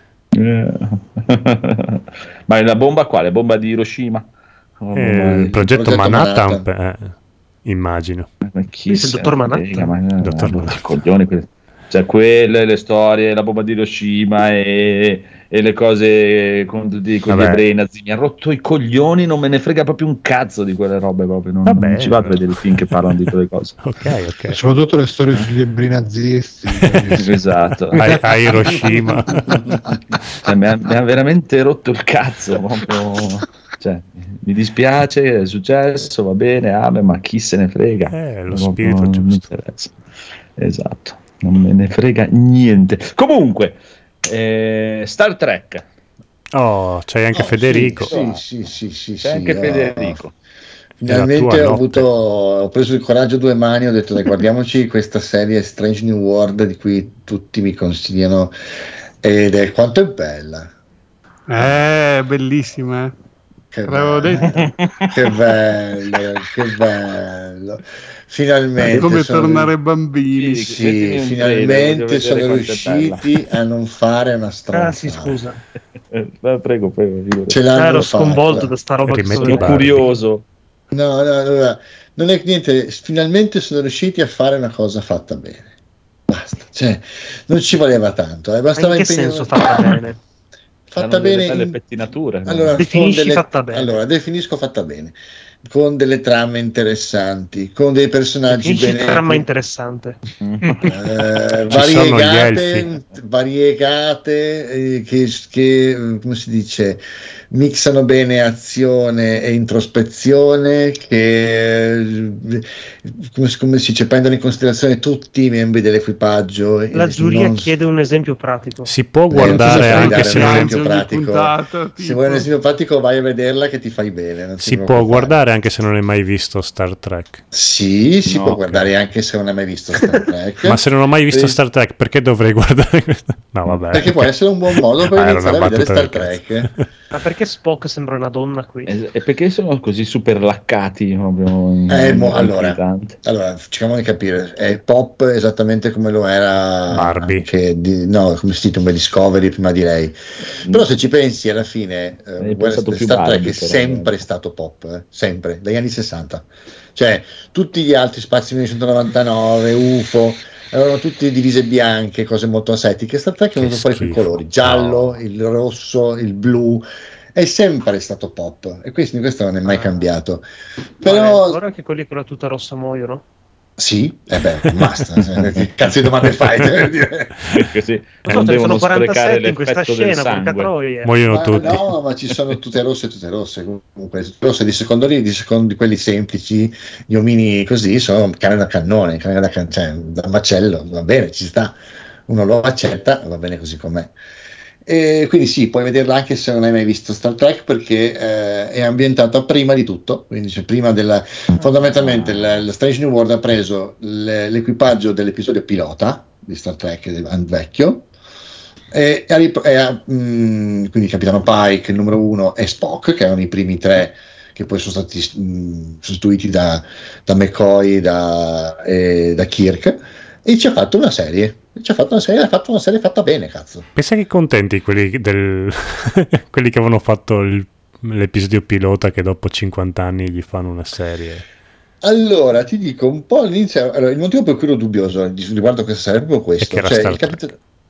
Speaker 2: Ma la bomba quale? Bomba di Hiroshima?
Speaker 1: Il progetto Manhattan. Immagino.
Speaker 4: Ma chi il dottor Manhattan?
Speaker 1: Dottor Manhattan.
Speaker 2: Coglioni, cioè quelle, le storie, la bomba di Hiroshima e le cose con gli ebrei nazi, mi ha rotto i coglioni, non me ne frega proprio un cazzo di quelle robe, proprio non ci vado a vedere i film che parlano di quelle cose.
Speaker 1: ok.
Speaker 6: Soprattutto le storie sugli ebrei nazisti.
Speaker 2: Esatto.
Speaker 1: A Hiroshima.
Speaker 2: Mi ha veramente rotto il cazzo proprio. Cioè, mi dispiace, è successo, va bene, ma chi se ne frega?
Speaker 1: Lo spirito giusto.
Speaker 2: Esatto, non me ne frega niente. Comunque, Star Trek.
Speaker 1: Oh, c'hai anche Federico.
Speaker 5: Sì.
Speaker 2: C'è anche Federico.
Speaker 5: Finalmente ho preso il coraggio a due mani, ho detto dai, guardiamoci questa serie Strange New World di cui tutti mi consigliano, ed è quanto è bella.
Speaker 3: Bellissima.
Speaker 5: Che bello. Finalmente
Speaker 3: come tornare bambini.
Speaker 5: Sì, finalmente sono riusciti a non fare una stronzata.
Speaker 4: Sì, scusa.
Speaker 2: Prego.
Speaker 5: Ce l'hanno
Speaker 4: ero sconvolto da sta roba,
Speaker 2: sono curioso.
Speaker 5: No, allora, non è niente, finalmente sono riusciti a fare una cosa fatta bene. Basta, cioè, non ci voleva tanto, bastava
Speaker 4: in che senso fatta bene?
Speaker 5: Fatta bene
Speaker 2: delle pettinature.
Speaker 5: Allora,
Speaker 4: fatta bene.
Speaker 5: Allora, definisco fatta bene, con delle trame interessanti, con dei personaggi bene.
Speaker 4: Trama interessante.
Speaker 5: Variegate, che come si dice, mixano bene azione e introspezione, che come si dice, prendono in considerazione tutti i membri dell'equipaggio.
Speaker 4: La giuria chiede un esempio pratico.
Speaker 1: Si può guardare anche se non è
Speaker 5: pratico. Se vuoi un esempio pratico, vai a vederla che ti fai bene.
Speaker 1: Si può guardare anche se non hai mai visto Star Trek.
Speaker 5: Sì, si può guardare anche se non hai mai visto Star Trek.
Speaker 1: Ma se non ho mai visto Star Trek, perché dovrei guardare questa? No, vabbè.
Speaker 5: Perché può essere un buon modo per iniziare a vedere Star Trek.
Speaker 4: Ma perché Spock sembra una donna qui?
Speaker 2: E perché sono così super laccati?
Speaker 5: Allora, cerchiamo di capire. È pop esattamente come lo era
Speaker 1: Barbie.
Speaker 5: Come si dice, Discovery prima di lei. Però se ci pensi, alla fine Star Trek è sempre stato pop, sempre, dagli anni 60. Cioè, tutti gli altri spazi 1999, UFO, erano tutte divise bianche, cose molto asetiche. Star Trek è venuto fuori con i colori, giallo, il rosso, il blu, è sempre stato pop, e questo non è mai cambiato. Però
Speaker 4: ora che quelli con la tuta rossa muoiono?
Speaker 5: Sì, basta, che cazzo di domande fai?
Speaker 2: Così, non devono sprecare
Speaker 4: in questa scena, porca troia.
Speaker 1: Muoiono tutti.
Speaker 5: No, ma ci sono tutte rosse. Comunque, rosse di secondo di quelli semplici, gli omini così, sono canne da cannone, cioè da macello, va bene, ci sta. Uno lo accetta, va bene così com'è. E quindi sì, puoi vederla anche se non hai mai visto Star Trek, perché è ambientata prima di tutto, quindi prima fondamentalmente la Strange New World ha preso l'equipaggio dell'episodio pilota di Star Trek vecchio, quindi Capitano Pike, il numero 1, e Spock, che erano i primi tre, che poi sono stati sostituiti da McCoy e da Kirk, e ci ha fatto una serie. Ha fatto una serie fatta bene, cazzo.
Speaker 1: Pensa che contenti quelli quelli che avevano fatto l'episodio pilota, che dopo 50 anni gli fanno una serie.
Speaker 5: Allora, ti dico un po' all'inizio. Allora, il motivo per cui ero dubbioso riguardo questa serie è proprio questo.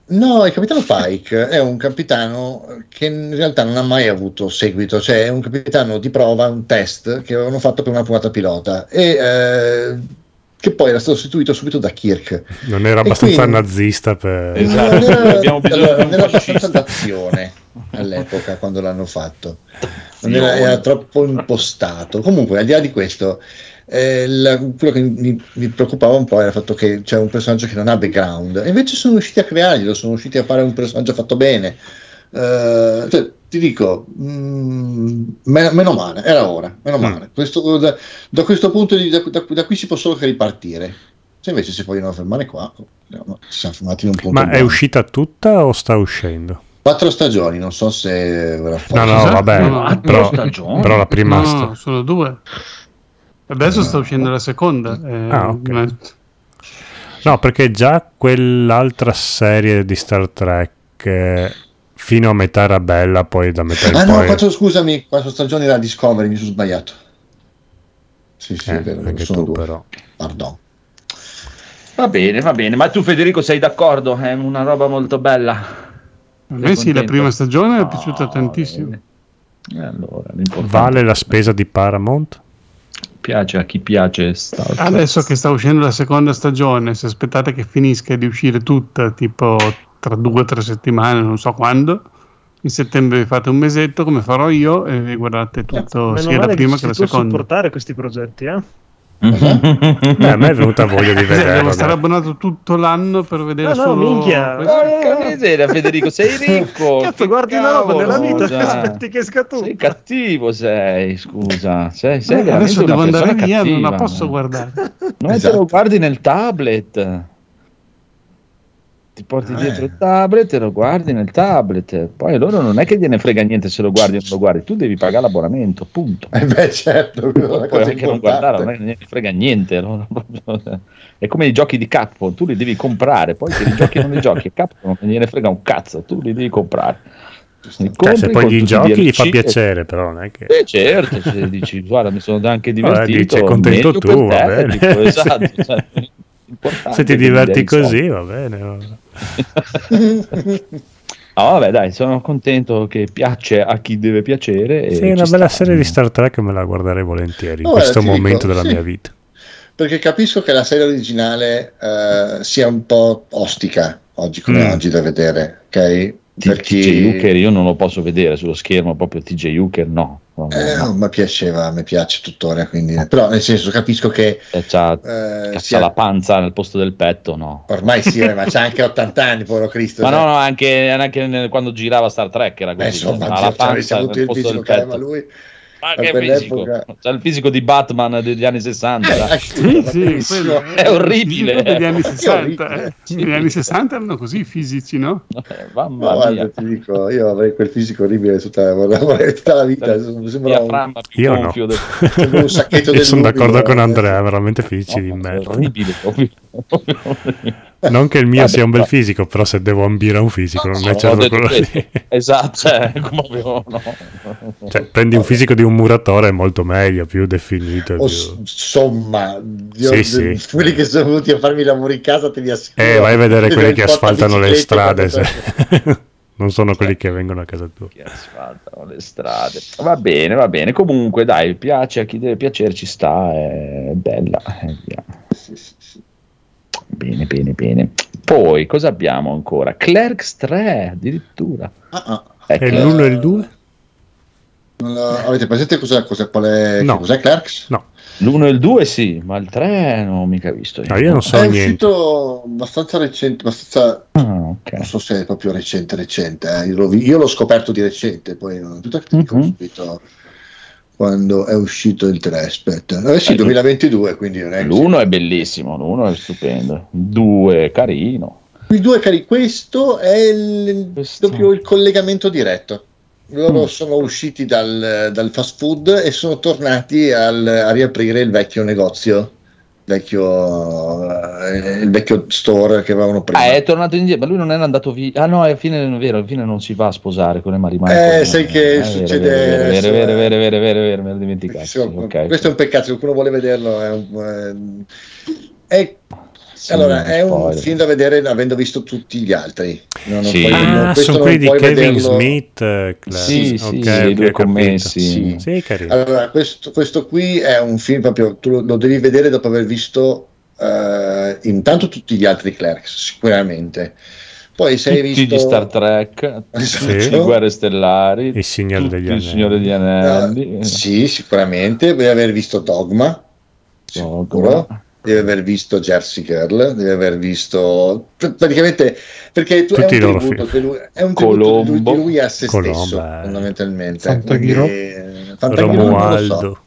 Speaker 5: No, il capitano Pike è un capitano che in realtà non ha mai avuto seguito, cioè è un capitano di prova, un test che avevano fatto per una puntata pilota e che poi era stato sostituito subito da Kirk.
Speaker 1: Non era abbastanza nazista per...
Speaker 5: Esatto, non era abbastanza d'azione all'epoca quando l'hanno fatto, era troppo impostato. Comunque, al di là di questo, quello che mi preoccupava un po' era il fatto che c'è un personaggio che non ha background e invece sono riusciti a crearglielo, sono riusciti a fare un personaggio fatto bene. Cioè, ti dico, meno male, era ora, meno male. Da questo punto da qui si può solo che ripartire. Se invece si vogliono fermare qua, ci siamo fermati in un punto.
Speaker 1: Ma buono. È uscita tutta o sta uscendo?
Speaker 5: 4 stagioni, non so se
Speaker 1: no, vabbè, però la prima
Speaker 3: no, sono 2. Adesso sta uscendo la seconda.
Speaker 1: Okay. No, perché già quell'altra serie di Star Trek fino a metà era bella, poi da metà in poi...
Speaker 5: no, scusami, 4 stagioni era Discovery, mi sono sbagliato. Sì, è vero,
Speaker 1: anche
Speaker 5: sono
Speaker 1: tu
Speaker 5: 2.
Speaker 1: però.
Speaker 5: Pardon.
Speaker 2: Va bene, ma tu Federico sei d'accordo? È una roba molto bella.
Speaker 3: A me sì, la prima stagione è piaciuta tantissimo.
Speaker 2: Allora,
Speaker 1: vale la spesa di Paramount?
Speaker 2: Piace a chi piace Star Trek.
Speaker 3: Adesso che sta uscendo la seconda stagione, se aspettate che finisca di uscire tutta, tipo tra 2 o 3 settimane, non so quando, in settembre vi fate un mesetto come farò io e vi guardate tutto sia la prima che la seconda.
Speaker 4: Supportare questi progetti,
Speaker 1: a me è venuta voglia di vedere.
Speaker 3: Devo stare abbonato tutto l'anno per vedere solo
Speaker 4: minchia.
Speaker 2: Porca miseria, Federico, sei ricco.
Speaker 4: Cazzo, guardi una roba nella vita, aspetti che esca tu.
Speaker 2: Sei cattivo, scusa. Sei
Speaker 3: adesso devo andare via,
Speaker 2: cattiva,
Speaker 3: non la posso guardare.
Speaker 2: No, te lo guardi nel tablet. Ti porti dietro il tablet e lo guardi nel tablet. Poi loro non è che gliene frega niente se lo guardi o non lo guardi, tu devi pagare l'abbonamento, punto.
Speaker 5: Certo,
Speaker 2: puoi anche non guardare, non gliene frega niente. È come i giochi di Capcom, tu li devi comprare, poi se li giochi o non li giochi, Capcom non gliene frega un cazzo, tu li devi comprare.
Speaker 1: Se poi gli giochi gli fa piacere, però non è che...
Speaker 2: certo, se dici guarda mi sono anche divertito,
Speaker 1: dici, è contento tu, va bene.
Speaker 2: Dico, esatto,
Speaker 1: se ti diverti così va bene.
Speaker 2: Vabbè, dai, sono contento che piace a chi deve piacere.
Speaker 1: Sì, una bella serie di Star Trek me la guarderei volentieri in questo momento della mia vita.
Speaker 5: Perché capisco che la serie originale sia un po' ostica oggi come oggi da vedere, ok?
Speaker 2: TJ Hooker io non lo posso vedere sullo schermo, proprio TJ Hooker no.
Speaker 5: Mi piaceva, mi piace tuttora, quindi però nel senso capisco che
Speaker 2: c'ha la panza nel posto del petto, no?
Speaker 5: Ormai sì, ma c'ha anche 80 anni, povero Cristo.
Speaker 2: Ma no, anche quando girava Star Trek era così,
Speaker 5: insomma,
Speaker 2: la panza nel posto del petto.
Speaker 5: Lui
Speaker 2: che fisico. C'è il fisico di Batman degli anni 60.
Speaker 3: Sì,
Speaker 2: è orribile.
Speaker 3: Degli anni 60. Negli anni 60 erano così fisici, no?
Speaker 5: Guarda, ti dico, io avrei quel fisico orribile tutta la vita. Sembra un sacchetto del
Speaker 1: sono d'accordo con Andrea, veramente fisici di me.
Speaker 2: Orribile.
Speaker 1: Non che il mio sia un bel fisico, però se devo ambire a un fisico non è certo quello lì.
Speaker 2: Esatto,
Speaker 1: cioè, prendi un fisico di un muratore è molto meglio, più definito.
Speaker 5: Insomma,
Speaker 1: sì.
Speaker 5: quelli che sono venuti a farmi lavoro in casa te li assicuro.
Speaker 1: Vai a vedere quelli che asfaltano le strade. Non sono quelli che vengono a casa tua.
Speaker 2: Che asfaltano le strade. Va bene. Comunque, dai, piace a chi deve piacerci sta, è bella. Sì. Bene. Poi cosa abbiamo ancora? Clerks 3 addirittura.
Speaker 1: E l'1 e il 2?
Speaker 5: Avete presente cos'è Clerks?
Speaker 1: No.
Speaker 2: L'1 e il 2 sì, ma il 3 non ho mica visto.
Speaker 1: Io non so niente.
Speaker 5: È uscito abbastanza recente,
Speaker 2: okay.
Speaker 5: Non so se è proprio recente. Io l'ho scoperto di recente, poi non tutto ho subito quando è uscito il 3, aspetta. Sì, 2022, quindi non è
Speaker 2: l'1 è bellissimo, l'1 è stupendo, il 2 è carino.
Speaker 5: Il 2 è carino, questo è proprio il collegamento diretto. Loro sono usciti dal fast food e sono tornati a riaprire il vecchio negozio, il vecchio store che avevano prima.
Speaker 2: È tornato indietro, ma lui non era andato via. No, alla fine non è vero, alla fine non si va a sposare con Emma rimane.
Speaker 5: Sai che succede.
Speaker 2: Vero, me l'ho dimenticato.
Speaker 5: Okay. Questo è un peccato, se qualcuno vuole vederlo Allora, è un film da vedere avendo visto tutti gli altri.
Speaker 1: Sono quelli di Kevin Smith.
Speaker 2: Sì, i due commessi.
Speaker 1: Sì, carino.
Speaker 5: Allora, questo qui è un film proprio, tu lo devi vedere dopo aver visto intanto tutti gli altri Clerks, sicuramente. Poi se hai visto
Speaker 2: gli Star Trek, le Guerre Stellari,
Speaker 1: Il Signore
Speaker 2: degli Anelli.
Speaker 5: Sì, sicuramente. Devi aver visto Dogma. Sicuro. Devi aver visto Jersey Girl, devi aver visto praticamente, perché tu
Speaker 1: tutti
Speaker 5: è un tributo di lui a se stesso, fondamentalmente.
Speaker 6: Fantaghiro
Speaker 1: Romualdo.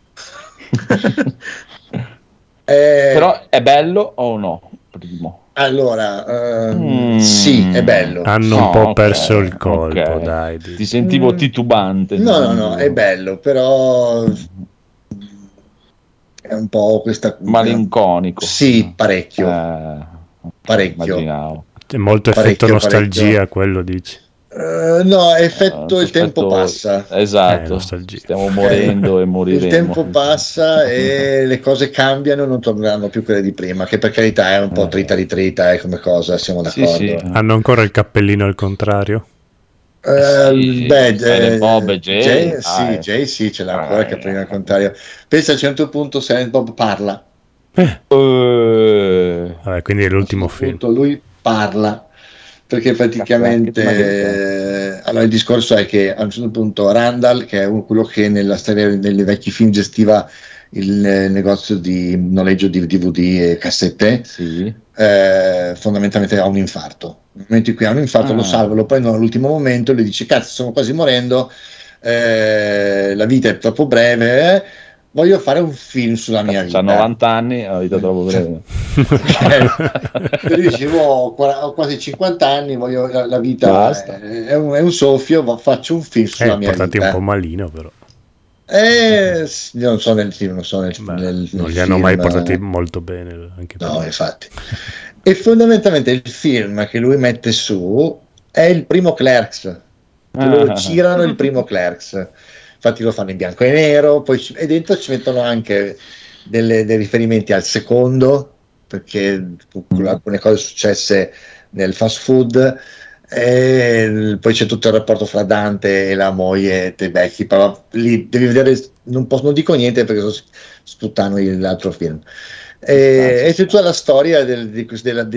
Speaker 2: Però è bello o no? Primo.
Speaker 5: Allora, sì, è bello.
Speaker 1: Hanno un po' perso il colpo, dai.
Speaker 2: Ti sentivo titubante.
Speaker 5: No, è bello, però è un po' questa
Speaker 2: malinconico.
Speaker 5: Sì, parecchio.
Speaker 2: Immaginavo.
Speaker 1: C'è molto effetto nostalgia, quello dici.
Speaker 5: No, effetto il tempo passa.
Speaker 2: Esatto, stiamo morendo e moriremo.
Speaker 5: Il tempo passa e le cose cambiano, non torneranno più quelle di prima, che per carità è un po' trita ritrita come cosa, siamo d'accordo.
Speaker 2: Sì.
Speaker 1: Hanno ancora il cappellino al contrario?
Speaker 2: Bob e Jay.
Speaker 5: Jay sì, ce l'ha ancora il cappellino al contrario. Pensa, a un certo punto Silent Bob parla.
Speaker 1: Vabbè, quindi è l'ultimo film.
Speaker 5: Lui parla. Perché praticamente allora il discorso è che a un certo punto Randall, che è quello che nella storia dei vecchi film gestiva il negozio di noleggio di DVD e cassette, fondamentalmente ha un infarto. Nel momento in cui ha un infarto lo salva, lo prendono all'ultimo momento e lui dice: cazzo, sono quasi morendo, la vita è troppo breve, voglio fare un film sulla mia vita.
Speaker 2: C'ha 90 anni, la vita troppo breve.
Speaker 5: Io dicevo, ho quasi 50 anni, voglio la vita è un soffio, faccio un film sulla mia vita.
Speaker 1: Portati un po' malino, però.
Speaker 5: Non so nel film,
Speaker 1: non li hanno mai portati molto bene. Anche
Speaker 5: no, infatti. E fondamentalmente il film che lui mette su è il primo Clerks. Loro girano il primo Clerks. Infatti lo fanno in bianco e nero, poi e dentro ci mettono anche dei riferimenti al secondo, perché alcune cose successe nel fast food, e poi c'è tutto il rapporto fra Dante e la moglie Becky, però lì devi vedere, non dico niente perché sputtano l'altro film. E c'è tutta la storia della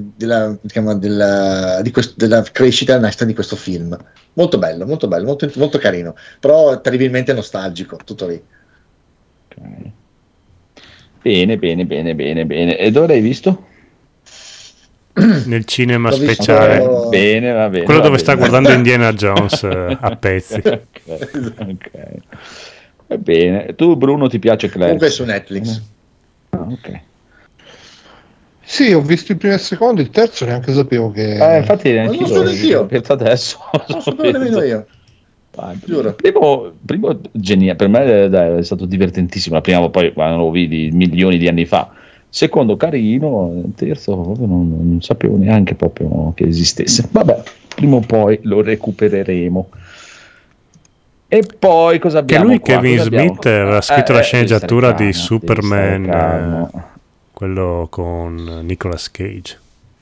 Speaker 5: crescita e nascita di questo film. Molto bello, molto carino, però terribilmente nostalgico, tutto lì.
Speaker 2: Okay. Bene. E dove l'hai visto?
Speaker 1: Nel cinema speciale.
Speaker 2: Bene, va bene.
Speaker 1: Quello dove sta guardando Indiana Jones a pezzi.
Speaker 2: Okay. Va bene. Tu, Bruno, ti piace Clerks?
Speaker 5: Comunque su Netflix.
Speaker 2: Ok.
Speaker 6: Sì, ho visto il primo e il secondo, il terzo neanche sapevo che...
Speaker 2: infatti neanche io. Adesso.
Speaker 5: Non so nemmeno io. Giuro.
Speaker 2: Primo geniale, per me è stato divertentissimo. La prima, poi quando lo vidi milioni di anni fa. Secondo carino, il terzo proprio non sapevo neanche proprio che esistesse. Vabbè, prima o poi lo recupereremo. E poi cosa abbiamo?
Speaker 1: Che lui, Kevin Smith, aveva scritto la sceneggiatura di Superman, quello con Nicolas Cage.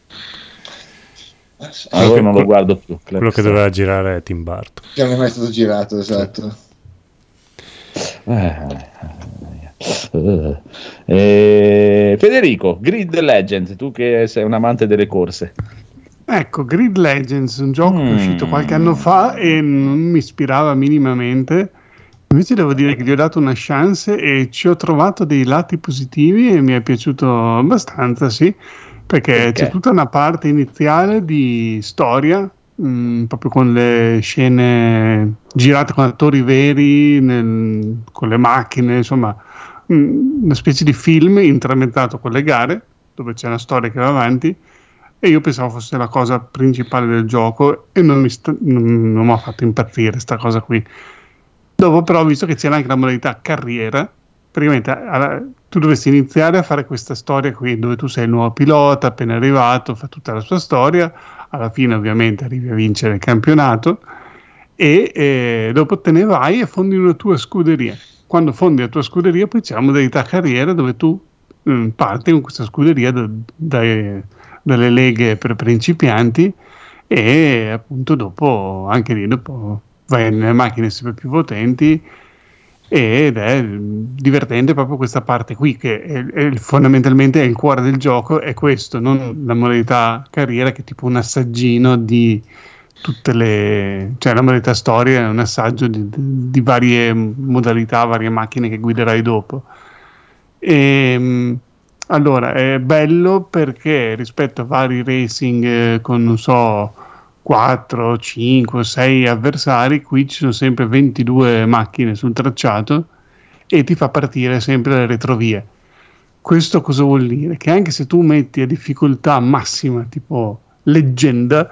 Speaker 2: Io non lo guardo più.
Speaker 1: Quello che doveva girare Tim Burton.
Speaker 5: Che non è mai stato girato, esatto.
Speaker 2: Federico, Grid Legends, tu che sei un amante delle corse.
Speaker 3: Ecco, Grid Legends, un gioco che è uscito qualche anno fa e non mi ispirava minimamente. Invece devo dire che gli ho dato una chance e ci ho trovato dei lati positivi e mi è piaciuto abbastanza, sì, perché c'è tutta una parte iniziale di storia, proprio con le scene girate con attori veri, con le macchine, insomma, una specie di film intramezzato con le gare, dove c'è una storia che va avanti, e io pensavo fosse la cosa principale del gioco e non mi ha fatto impazzire sta cosa qui. Dopo però ho visto che c'era anche la modalità carriera, praticamente tu dovresti iniziare a fare questa storia qui dove tu sei il nuovo pilota appena arrivato, fa tutta la sua storia, alla fine ovviamente arrivi a vincere il campionato e dopo te ne vai e fondi una tua scuderia. Quando fondi la tua scuderia poi c'è la modalità carriera dove tu parte con questa scuderia dalle leghe per principianti, e appunto dopo vai nelle macchine sempre più potenti, ed è divertente proprio questa parte qui, che fondamentalmente è il cuore del gioco, è questo, non la modalità carriera, che è tipo un assaggino di tutte cioè la modalità storia è un assaggio di varie modalità, varie macchine che guiderai dopo. Allora è bello perché rispetto a vari racing con non so 4, 5, 6 avversari, qui ci sono sempre 22 macchine sul tracciato e ti fa partire sempre le retrovie. Questo cosa vuol dire? Che anche se tu metti a difficoltà massima tipo leggenda,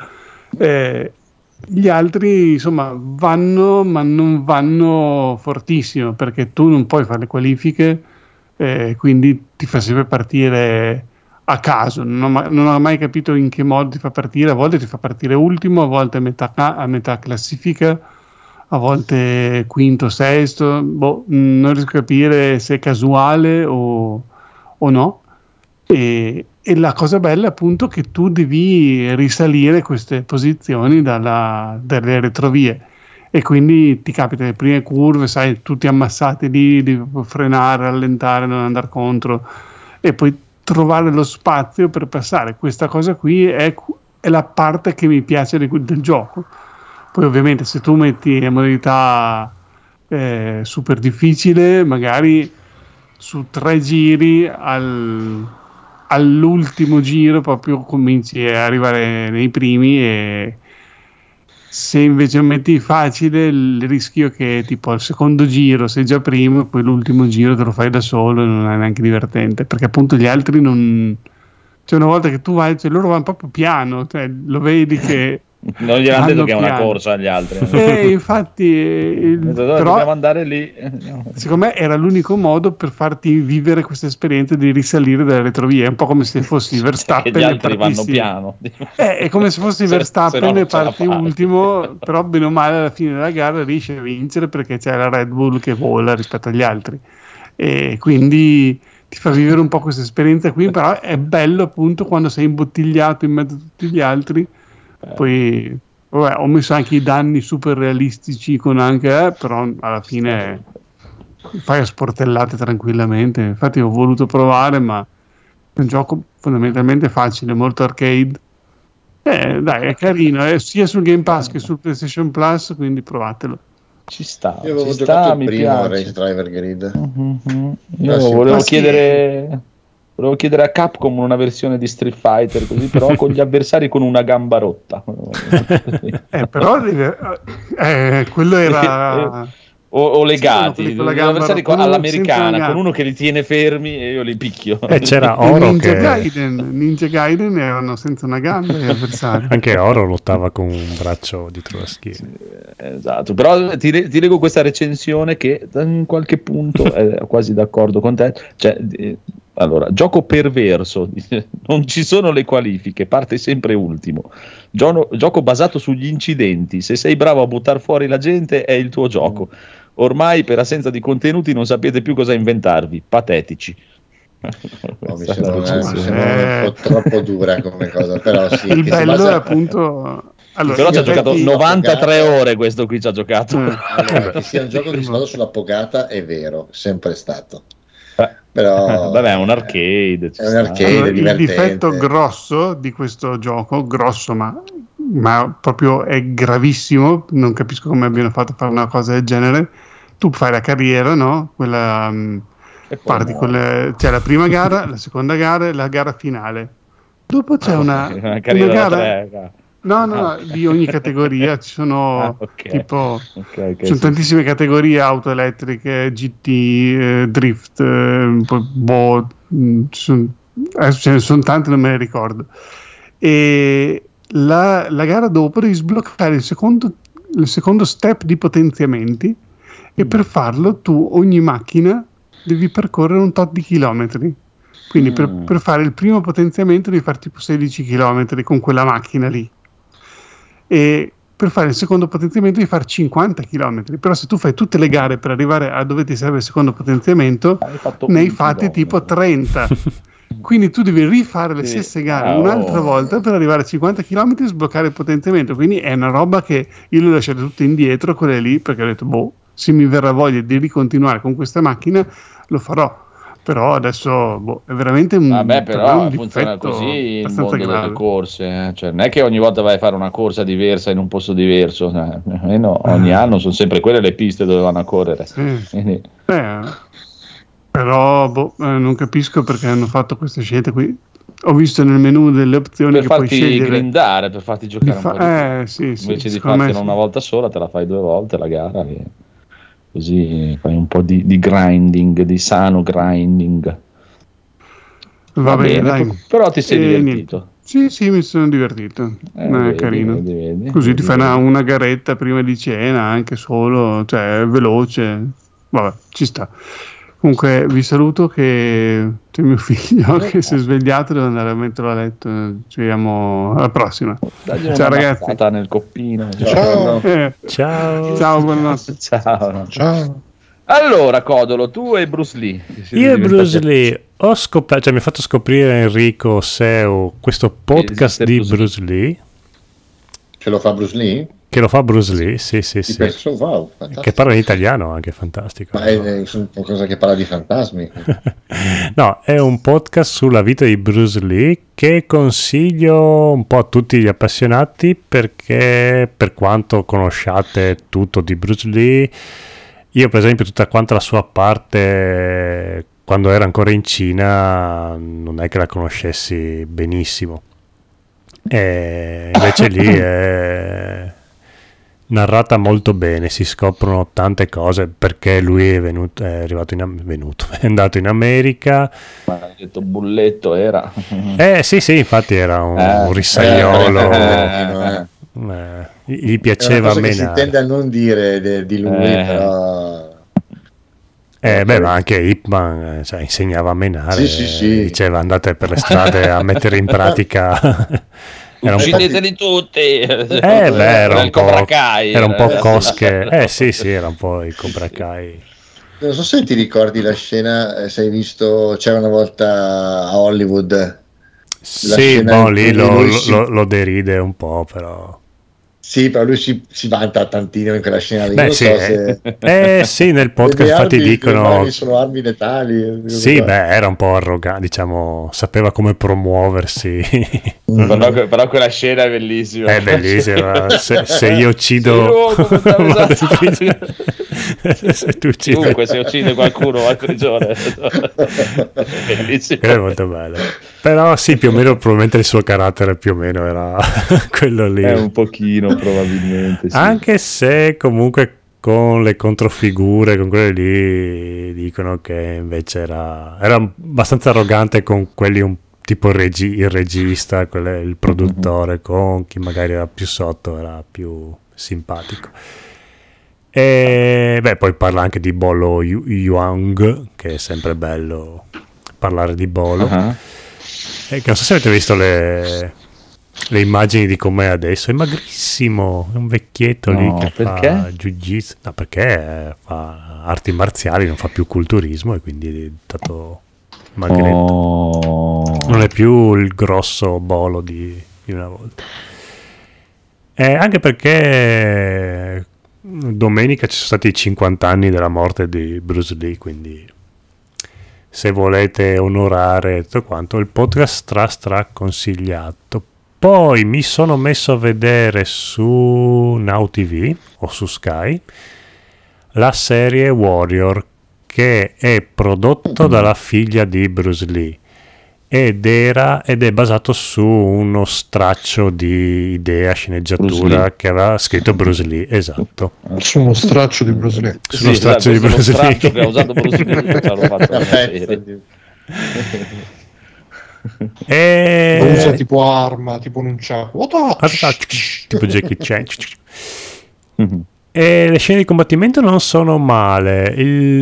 Speaker 3: gli altri insomma vanno, ma non vanno fortissimo, perché tu non puoi fare le qualifiche, quindi ti fa sempre partire a caso. Non ho mai capito in che modo ti fa partire. A volte ti fa partire ultimo, a volte a metà classifica, a volte quinto, sesto. Non riesco a capire se è casuale o no. E la cosa bella è appunto che tu devi risalire queste posizioni dalle retrovie, e quindi ti capita le prime curve, sai, tutti ammassati lì, devi frenare, rallentare, non andare contro, e poi trovare lo spazio per passare. Questa cosa qui è la parte che mi piace del gioco. Poi ovviamente se tu metti la modalità super difficile, magari su 3 giri all'ultimo giro proprio cominci a arrivare nei primi, e se invece metti facile il rischio che tipo al secondo giro sei già primo e poi l'ultimo giro te lo fai da solo e non è neanche divertente, perché appunto gli altri non, cioè una volta che tu vai, cioè loro vanno proprio piano, cioè lo vedi che
Speaker 2: non gli hanno detto che è una corsa agli altri.
Speaker 3: Infatti però
Speaker 2: dobbiamo andare lì.
Speaker 3: Secondo me era l'unico modo per farti vivere questa esperienza di risalire dalle retrovie. È un po' come se fossi Verstappen,
Speaker 2: gli altri vanno piano.
Speaker 3: È come se fossi Verstappen e parti ultimo, però bene o male alla fine della gara riesci a vincere perché c'è la Red Bull che vola rispetto agli altri, e quindi ti fa vivere un po' questa esperienza qui. Però è bello appunto quando sei imbottigliato in mezzo a tutti gli altri. Poi ho messo anche i danni super realistici con anche però alla fine fai a sportellate tranquillamente. Infatti ho voluto provare, ma è un gioco fondamentalmente facile, molto arcade. Dai, è carino, è sia sul Game Pass che sul PlayStation Plus, quindi provatelo.
Speaker 2: Ci sta.
Speaker 5: Io avevo giocato il primo Race Driver Grid.
Speaker 2: Io volevo chiedere a Capcom una versione di Street Fighter così, però con gli avversari con una gamba rotta.
Speaker 3: Però quello era
Speaker 2: o legati, avversari all'americana, con uno che li tiene fermi e io li picchio.
Speaker 1: C'era Oro
Speaker 3: Ninja Gaiden erano senza una gamba gli avversari.
Speaker 1: Anche Oro lottava con un braccio dietro la schiena.
Speaker 2: Sì, esatto, però ti leggo questa recensione che in qualche punto è quasi d'accordo con te. Cioè, allora, gioco perverso, non ci sono le qualifiche, parte sempre ultimo. Gioco basato sugli incidenti, se sei bravo a buttare fuori la gente è il tuo gioco. Ormai per assenza di contenuti non sapete più cosa inventarvi, patetici.
Speaker 5: No, mi sembra un po' troppo dura come cosa, però sì.
Speaker 3: Il bello è appunto...
Speaker 2: Allora, però ci ha giocato 93 ore, questo qui ci ha giocato.
Speaker 5: Allora, che sia un gioco che si basa sulla pogata è vero, sempre stato. Però
Speaker 2: vabbè, è un arcade.
Speaker 5: È un arcade
Speaker 3: allora,
Speaker 5: divertente.
Speaker 3: Il difetto grosso di questo gioco, grosso ma proprio è gravissimo, non capisco come abbiano fatto a fare una cosa del genere. Tu fai la carriera, no? Quella parti con c'è la prima gara, la seconda gara e la gara finale. Dopo c'è una gara no, di ogni categoria ci sono tipo sono tantissime categorie: auto elettriche, GT, drift, ce ne sono tante, non me ne ricordo. E la gara dopo devi sbloccare il secondo step di potenziamenti, e per farlo tu ogni macchina devi percorrere un tot di chilometri. Quindi per fare il primo potenziamento devi fare tipo 16 chilometri con quella macchina lì. per fare il secondo potenziamento devi fare 50 km, però se tu fai tutte le gare per arrivare a dove ti serve il secondo potenziamento ne hai fatti tipo 30. Quindi tu devi rifare le stesse gare un'altra volta per arrivare a 50 km e sbloccare il potenziamento. Quindi è una roba che io le ho lasciate tutte indietro, quelle lì, perché ho detto se mi verrà voglia di ricontinuare con questa macchina lo farò. Però adesso è veramente un
Speaker 2: però funziona così il mondo delle corse, cioè non è che ogni volta vai a fare una corsa diversa in un posto diverso, ogni anno sono sempre quelle le piste dove vanno a correre.
Speaker 3: Però non capisco perché hanno fatto queste scelte qui. Ho visto nel menu delle opzioni
Speaker 2: per
Speaker 3: che puoi scegliere,
Speaker 2: per farti grindare, per farti giocare un po' invece di fartela una volta sola te la fai 2 volte la gara così fai un po' di grinding, di sano grinding. Va bene, dai. Però ti sei divertito?
Speaker 3: Sì, mi sono divertito. È carino. Così ti fai una garetta prima di cena, anche solo, cioè è veloce. Vabbè, ci sta. Comunque vi saluto, che c'è mio figlio che si è svegliato, devo andare a metterlo a letto. Ci vediamo alla prossima. Ciao ragazzi.
Speaker 2: Nel coppino.
Speaker 3: Ciao, buonanotte.
Speaker 2: Ciao. Allora, Codolo, tu e Bruce Lee.
Speaker 1: Io e Bruce Lee ho scoperto, mi ha fatto scoprire Enrico Seu questo podcast di Bruce Lee.
Speaker 5: Ce lo fa Bruce Lee?
Speaker 1: Che lo fa Bruce Lee, sì.
Speaker 5: Wow,
Speaker 1: che parla in italiano, anche fantastico.
Speaker 5: Ma è qualcosa che parla di fantasmi.
Speaker 1: No, è un podcast sulla vita di Bruce Lee che consiglio un po' a tutti gli appassionati, perché per quanto conosciate tutto di Bruce Lee, io per esempio tutta quanta la sua parte quando era ancora in Cina non è che la conoscessi benissimo, e invece lì è narrata molto bene, si scoprono tante cose, perché lui è andato in America.
Speaker 2: Ma hai detto bulletto era?
Speaker 1: Sì, infatti era un risagliolo. Gli piaceva menare.
Speaker 5: Si tende a non dire di lui, però.
Speaker 1: Ma anche Ip Man insegnava a menare, sì. Diceva andate per le strade a mettere in pratica.
Speaker 2: Uccideteli tutti.
Speaker 1: Era un Cobra Kai. Era un po' cosche. Sì, era un po' il Cobra Kai.
Speaker 5: Non so se ti ricordi la scena, se hai visto, c'era una volta a Hollywood.
Speaker 1: Sì, lì lo deride un po', però.
Speaker 5: Sì, però lui si vanta tantino in quella scena lì.
Speaker 1: Sì, nel podcast infatti dicono
Speaker 5: sono armi letali.
Speaker 1: Sì, era un po' arrogante, diciamo, sapeva come promuoversi.
Speaker 2: Però quella scena è bellissima.
Speaker 1: È bellissima. Se io uccido se tu uccidi,
Speaker 2: comunque se uccide qualcuno va in prigione. Bellissimo.
Speaker 1: È molto bello. Però sì, più o meno probabilmente il suo carattere più o meno era quello lì.
Speaker 2: È un pochino probabilmente sì.
Speaker 1: Anche se comunque con le controfigure, con quelle lì, dicono che invece era abbastanza arrogante con quelli tipo il regista, il produttore, con chi magari era più sotto era più simpatico. E poi parla anche di Bolo Young, che è sempre bello parlare di Bolo. Che non so se avete visto le immagini di com'è adesso, è magrissimo, è un vecchietto lì che fa jiu-jitsu, perché fa arti marziali, non fa più culturismo e quindi è diventato magretto. Non è più il grosso Bolo di una volta. Anche perché domenica ci sono stati i 50 anni della morte di Bruce Lee, quindi se volete onorare tutto quanto, il podcast stra consigliato. Poi mi sono messo a vedere su Now TV o su Sky la serie Warrior, che è prodotto dalla figlia di Bruce Lee ed è basato su uno straccio di idea, sceneggiatura che aveva scritto Bruce Lee, esatto.
Speaker 6: Su uno straccio di Bruce Lee.
Speaker 1: Su uno straccio di Bruce Lee.
Speaker 2: Che ha usato Bruce Lee,
Speaker 6: lo usa tipo arma, tipo un unciaco,
Speaker 1: tipo Jackie Chan. E le scene di combattimento non sono male,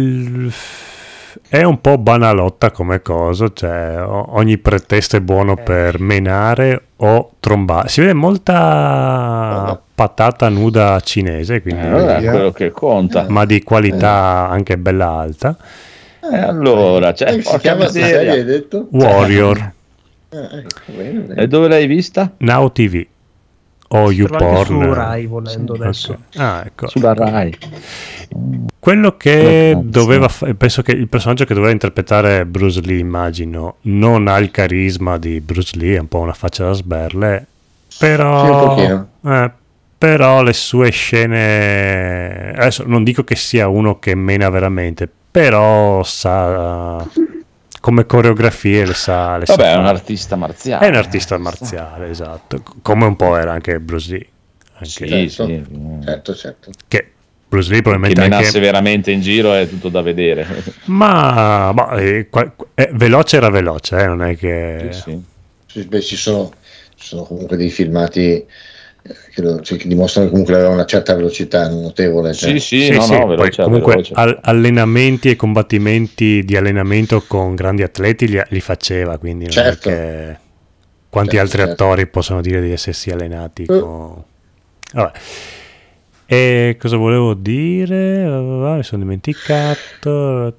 Speaker 1: è un po' banalotta come cosa, cioè ogni pretesto è buono per menare o trombare. Si vede molta patata nuda cinese, quindi
Speaker 2: è quello che conta,
Speaker 1: ma di qualità anche bella alta.
Speaker 2: Allora,
Speaker 5: si chiama questa serie, hai detto?
Speaker 1: Warrior.
Speaker 2: E dove l'hai vista?
Speaker 1: Now TV o YouPorn
Speaker 4: su Rai, volendo adesso.
Speaker 1: Ecco.
Speaker 2: Sulla Rai.
Speaker 1: Quello che doveva penso che il personaggio che doveva interpretare Bruce Lee, immagino, non ha il carisma di Bruce Lee, è un po' una faccia da sberle, però però le sue scene, adesso non dico che sia uno che mena veramente, però sa come coreografie le sa.
Speaker 2: Vabbè, è un artista marziale.
Speaker 1: È un artista marziale, esatto, come un po' era anche Bruce Lee.
Speaker 5: Certo.
Speaker 1: Che Bruce Lee probabilmente
Speaker 2: che menasse veramente in giro è tutto da vedere.
Speaker 1: Ma veloce era veloce, non è che
Speaker 5: ci sono comunque dei filmati che dimostrano che comunque aveva una certa velocità notevole.
Speaker 1: Veloce, comunque veloce. Allenamenti e combattimenti di allenamento con grandi atleti li faceva, quindi non è che quanti altri attori possono dire di essersi allenati vabbè. E cosa volevo dire? Mi sono dimenticato.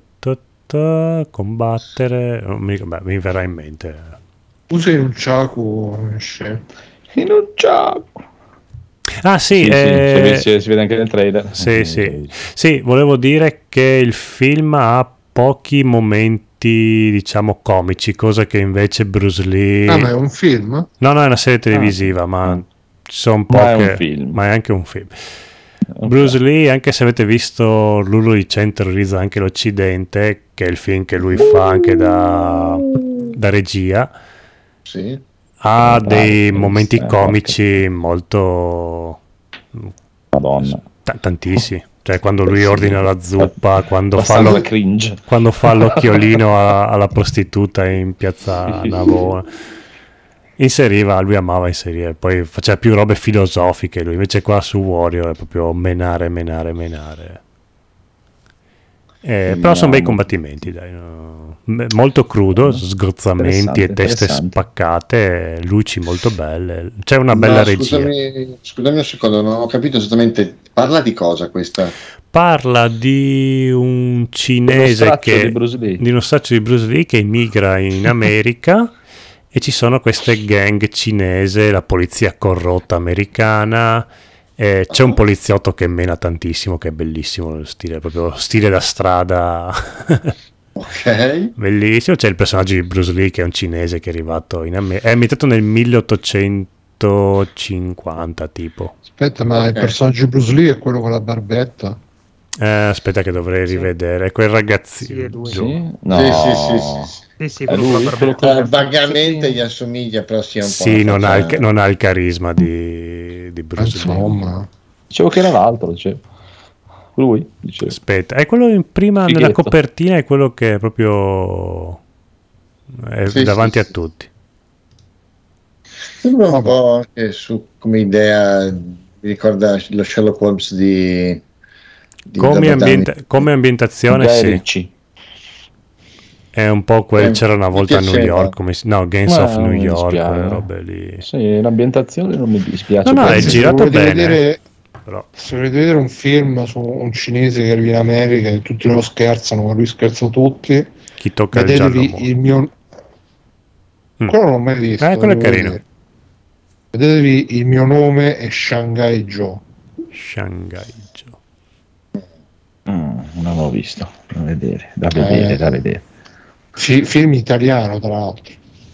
Speaker 1: Combattere, mi verrà in mente.
Speaker 6: Usa in un ciaco.
Speaker 2: In un ciaco.
Speaker 1: Si
Speaker 2: vede anche nel trailer.
Speaker 1: Sì, volevo dire che il film ha pochi momenti, diciamo, comici, cosa che invece Bruce Lee...
Speaker 6: ma è un film?
Speaker 1: No, è una serie televisiva, ma sono poche... Ma è anche un film. Okay. Bruce Lee, anche se avete visto L'Urlo di Chen terrorizza anche l'Occidente, che è il film che lui fa anche da regia, ha dei momenti comici molto...
Speaker 2: Madonna.
Speaker 1: Tantissimi. Cioè quando lui ordina la zuppa, quando fa l'occhiolino alla prostituta in piazza Navona. Lui amava inserire, poi faceva più robe filosofiche, lui invece qua su Warrior è proprio menare. Però sono bei combattimenti, dai, no? Molto crudo, sgozzamenti e teste spaccate, luci molto belle, c'è una bella regia.
Speaker 5: Scusami un secondo, non ho capito esattamente, parla di cosa questa?
Speaker 1: Parla di un cinese di uno straccio di Bruce Lee che emigra in America e ci sono queste gang cinese, la polizia corrotta americana. C'è un poliziotto che mena tantissimo, che è bellissimo, proprio stile da strada.
Speaker 5: Ok,
Speaker 1: bellissimo. C'è il personaggio di Bruce Lee che è un cinese che è arrivato in America, è ambientato nel 1850 tipo.
Speaker 6: Aspetta, ma il personaggio di Bruce Lee è quello con la barbetta?
Speaker 1: Aspetta che dovrei rivedere, è quel ragazzino.
Speaker 5: Sì, no.
Speaker 4: Sì,
Speaker 5: vagamente gli assomiglia, però sia un po'.
Speaker 1: Non ha il carisma di Bruce Lee.
Speaker 2: Dicevo che era l'altro, lui dicevo.
Speaker 1: Aspetta, è quello in prima nella copertina, è quello che è proprio davanti a tutti.
Speaker 5: Sembra un po' anche come idea, mi ricorda lo Sherlock Holmes di
Speaker 1: come ambientazione, sì. È un po' c'era una volta a New York, Gangs of New York, quelle robe lì.
Speaker 2: Sì, l'ambientazione non mi dispiace.
Speaker 1: No, è girato bene.
Speaker 6: Se volete vedere un film su un cinese che arriva in America e tutti lo scherzano, ma lui scherza tutti,
Speaker 1: chi tocca il giallo
Speaker 6: quello non l'ho mai visto.
Speaker 1: Quello è carino.
Speaker 6: Vedetevi Il mio nome è Shanghai Joe.
Speaker 2: Non l'ho visto, da vedere.
Speaker 6: Film italiano, tra l'altro.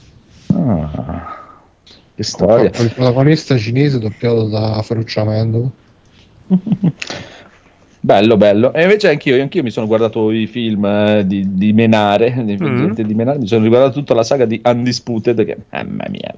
Speaker 2: Che storia.
Speaker 6: Il protagonista cinese doppiato da Ferruccio Amendola.
Speaker 2: Bello. E invece anch'io mi sono guardato i film di menare, di menare, mi sono riguardato tutta la saga di Undisputed, che mamma mia,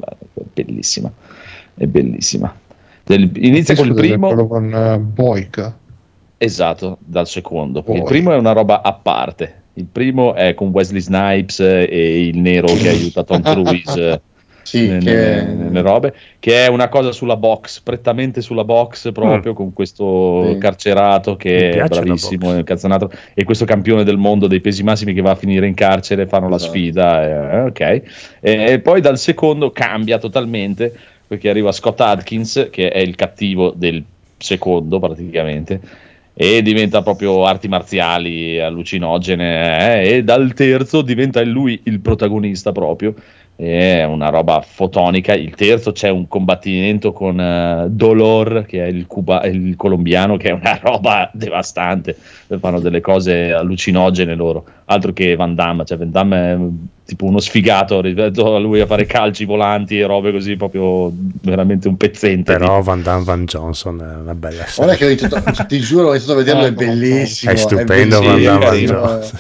Speaker 2: è bellissima. Inizia con il primo,
Speaker 6: quello con Boyka.
Speaker 2: Esatto, dal secondo. Il primo è una roba a parte. Il primo è con Wesley Snipes e il nero che aiuta Tom Cruise nelle robe, che è una cosa sulla box, prettamente sulla box proprio, con questo carcerato che è bravissimo, incazzonato, e questo campione del mondo dei pesi massimi che va a finire in carcere, fanno la sfida, ok. E poi dal secondo cambia totalmente, perché arriva Scott Adkins, che è il cattivo del secondo praticamente, e diventa proprio arti marziali allucinogene, e dal terzo diventa lui il protagonista proprio. È una roba fotonica. Il terzo c'è un combattimento con Dolor, che è il colombiano, che è una roba devastante, fanno delle cose allucinogene loro, altro che Van Damme. Cioè Van Damme è tipo uno sfigato rispetto a lui a fare calci volanti e robe così, proprio veramente un pezzente.
Speaker 1: Però Van Damme Van Johnson è una bella
Speaker 5: serie. Ti giuro, ho iniziato a vederlo, è bellissimo,
Speaker 1: è stupendo,
Speaker 5: è
Speaker 1: Van Damme Van Johnson.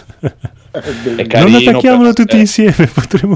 Speaker 1: Non attacchiamolo tutti insieme, potremo.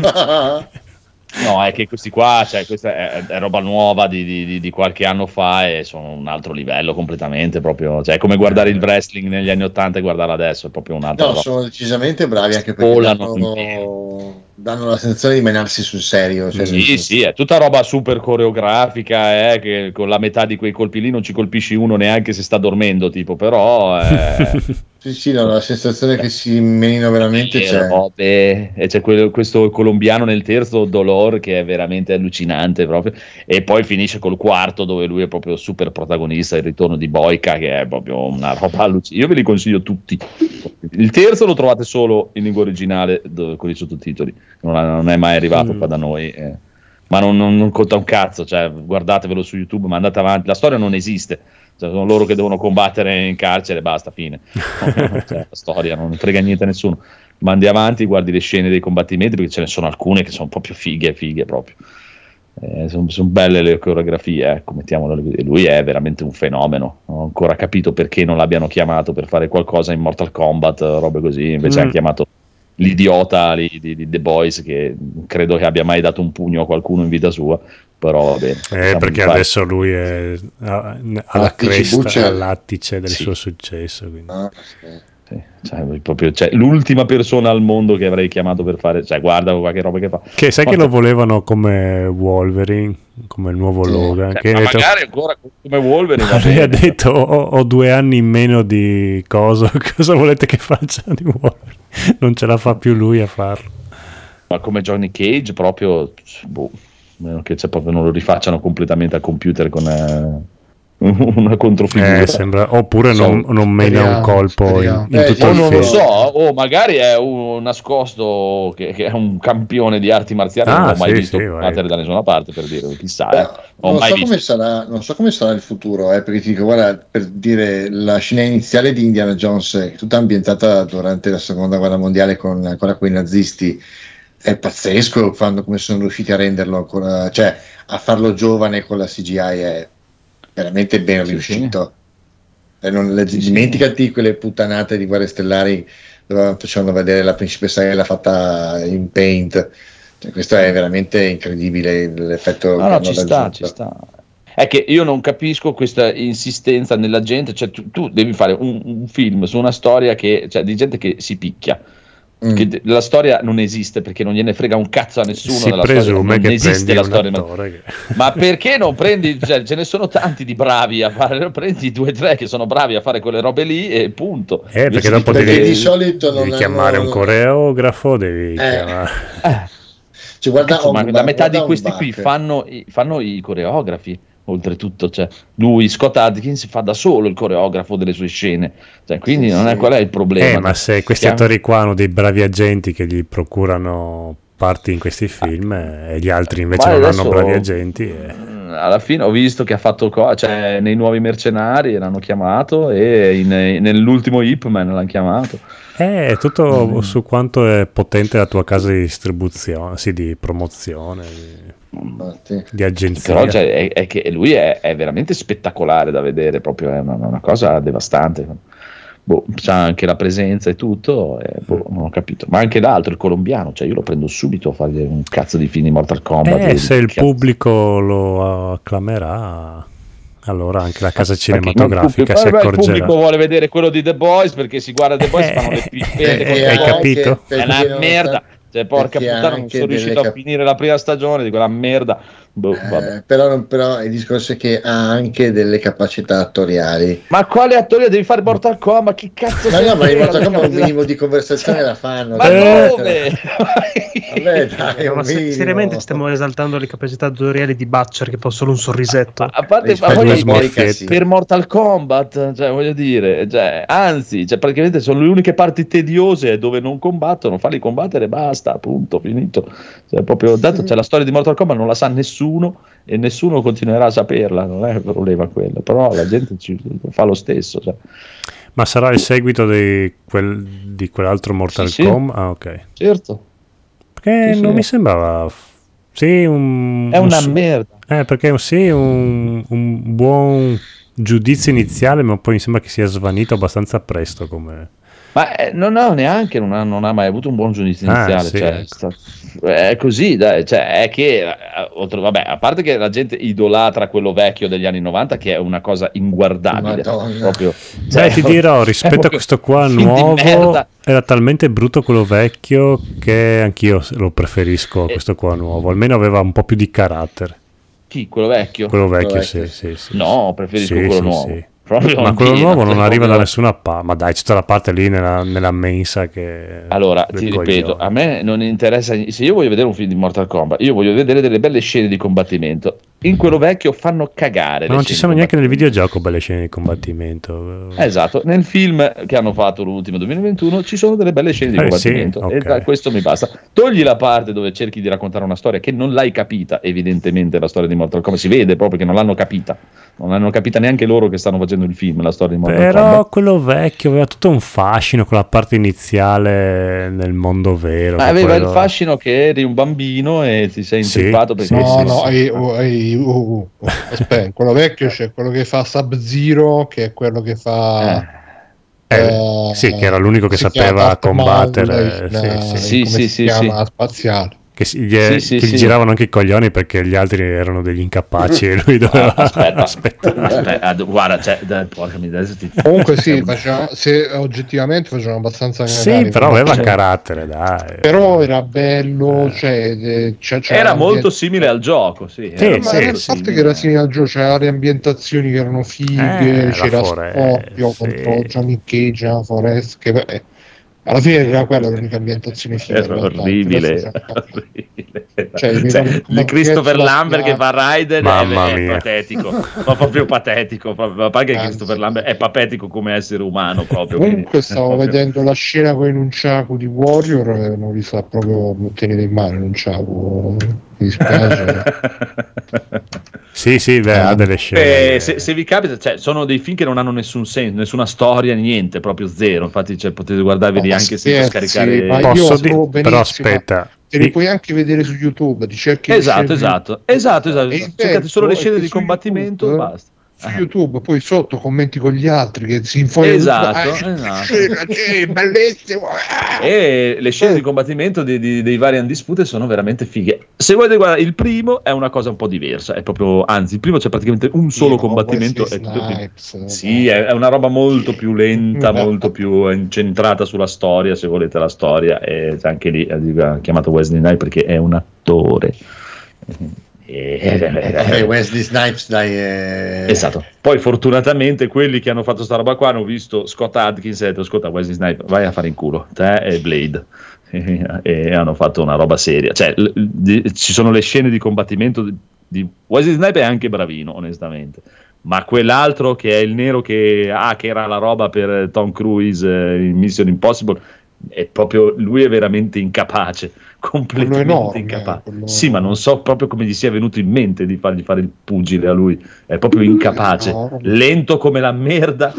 Speaker 2: No, è che questi qua, cioè, questa è roba nuova di qualche anno fa, e sono un altro livello completamente, proprio, cioè, è come guardare il wrestling negli anni '80 e guardarlo adesso, è proprio un altro.
Speaker 5: No, sono decisamente bravi, anche perché danno la sensazione di menarsi sul serio. Cioè
Speaker 2: sì, è tutta roba super coreografica, che con la metà di quei colpi lì non ci colpisci uno neanche se sta dormendo, tipo, però
Speaker 5: sì, no, la sensazione che si menino veramente c'è.
Speaker 2: E c'è questo colombiano nel terzo, Dolor, che è veramente allucinante proprio, e poi finisce col quarto, dove lui è proprio super protagonista, il ritorno di Boyka, che è proprio una roba allucinante. Io ve li consiglio tutti. Il terzo lo trovate solo in lingua originale, con i sottotitoli, non è mai arrivato qua da noi, ma non conta un cazzo, cioè, guardatevelo su YouTube, ma andate avanti, la storia non esiste. Cioè, sono loro che devono combattere in carcere, basta, fine. Cioè, la storia non frega niente a nessuno. Mandi avanti, guardi le scene dei combattimenti, perché ce ne sono alcune che sono proprio fighe proprio. Sono belle le coreografie, ecco, mettiamolo. Lui è veramente un fenomeno. Non ho ancora capito perché non l'abbiano chiamato per fare qualcosa in Mortal Kombat, robe così. Invece hanno chiamato l'idiota di The Boys, che credo che abbia mai dato un pugno a qualcuno in vita sua. Però va bene,
Speaker 1: perché adesso lui è alla cresta, all'attice del suo successo, quindi.
Speaker 2: Cioè, l'ultima persona al mondo che avrei chiamato per fare, cioè, guarda qualche roba che fa,
Speaker 1: che sai che lo volevano come Wolverine, come il nuovo Logan, che
Speaker 2: ma magari ancora come Wolverine
Speaker 1: ha detto ho 2 anni in meno di cosa volete che faccia di Wolverine? Non ce la fa più lui a farlo.
Speaker 2: Ma come Johnny Cage proprio, che proprio non lo rifacciano completamente al computer con una controfigura,
Speaker 1: sembra, oppure non mena un colpo in tutto il
Speaker 2: non
Speaker 1: film.
Speaker 2: Lo so, magari è un nascosto che è un campione di arti marziali, non ho mai visto combattere da nessuna parte, per dire, chissà.
Speaker 5: Non so come sarà il futuro, perché ti dico, guarda, per dire, la scena iniziale di Indiana Jones è tutta ambientata durante la seconda guerra mondiale con quei nazisti. È pazzesco come sono riusciti a renderlo ancora, cioè a farlo giovane con la CGI è veramente ben riuscito. Dimenticati quelle puttanate di Guerre Stellari dove facevano vedere la principessa Leia fatta in paint, cioè, questo è veramente incredibile l'effetto.
Speaker 2: No, ci sta. È che io non capisco questa insistenza nella gente, cioè tu devi fare un film su una storia di gente che si picchia. Che la storia non esiste, perché non gliene frega un cazzo a nessuno.
Speaker 1: Si presume che
Speaker 2: esiste la storia,
Speaker 1: che...
Speaker 2: ma perché non prendi, ce ne sono tanti di bravi a fare, prendi 2 o 3 che sono bravi a fare quelle robe lì e punto.
Speaker 1: Perché dopo devi chiamare un coreografo, devi chiamare
Speaker 5: cioè, guarda,
Speaker 2: la metà di questi qui fanno i coreografi. Oltretutto, cioè, lui, Scott Adkins, fa da solo il coreografo delle sue scene, cioè, quindi qual è il problema?
Speaker 1: Ma se questi attori qua hanno dei bravi agenti che gli procurano parti in questi film e gli altri invece non hanno bravi agenti,
Speaker 2: alla fine ho visto che ha fatto cioè, nei Nuovi Mercenari l'hanno chiamato, e nell'ultimo Ip Man l'hanno chiamato.
Speaker 1: È tutto su quanto è potente la tua casa di distribuzione, di promozione, di agenzia.
Speaker 2: Però è che lui è veramente spettacolare da vedere, proprio è una cosa devastante. C'ha anche la presenza e tutto, non ho capito. Ma anche l'altro, il colombiano, cioè io lo prendo subito a fargli un cazzo di film di Mortal Kombat.
Speaker 1: Se il pubblico lo acclamerà, allora anche la casa cinematografica si accorgerà.
Speaker 2: Il pubblico vuole vedere quello di The Boys, perché si guarda The Boys, fanno le pippe.
Speaker 1: Hai capito?
Speaker 2: È una merda. Cioè, porca puttana, non sono riuscito a finire la prima stagione di quella merda.
Speaker 5: Però il discorso è che ha anche delle capacità attoriali.
Speaker 2: Ma quale attore devi fare Mortal Kombat? Chi cazzo sei?
Speaker 5: Ma in Mortal Kombat un minimo di conversazione la fanno.
Speaker 2: Ma dove?
Speaker 5: Vabbè, dai,
Speaker 4: ma seriamente stiamo esaltando le capacità attoriali di Butcher che fa solo un sorrisetto.
Speaker 2: A parte per Mortal Kombat, cioè, voglio dire, anzi, praticamente sono le uniche parti tediose dove non combattono, farli combattere e basta, punto, finito. Cioè, proprio dato, la storia di Mortal Kombat non la sa nessuno e nessuno continuerà a saperla, non è un problema quello, però la gente fa lo stesso. Cioè.
Speaker 1: Ma sarà il seguito di quell'altro Mortal Kombat? Ah, ok.
Speaker 2: Certo.
Speaker 1: Perché non mi sembrava... è
Speaker 2: una merda.
Speaker 1: Perché un buon giudizio iniziale, ma poi mi sembra che sia svanito abbastanza presto come...
Speaker 2: Ma non ha mai avuto un buon giudizio iniziale,
Speaker 1: sì, ecco.
Speaker 2: È così, dai, cioè è che vabbè, a parte che la gente idolatra quello vecchio degli anni 90 che è una cosa inguardabile proprio,
Speaker 1: ti dirò, rispetto a questo qua nuovo era talmente brutto quello vecchio che anch'io lo preferisco a questo qua nuovo, almeno aveva un po' più di carattere.
Speaker 2: Chi? Quello vecchio?
Speaker 1: Quello vecchio, sì.
Speaker 2: No, preferisco quello nuovo.
Speaker 1: Sì. Ma quello nuovo non arriva da nessuna parte. Ma dai, c'è tutta la parte lì nella mensa che...
Speaker 2: Allora, ti ripeto, a me non interessa. Se io voglio vedere un film di Mortal Kombat, io voglio vedere delle belle scene di combattimento. In quello vecchio fanno cagare.
Speaker 1: Ma non ci sono neanche nel videogioco belle scene di combattimento.
Speaker 2: Esatto, nel film che hanno fatto l'ultimo 2021 ci sono delle belle scene di combattimento.
Speaker 1: Sì, okay.
Speaker 2: E questo mi basta. Togli la parte dove cerchi di raccontare una storia che non l'hai capita, evidentemente la storia di Mortal Kombat. Si vede proprio che non l'hanno capita. Non l'hanno capita neanche loro che stanno facendo il film, la storia di Mortal Kombat.
Speaker 1: Però quello vecchio aveva tutto un fascino con la parte iniziale nel mondo vero.
Speaker 2: Ma aveva il fascino che eri un bambino e ti sei intrippato perché...
Speaker 6: Aspetta, quello vecchio c'è quello che fa Sub-Zero, che è quello che fa...
Speaker 1: sì, che era l'unico che sapeva combattere.
Speaker 2: Sì.
Speaker 6: Spaziale.
Speaker 1: Che gli giravano anche i coglioni perché gli altri erano degli incapaci e lui doveva
Speaker 2: aspetta, guarda, porca miseria,
Speaker 6: comunque se oggettivamente facevano abbastanza cagare,
Speaker 1: però aveva carattere, dai.
Speaker 6: Però era bello,
Speaker 2: era molto simile al gioco,
Speaker 6: a parte che era simile al gioco, c'erano le ambientazioni che erano fighe, c'era Scorpio contro Johnny Cage, Forest, che alla fine era quella l'unica ambientazione
Speaker 2: era orribile. Il Christopher Lambert che fa Raiden è patetico, ma proprio patetico, ma che Christopher Lambert è patetico come essere umano proprio.
Speaker 6: Comunque stavo vedendo la scena con i Nunchaku di Warrior, non li sa proprio tenere in mano Nunchaku, mi dispiace.
Speaker 1: Sì, ha delle scene.
Speaker 2: Se vi capita, sono dei film che non hanno nessun senso, nessuna storia, niente, proprio zero. Infatti, potete guardarveli anche senza scaricare.
Speaker 1: Però aspetta,
Speaker 6: te li puoi anche vedere su YouTube. Ti cerchi
Speaker 2: esatto. Cercate solo le scene di combattimento e basta.
Speaker 6: Su YouTube, poi sotto commenti con gli altri che si infogliano.
Speaker 2: Esatto.
Speaker 6: Bellissimo.
Speaker 2: E le scene di combattimento dei vari Undisputed sono veramente fighe. Se volete guardare il primo è una cosa un po' diversa, è proprio, anzi, il primo c'è praticamente un solo combattimento. È una roba molto più lenta, molto più incentrata sulla storia, se volete la storia, e anche lì ha chiamato Wesley Snipes perché è un attore.
Speaker 5: Wesley Snipes, dai.
Speaker 2: Esatto. Poi fortunatamente quelli che hanno fatto sta roba qua hanno visto Scott Adkins e detto: ascolta, Wesley Snipes, vai a fare in culo te e Blade. E hanno fatto una roba seria. Ci sono le scene di combattimento di Wesley Snipes, è anche bravino, onestamente. Ma quell'altro che è il nero che era la roba per Tom Cruise in Mission Impossible, è proprio, lui è veramente incapace, completamente incapace. Sì, ma non so proprio come gli sia venuto in mente di fargli fare il pugile a lui, è proprio incapace, lento come la merda.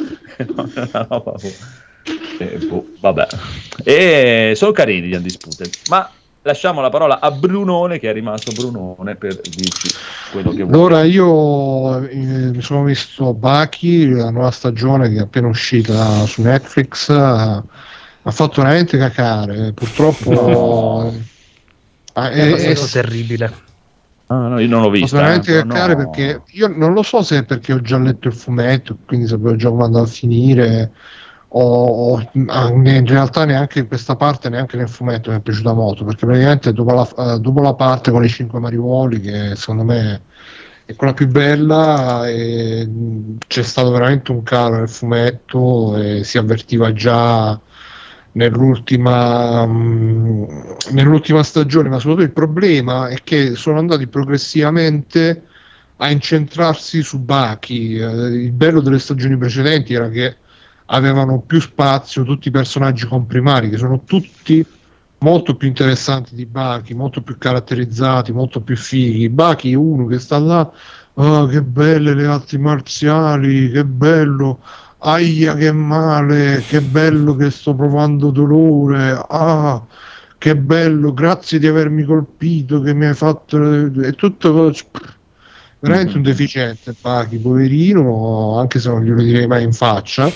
Speaker 2: Vabbè, e sono carini gli Undisputed, ma lasciamo la parola a Brunone, che è rimasto Brunone, per dirci quello che vuole.
Speaker 6: Allora, io mi sono visto Baki, la nuova stagione che è appena uscita su Netflix. Ha fatto veramente cacare, purtroppo
Speaker 4: è terribile.
Speaker 2: No, io non l'ho vista.
Speaker 6: Veramente cacare, perché io non lo so se è perché ho già letto il fumetto, quindi sapevo già come andava a finire, in realtà neanche in questa parte, neanche nel fumetto mi è piaciuta molto, perché praticamente dopo la parte con i 5 mariuoli, che secondo me è quella più bella, e c'è stato veramente un calo nel fumetto e si avvertiva già nell'ultima stagione. Ma soprattutto il problema è che sono andati progressivamente a incentrarsi su Baki. Il bello delle stagioni precedenti era che avevano più spazio tutti i personaggi comprimari, che sono tutti molto più interessanti di Baki, molto più caratterizzati, molto più fighi. Baki è uno che sta là, che belle le arti marziali, che bello, aia che male, che bello che sto provando dolore, che bello, grazie di avermi colpito, che mi hai fatto, è tutto veramente un deficiente Baki, poverino, anche se non glielo direi mai in faccia.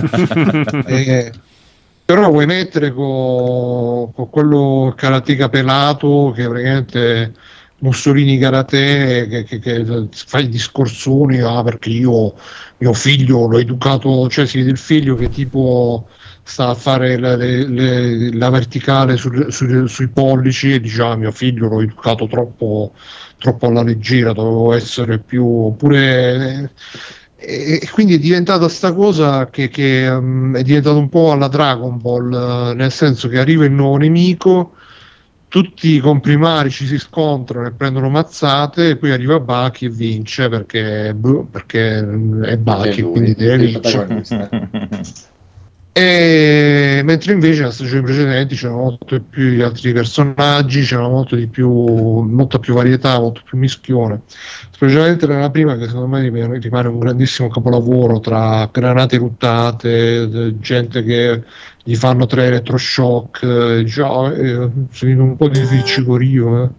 Speaker 6: Però vuoi mettere con quello karateka pelato che praticamente Mussolini karate, che fa i discorsoni, perché io mio figlio l'ho educato, cioè si vede il figlio che tipo sta a fare la verticale sui pollici e dice mio figlio l'ho educato troppo alla leggera, dovevo essere più, oppure e quindi è diventata sta cosa che è diventato un po' alla Dragon Ball, nel senso che arriva il nuovo nemico, tutti i comprimari ci si scontrano e prendono mazzate, e poi arriva Baki e vince perché è Baki, quindi deve vincere. E mentre invece nelle stagioni precedenti c'erano molto più gli altri personaggi, c'era molta più varietà, molto più mischione, specialmente nella prima, che secondo me rimane un grandissimo capolavoro, tra granate ruttate, gente che gli fanno 3 elettroshock, si viene un po' di friccicorio,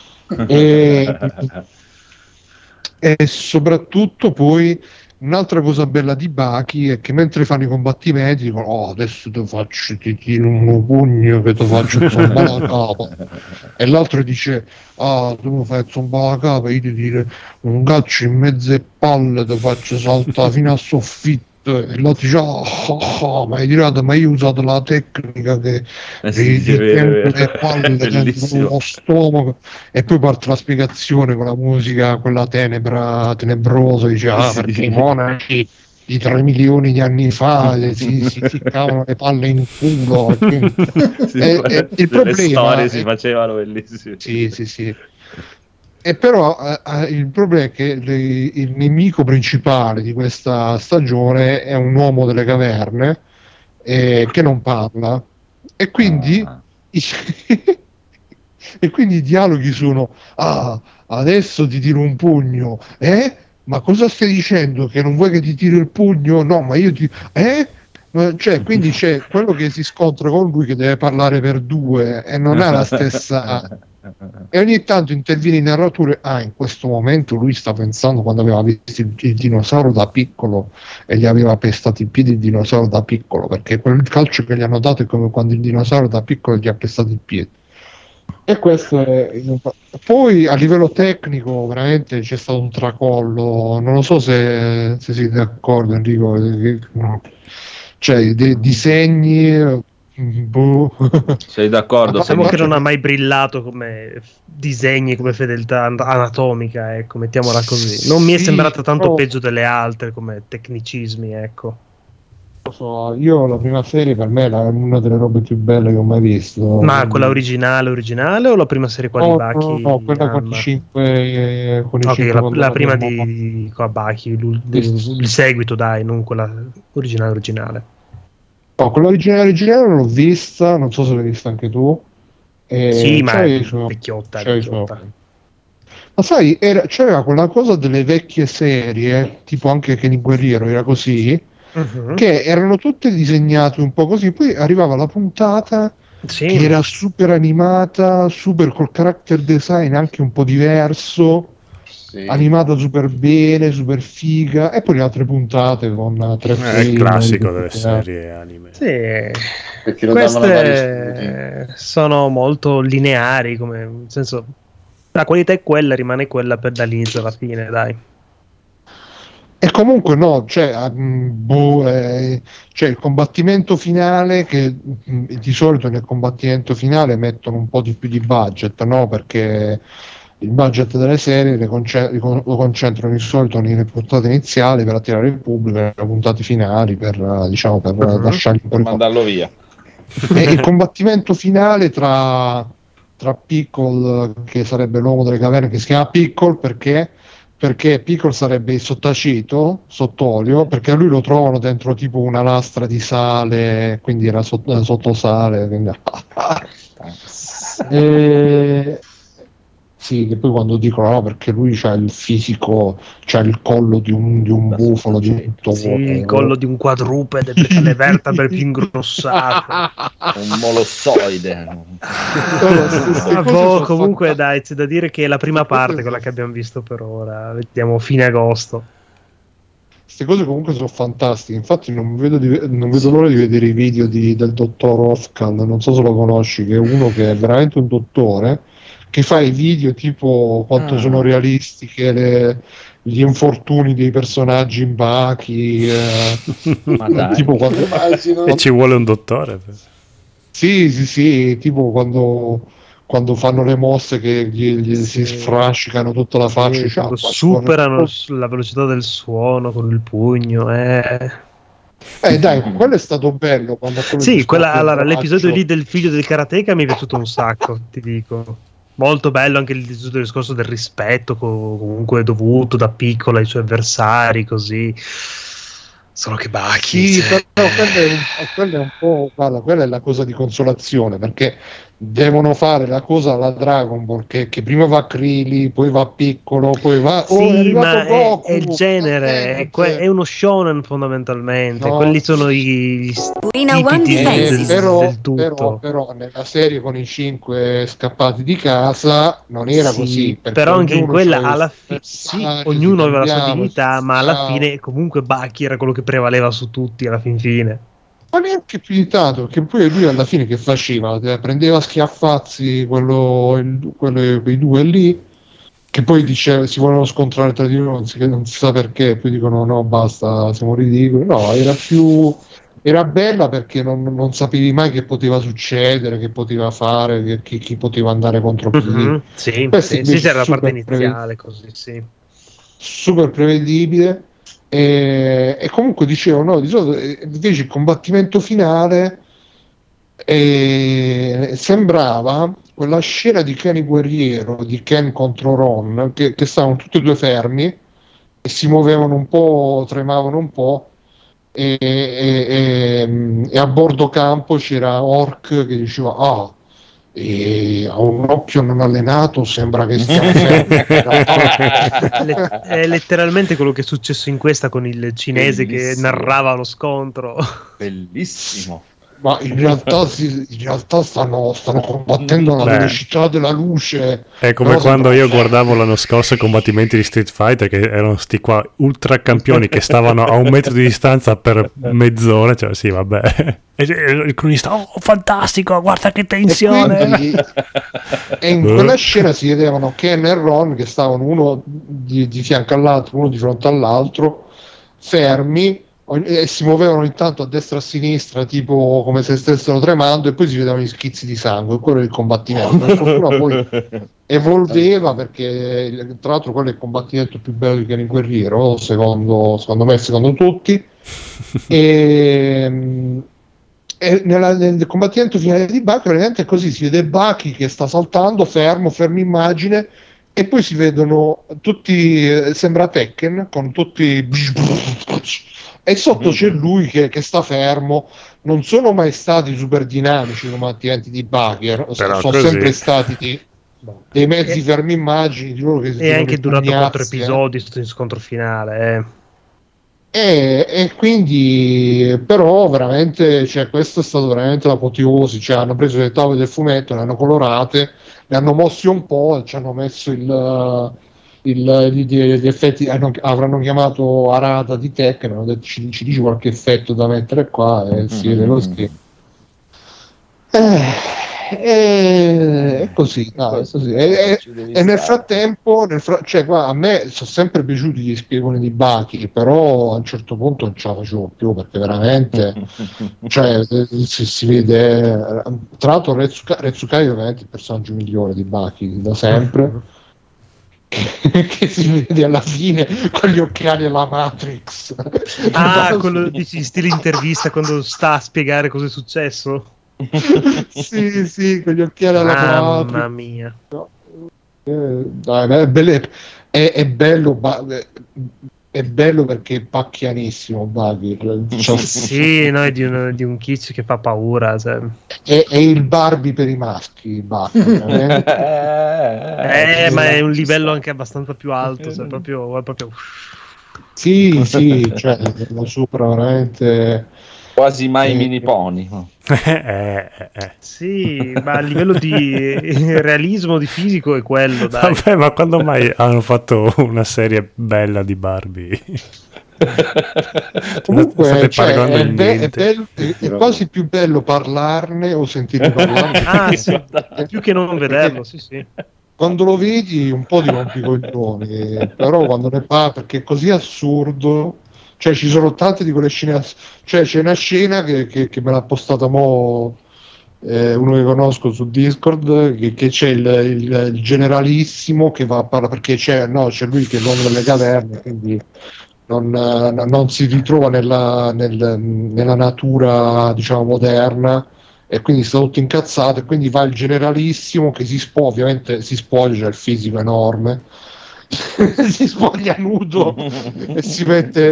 Speaker 6: e soprattutto poi un'altra cosa bella di Baki è che mentre fanno i combattimenti dicono adesso ti tiro un pugno che ti faccio zombare la capa, e l'altro dice tu mi fai zombare la capa, io ti tiro un calcio in mezzo palle, ti faccio saltare fino al soffitto, e l'altro dice ma hai tirato, ma io ho usato la tecnica che le palle dentro lo stomaco, e poi parte la spiegazione con la musica quella tenebrosa, dice perché i monaci di 3 milioni di anni fa si ficcavano le palle in culo. Il problema
Speaker 2: storie si facevano bellissime.
Speaker 6: Sì. E però il problema è che il nemico principale di questa stagione è un uomo delle caverne che non parla, e quindi e quindi i dialoghi sono adesso ti tiro un pugno, ma cosa stai dicendo, che non vuoi che ti tiro il pugno? No, ma io ti cioè, quindi c'è quello che si scontra con lui che deve parlare per 2 e non ha la stessa, e ogni tanto interviene il narratore, in questo momento lui sta pensando quando aveva visto il dinosauro da piccolo e gli aveva pestato i piedi il dinosauro da piccolo, perché quel calcio che gli hanno dato è come quando il dinosauro da piccolo gli ha pestato il piede. E questo poi a livello tecnico veramente c'è stato un tracollo, non lo so se siete d'accordo, Enrico, cioè dei disegni
Speaker 2: sei d'accordo?
Speaker 4: Diciamo che non ha mai brillato come disegni, come fedeltà anatomica, ecco, mettiamola così. Non mi è sembrata tanto peggio delle altre come tecnicismi, ecco.
Speaker 6: Io la prima serie per me è una delle robe più belle che ho mai visto.
Speaker 4: Ma quella originale o la prima serie qua di Baki?
Speaker 6: No, quella con i 5
Speaker 4: la prima di Baki, il seguito, dai, non quella originale.
Speaker 6: No, quella originale non l'ho vista, non so se l'hai vista anche tu.
Speaker 4: Sì, ma è vecchiotta.
Speaker 6: Ma sai, c'era quella cosa delle vecchie serie, tipo anche Ken il Guerriero era così, che erano tutte disegnate un po' così, poi arrivava la puntata che era super animata, super col character design anche un po' diverso, animata super bene, super figa, e poi le altre puntate con 3 frame.
Speaker 1: È il classico delle serie anime.
Speaker 6: Perché
Speaker 4: queste sono molto lineari, come nel senso la qualità è quella, rimane quella dall'inizio alla fine, dai.
Speaker 6: E comunque no, cioè il combattimento finale, che di solito nel combattimento finale mettono un po' di più di budget, no? Perché il budget delle serie lo concentrano di solito nelle puntate iniziali per attirare il pubblico, nelle puntate finali per lasciargli un po'
Speaker 2: mandarlo via.
Speaker 6: E il combattimento finale tra Pickle, che sarebbe l'uomo delle caverne, che si chiama Pickle perché Pickle sarebbe il sottacito, sott'olio, perché lui lo trovano dentro tipo una lastra di sale, quindi era sottosale. Quindi... Sì, che poi quando dicono no, perché lui c'ha il fisico, c'ha il collo di un bufalo,
Speaker 4: il collo di un quadrupede, perché ha le vertebre più ingrossate,
Speaker 2: un molossoide.
Speaker 4: Comunque dai, c'è da dire che è la prima parte quella che abbiamo visto per ora, vediamo fine agosto.
Speaker 6: Queste cose comunque sono fantastiche, infatti non vedo l'ora di vedere i video del dottor Ofkan, non so se lo conosci, che è uno che è veramente un dottore che fa i video tipo quanto sono realistiche gli infortuni dei personaggi in bachi, tipo quando
Speaker 1: e ci vuole un dottore.
Speaker 6: Sì, tipo quando fanno le mosse che si sfrascicano tutta la faccia,
Speaker 4: superano la velocità del suono con il pugno.
Speaker 6: Dai, quello è stato bello.
Speaker 4: Sì, l'episodio lì del figlio del karateka mi è piaciuto un sacco, ti dico. Molto bello anche il discorso del rispetto comunque dovuto da Piccolo ai suoi avversari, così. Solo che Baki.
Speaker 6: Sì, però quello è un po'. Guarda, quella è la cosa di consolazione, perché devono fare la cosa alla Dragon Ball che prima va Krillin, poi va Piccolo, poi va.
Speaker 4: Sì, ma Goku, è il genere, è uno shonen fondamentalmente. No. Quelli sono i
Speaker 6: del tutto. Però nella serie con i 5 scappati di casa non era così.
Speaker 4: Però anche in quella alla fine ognuno aveva la sua dignità, ma alla fine comunque Baki era quello che prevaleva su tutti alla fine.
Speaker 6: Ma neanche più di tanto, perché poi lui alla fine che faceva? Prendeva a schiaffazzi quei due lì, che poi diceva si volevano scontrare tra di loro, non si sa perché, poi dicono no basta, siamo ridicoli. No, era bella perché non sapevi mai che poteva succedere, che poteva fare, chi poteva andare contro chi.
Speaker 4: Sì, c'era la parte iniziale così, sì.
Speaker 6: Super prevedibile. E comunque dicevo no, di solito invece il combattimento finale sembrava quella scena di Ken Guerriero, di Ken contro Ron, che stavano tutti e due fermi e si muovevano un po', tremavano un po', e a bordo campo c'era Orc che diceva e a un occhio non allenato sembra che stia
Speaker 4: è letteralmente quello che è successo in questa con il cinese. Bellissimo. Che narrava lo scontro.
Speaker 2: Bellissimo.
Speaker 6: Ma in realtà stanno combattendo alla velocità della luce.
Speaker 1: È come quando io guardavo l'anno scorso i combattimenti di Street Fighter, che erano sti qua ultra campioni che stavano a 1 metro di distanza per mezz'ora, cioè sì vabbè. E il cronista, fantastico, guarda che tensione.
Speaker 6: E in quella scena si vedevano Ken e Ron che stavano uno di fianco all'altro, uno di fronte all'altro, fermi, e si muovevano intanto a destra e a sinistra tipo come se stessero tremando, e poi si vedevano gli schizzi di sangue. Quello è il combattimento. Per fortuna poi evolveva, perché tra l'altro quello è il combattimento più bello di Ken Guerriero secondo me, secondo tutti. E nel combattimento finale di Baki praticamente è così, si vede Baki che sta saltando fermo immagine, e poi si vedono tutti, sembra Tekken con tutti, e sotto c'è lui che sta fermo. Non sono mai stati super dinamici i combattimenti di Baki, sono sempre stati dei mezzi fermi immagini di loro che
Speaker 4: è anche durato 4 episodi sto scontro finale.
Speaker 6: E quindi però veramente, cioè, questo è stato veramente l'apoteosi. Cioè, hanno preso le tavole del fumetto, le hanno colorate, le hanno mossi un po', ci hanno messo gli effetti, avranno chiamato Arata di Tekken, hanno detto ci dici qualche effetto da mettere qua, e si vede così. È così, no, è così. E nel frattempo, cioè, a me sono sempre piaciuti gli spiegoni di Baki, però a un certo punto non ce la facevo più, perché veramente cioè, si vede. Tra l'altro Retsukai è veramente il personaggio migliore di Baki da sempre. Che si vede alla fine con gli occhiali alla Matrix.
Speaker 4: Quello dici stile intervista quando sta a spiegare cosa è successo.
Speaker 6: sì, con gli occhiali alla Matrix.
Speaker 4: Mamma mia.
Speaker 6: No. È bello perché è pacchianissimo Bagir.
Speaker 4: Sì, no, è di un kitsch che fa paura. Cioè.
Speaker 6: È il Barbie per i maschi, Bagir,
Speaker 4: ma è un livello anche abbastanza più alto, cioè proprio...
Speaker 6: Sì, cioè lo supera veramente...
Speaker 2: Quasi mai mini pony.
Speaker 4: Sì, ma a livello di realismo di fisico è quello, dai.
Speaker 1: Vabbè, ma quando mai hanno fatto una serie bella di Barbie?
Speaker 6: Comunque è quasi più bello parlarne o sentire parlarne.
Speaker 4: Sì, più che non vederlo, sì.
Speaker 6: Quando lo vedi un po' di rompicoglioni, però quando ne parla, perché è così assurdo. Cioè ci sono tante di quelle scene, cioè c'è una scena che me l'ha postata uno che conosco su Discord, che c'è il generalissimo che va a parlare, perché c'è lui che è l'uomo delle caverne, quindi non si ritrova nella natura, diciamo, moderna, e quindi sta tutto incazzato, e quindi va il generalissimo che ovviamente si spoglia, cioè il fisico enorme, si spoglia nudo e si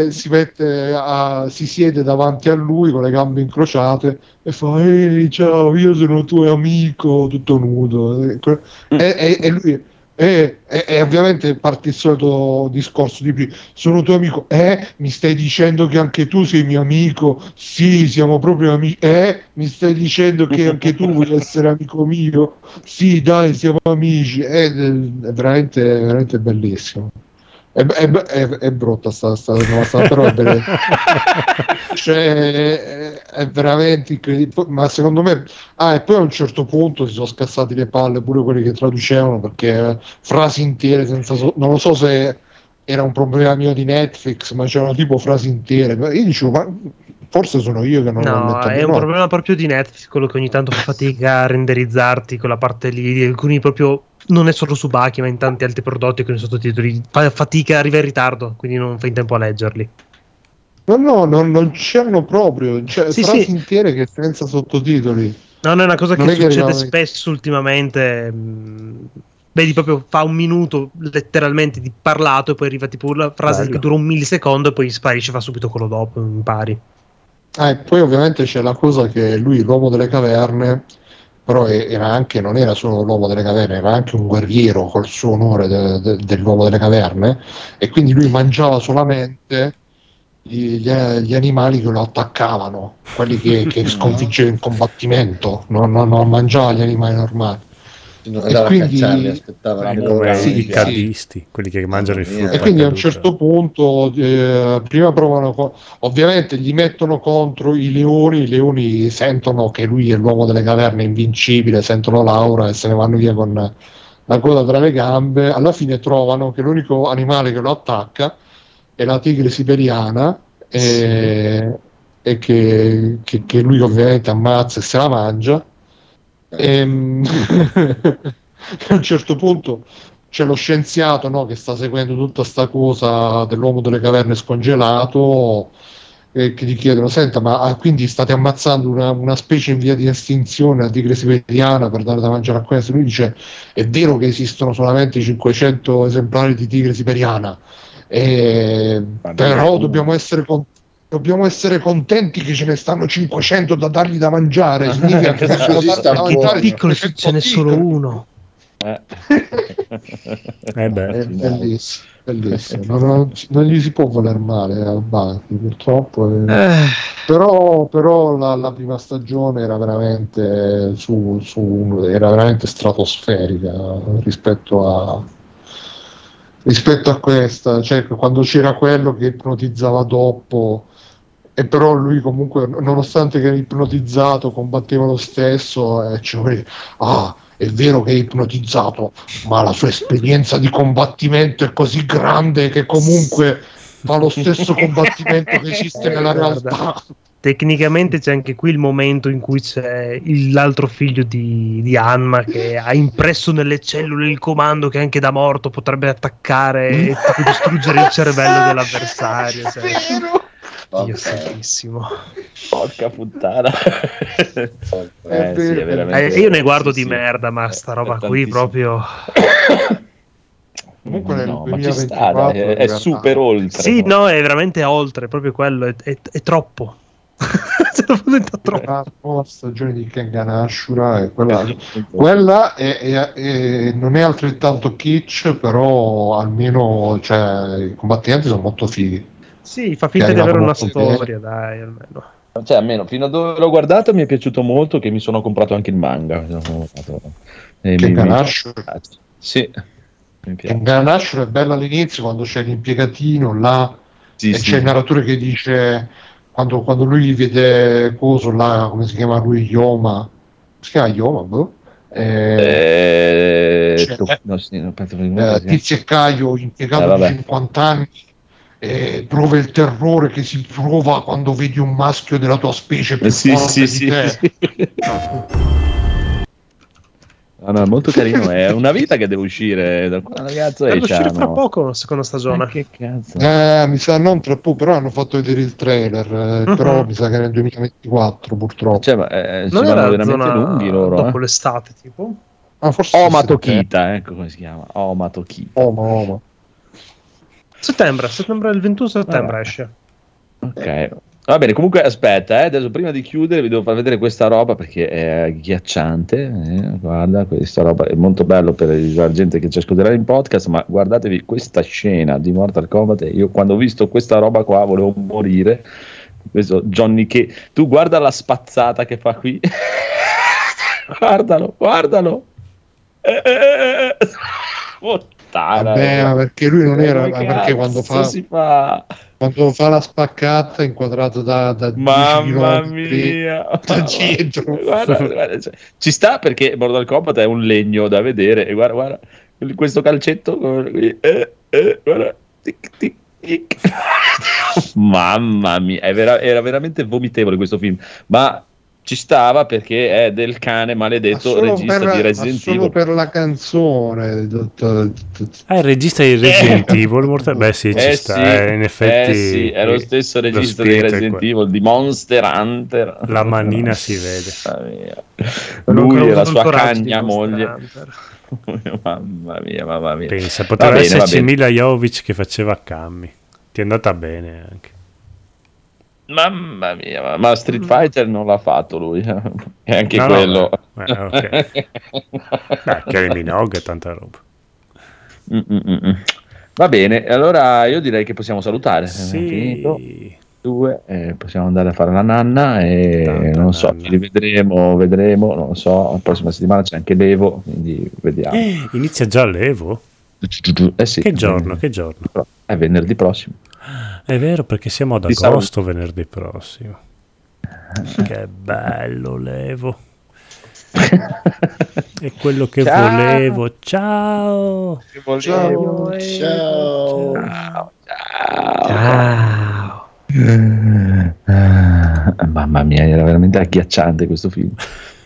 Speaker 6: siede davanti a lui con le gambe incrociate e fa: ehi, ciao, io sono tuo amico, tutto nudo, e lui e ovviamente parte il solito discorso di prima: sono tuo amico, mi stai dicendo che anche tu sei mio amico? Sì, siamo proprio amici. Mi stai dicendo che anche tu vuoi essere amico mio? Sì, dai, siamo amici. È veramente, veramente bellissimo. È brutta sta però è bella. Cioè, è veramente incredibile, ma secondo me e poi a un certo punto si sono scassati le palle pure quelli che traducevano, perché frasi intere senza non lo so se era un problema mio di Netflix, ma c'erano tipo frasi intere, io dicevo, ma forse sono io che non l'ho letto.
Speaker 4: È un problema proprio di Netflix, quello che ogni tanto fa fatica a renderizzarti quella parte lì, di alcuni proprio, non è solo su Baki ma in tanti altri prodotti con i sottotitoli, fa fatica, arriva in ritardo, quindi non fa in tempo a leggerli.
Speaker 6: No, non c'erano proprio, frasi intere che senza sottotitoli.
Speaker 4: No, è una cosa che succede spesso ultimamente. Vedi, proprio fa un minuto letteralmente di parlato e poi arriva tipo una frase che dura un millisecondo e poi sparisce, fa subito quello dopo, impari.
Speaker 6: E poi ovviamente c'è la cosa che lui, l'uomo delle caverne, però non era solo l'uomo delle caverne, era anche un guerriero col suo onore dell'uomo delle caverne, e quindi lui mangiava solamente gli animali che lo attaccavano, quelli che sconfiggeva in combattimento, non mangiava gli animali normali.
Speaker 5: E quindi aspettava
Speaker 1: i cadisti, quelli che mangiano il frutto.
Speaker 6: E quindi a un certo punto prima provano, ovviamente gli mettono contro i leoni sentono che lui è l'uomo delle caverne invincibile, sentono l'aura e se ne vanno via con la coda tra le gambe. Alla fine trovano che l'unico animale che lo attacca è la tigre siberiana, e che lui ovviamente ammazza e se la mangia. A un certo punto c'è lo scienziato, che sta seguendo tutta sta cosa dell'uomo delle caverne scongelato, che gli chiedono: senta, ma quindi state ammazzando una specie in via di estinzione, la tigre siberiana, per dare da mangiare a questo? Lui dice: è vero che esistono solamente 500 esemplari di tigre siberiana, però dobbiamo essere contenti che ce ne stanno 500 da dargli da mangiare. Significa che
Speaker 4: da piccolo ce n'è solo uno.
Speaker 6: È bellissimo. Non gli si può voler male al Baki, purtroppo. Però la prima stagione era veramente era veramente stratosferica rispetto a questa, cioè quando c'era quello che ipnotizzava dopo e però lui comunque, nonostante che era ipnotizzato, combatteva lo stesso, e è vero che è ipnotizzato, ma la sua esperienza di combattimento è così grande che comunque fa lo stesso combattimento che esiste nella realtà.
Speaker 4: Tecnicamente c'è anche qui il momento in cui c'è l'altro figlio di Hanma che ha impresso nelle cellule il comando che anche da morto potrebbe attaccare e distruggere il cervello dell'avversario. Dio santissimo.
Speaker 2: Porca puttana.
Speaker 4: Io ne guardo di merda, ma sta roba qui proprio...
Speaker 6: Comunque nel
Speaker 2: no,
Speaker 6: 2024
Speaker 2: ma è super oltre.
Speaker 4: Sì, no, è veramente oltre, proprio quello, è troppo. Diventa troppo.
Speaker 6: La nuova stagione di Kengan Ashura e quella non è altrettanto kitsch, però almeno i combattenti sono molto fighi.
Speaker 4: Sì, fa finta di avere una storia, dai, almeno.
Speaker 2: Cioè, almeno fino a dove l'ho guardato mi è piaciuto molto, che mi sono comprato anche il manga.
Speaker 6: Kengan Ashura?
Speaker 2: Sì.
Speaker 6: Kengan Ashura è bella all'inizio quando c'è l'impiegatino là c'è il narratore che dice quando lui vede coso là, come si chiama lui, Yoma, si chiama Yoma, boh? Tizio e Caio, impiegato di 50 anni, prova il terrore che si prova quando vedi un maschio della tua specie più forte di te.
Speaker 2: No, è molto carino, è una vita che deve uscire da qua, ragazzo.
Speaker 4: Deve uscire fra poco la seconda stagione.
Speaker 2: Che cazzo?
Speaker 6: Mi sa non troppo, però hanno fatto vedere il trailer, però mi sa che nel 2024 purtroppo.
Speaker 2: Cioè,
Speaker 4: non
Speaker 2: era veramente lunghi loro.
Speaker 4: Dopo l'estate, tipo.
Speaker 6: Forse
Speaker 2: Oma Tokita, ecco come si chiama. Oma Tokita.
Speaker 6: Oma.
Speaker 4: Settembre, il 21 settembre esce.
Speaker 2: Ok. Va bene, comunque aspetta, adesso prima di chiudere vi devo far vedere questa roba perché è agghiacciante. Guarda, questa roba è molto bello per la gente che ci ascolterà in podcast, ma guardatevi questa scena di Mortal Kombat. Io quando ho visto questa roba qua volevo morire. Questo Johnny che tu guarda la spazzata che fa qui. guardalo.
Speaker 6: Vabbè, perché lui non era, perché quando fa la spaccata inquadrato da
Speaker 2: mamma mia,
Speaker 6: da dietro.
Speaker 2: Guarda, cioè, ci sta perché Mortal Kombat è un legno da vedere e guarda questo calcetto guarda, tic, tic, tic. Mamma mia, era veramente vomitevole questo film, ma ci stava perché è del cane maledetto regista di Resident Evil.
Speaker 6: Solo per la canzone.
Speaker 1: Il regista di Resident Evil. Beh sì, ci sta. In effetti
Speaker 2: sì, è lo stesso regista di Resident Evil, di Monster Hunter.
Speaker 1: La manina si vede.
Speaker 2: Lui e la sua cagna moglie. Mamma mia.
Speaker 1: Pensa, poteva esserci Mila Jovovich che faceva Cammi. Ti è andata bene anche.
Speaker 2: Mamma mia, ma Street Fighter non l'ha fatto lui, è anche quello.
Speaker 1: Okay. Kylie Minogue e tanta roba.
Speaker 2: Va bene, allora io direi che possiamo salutare.
Speaker 1: Sì.
Speaker 2: Possiamo andare a fare la nanna e non so, ci rivedremo, non so, la prossima settimana c'è anche l'Evo, quindi vediamo.
Speaker 1: Inizia già l'Evo?
Speaker 2: Sì.
Speaker 1: Che giorno?
Speaker 2: È venerdì prossimo.
Speaker 1: È vero, perché siamo ad agosto venerdì prossimo. Che bello l'Evo. È quello che volevo. Ciao.
Speaker 2: Mamma mia, era veramente agghiacciante questo film.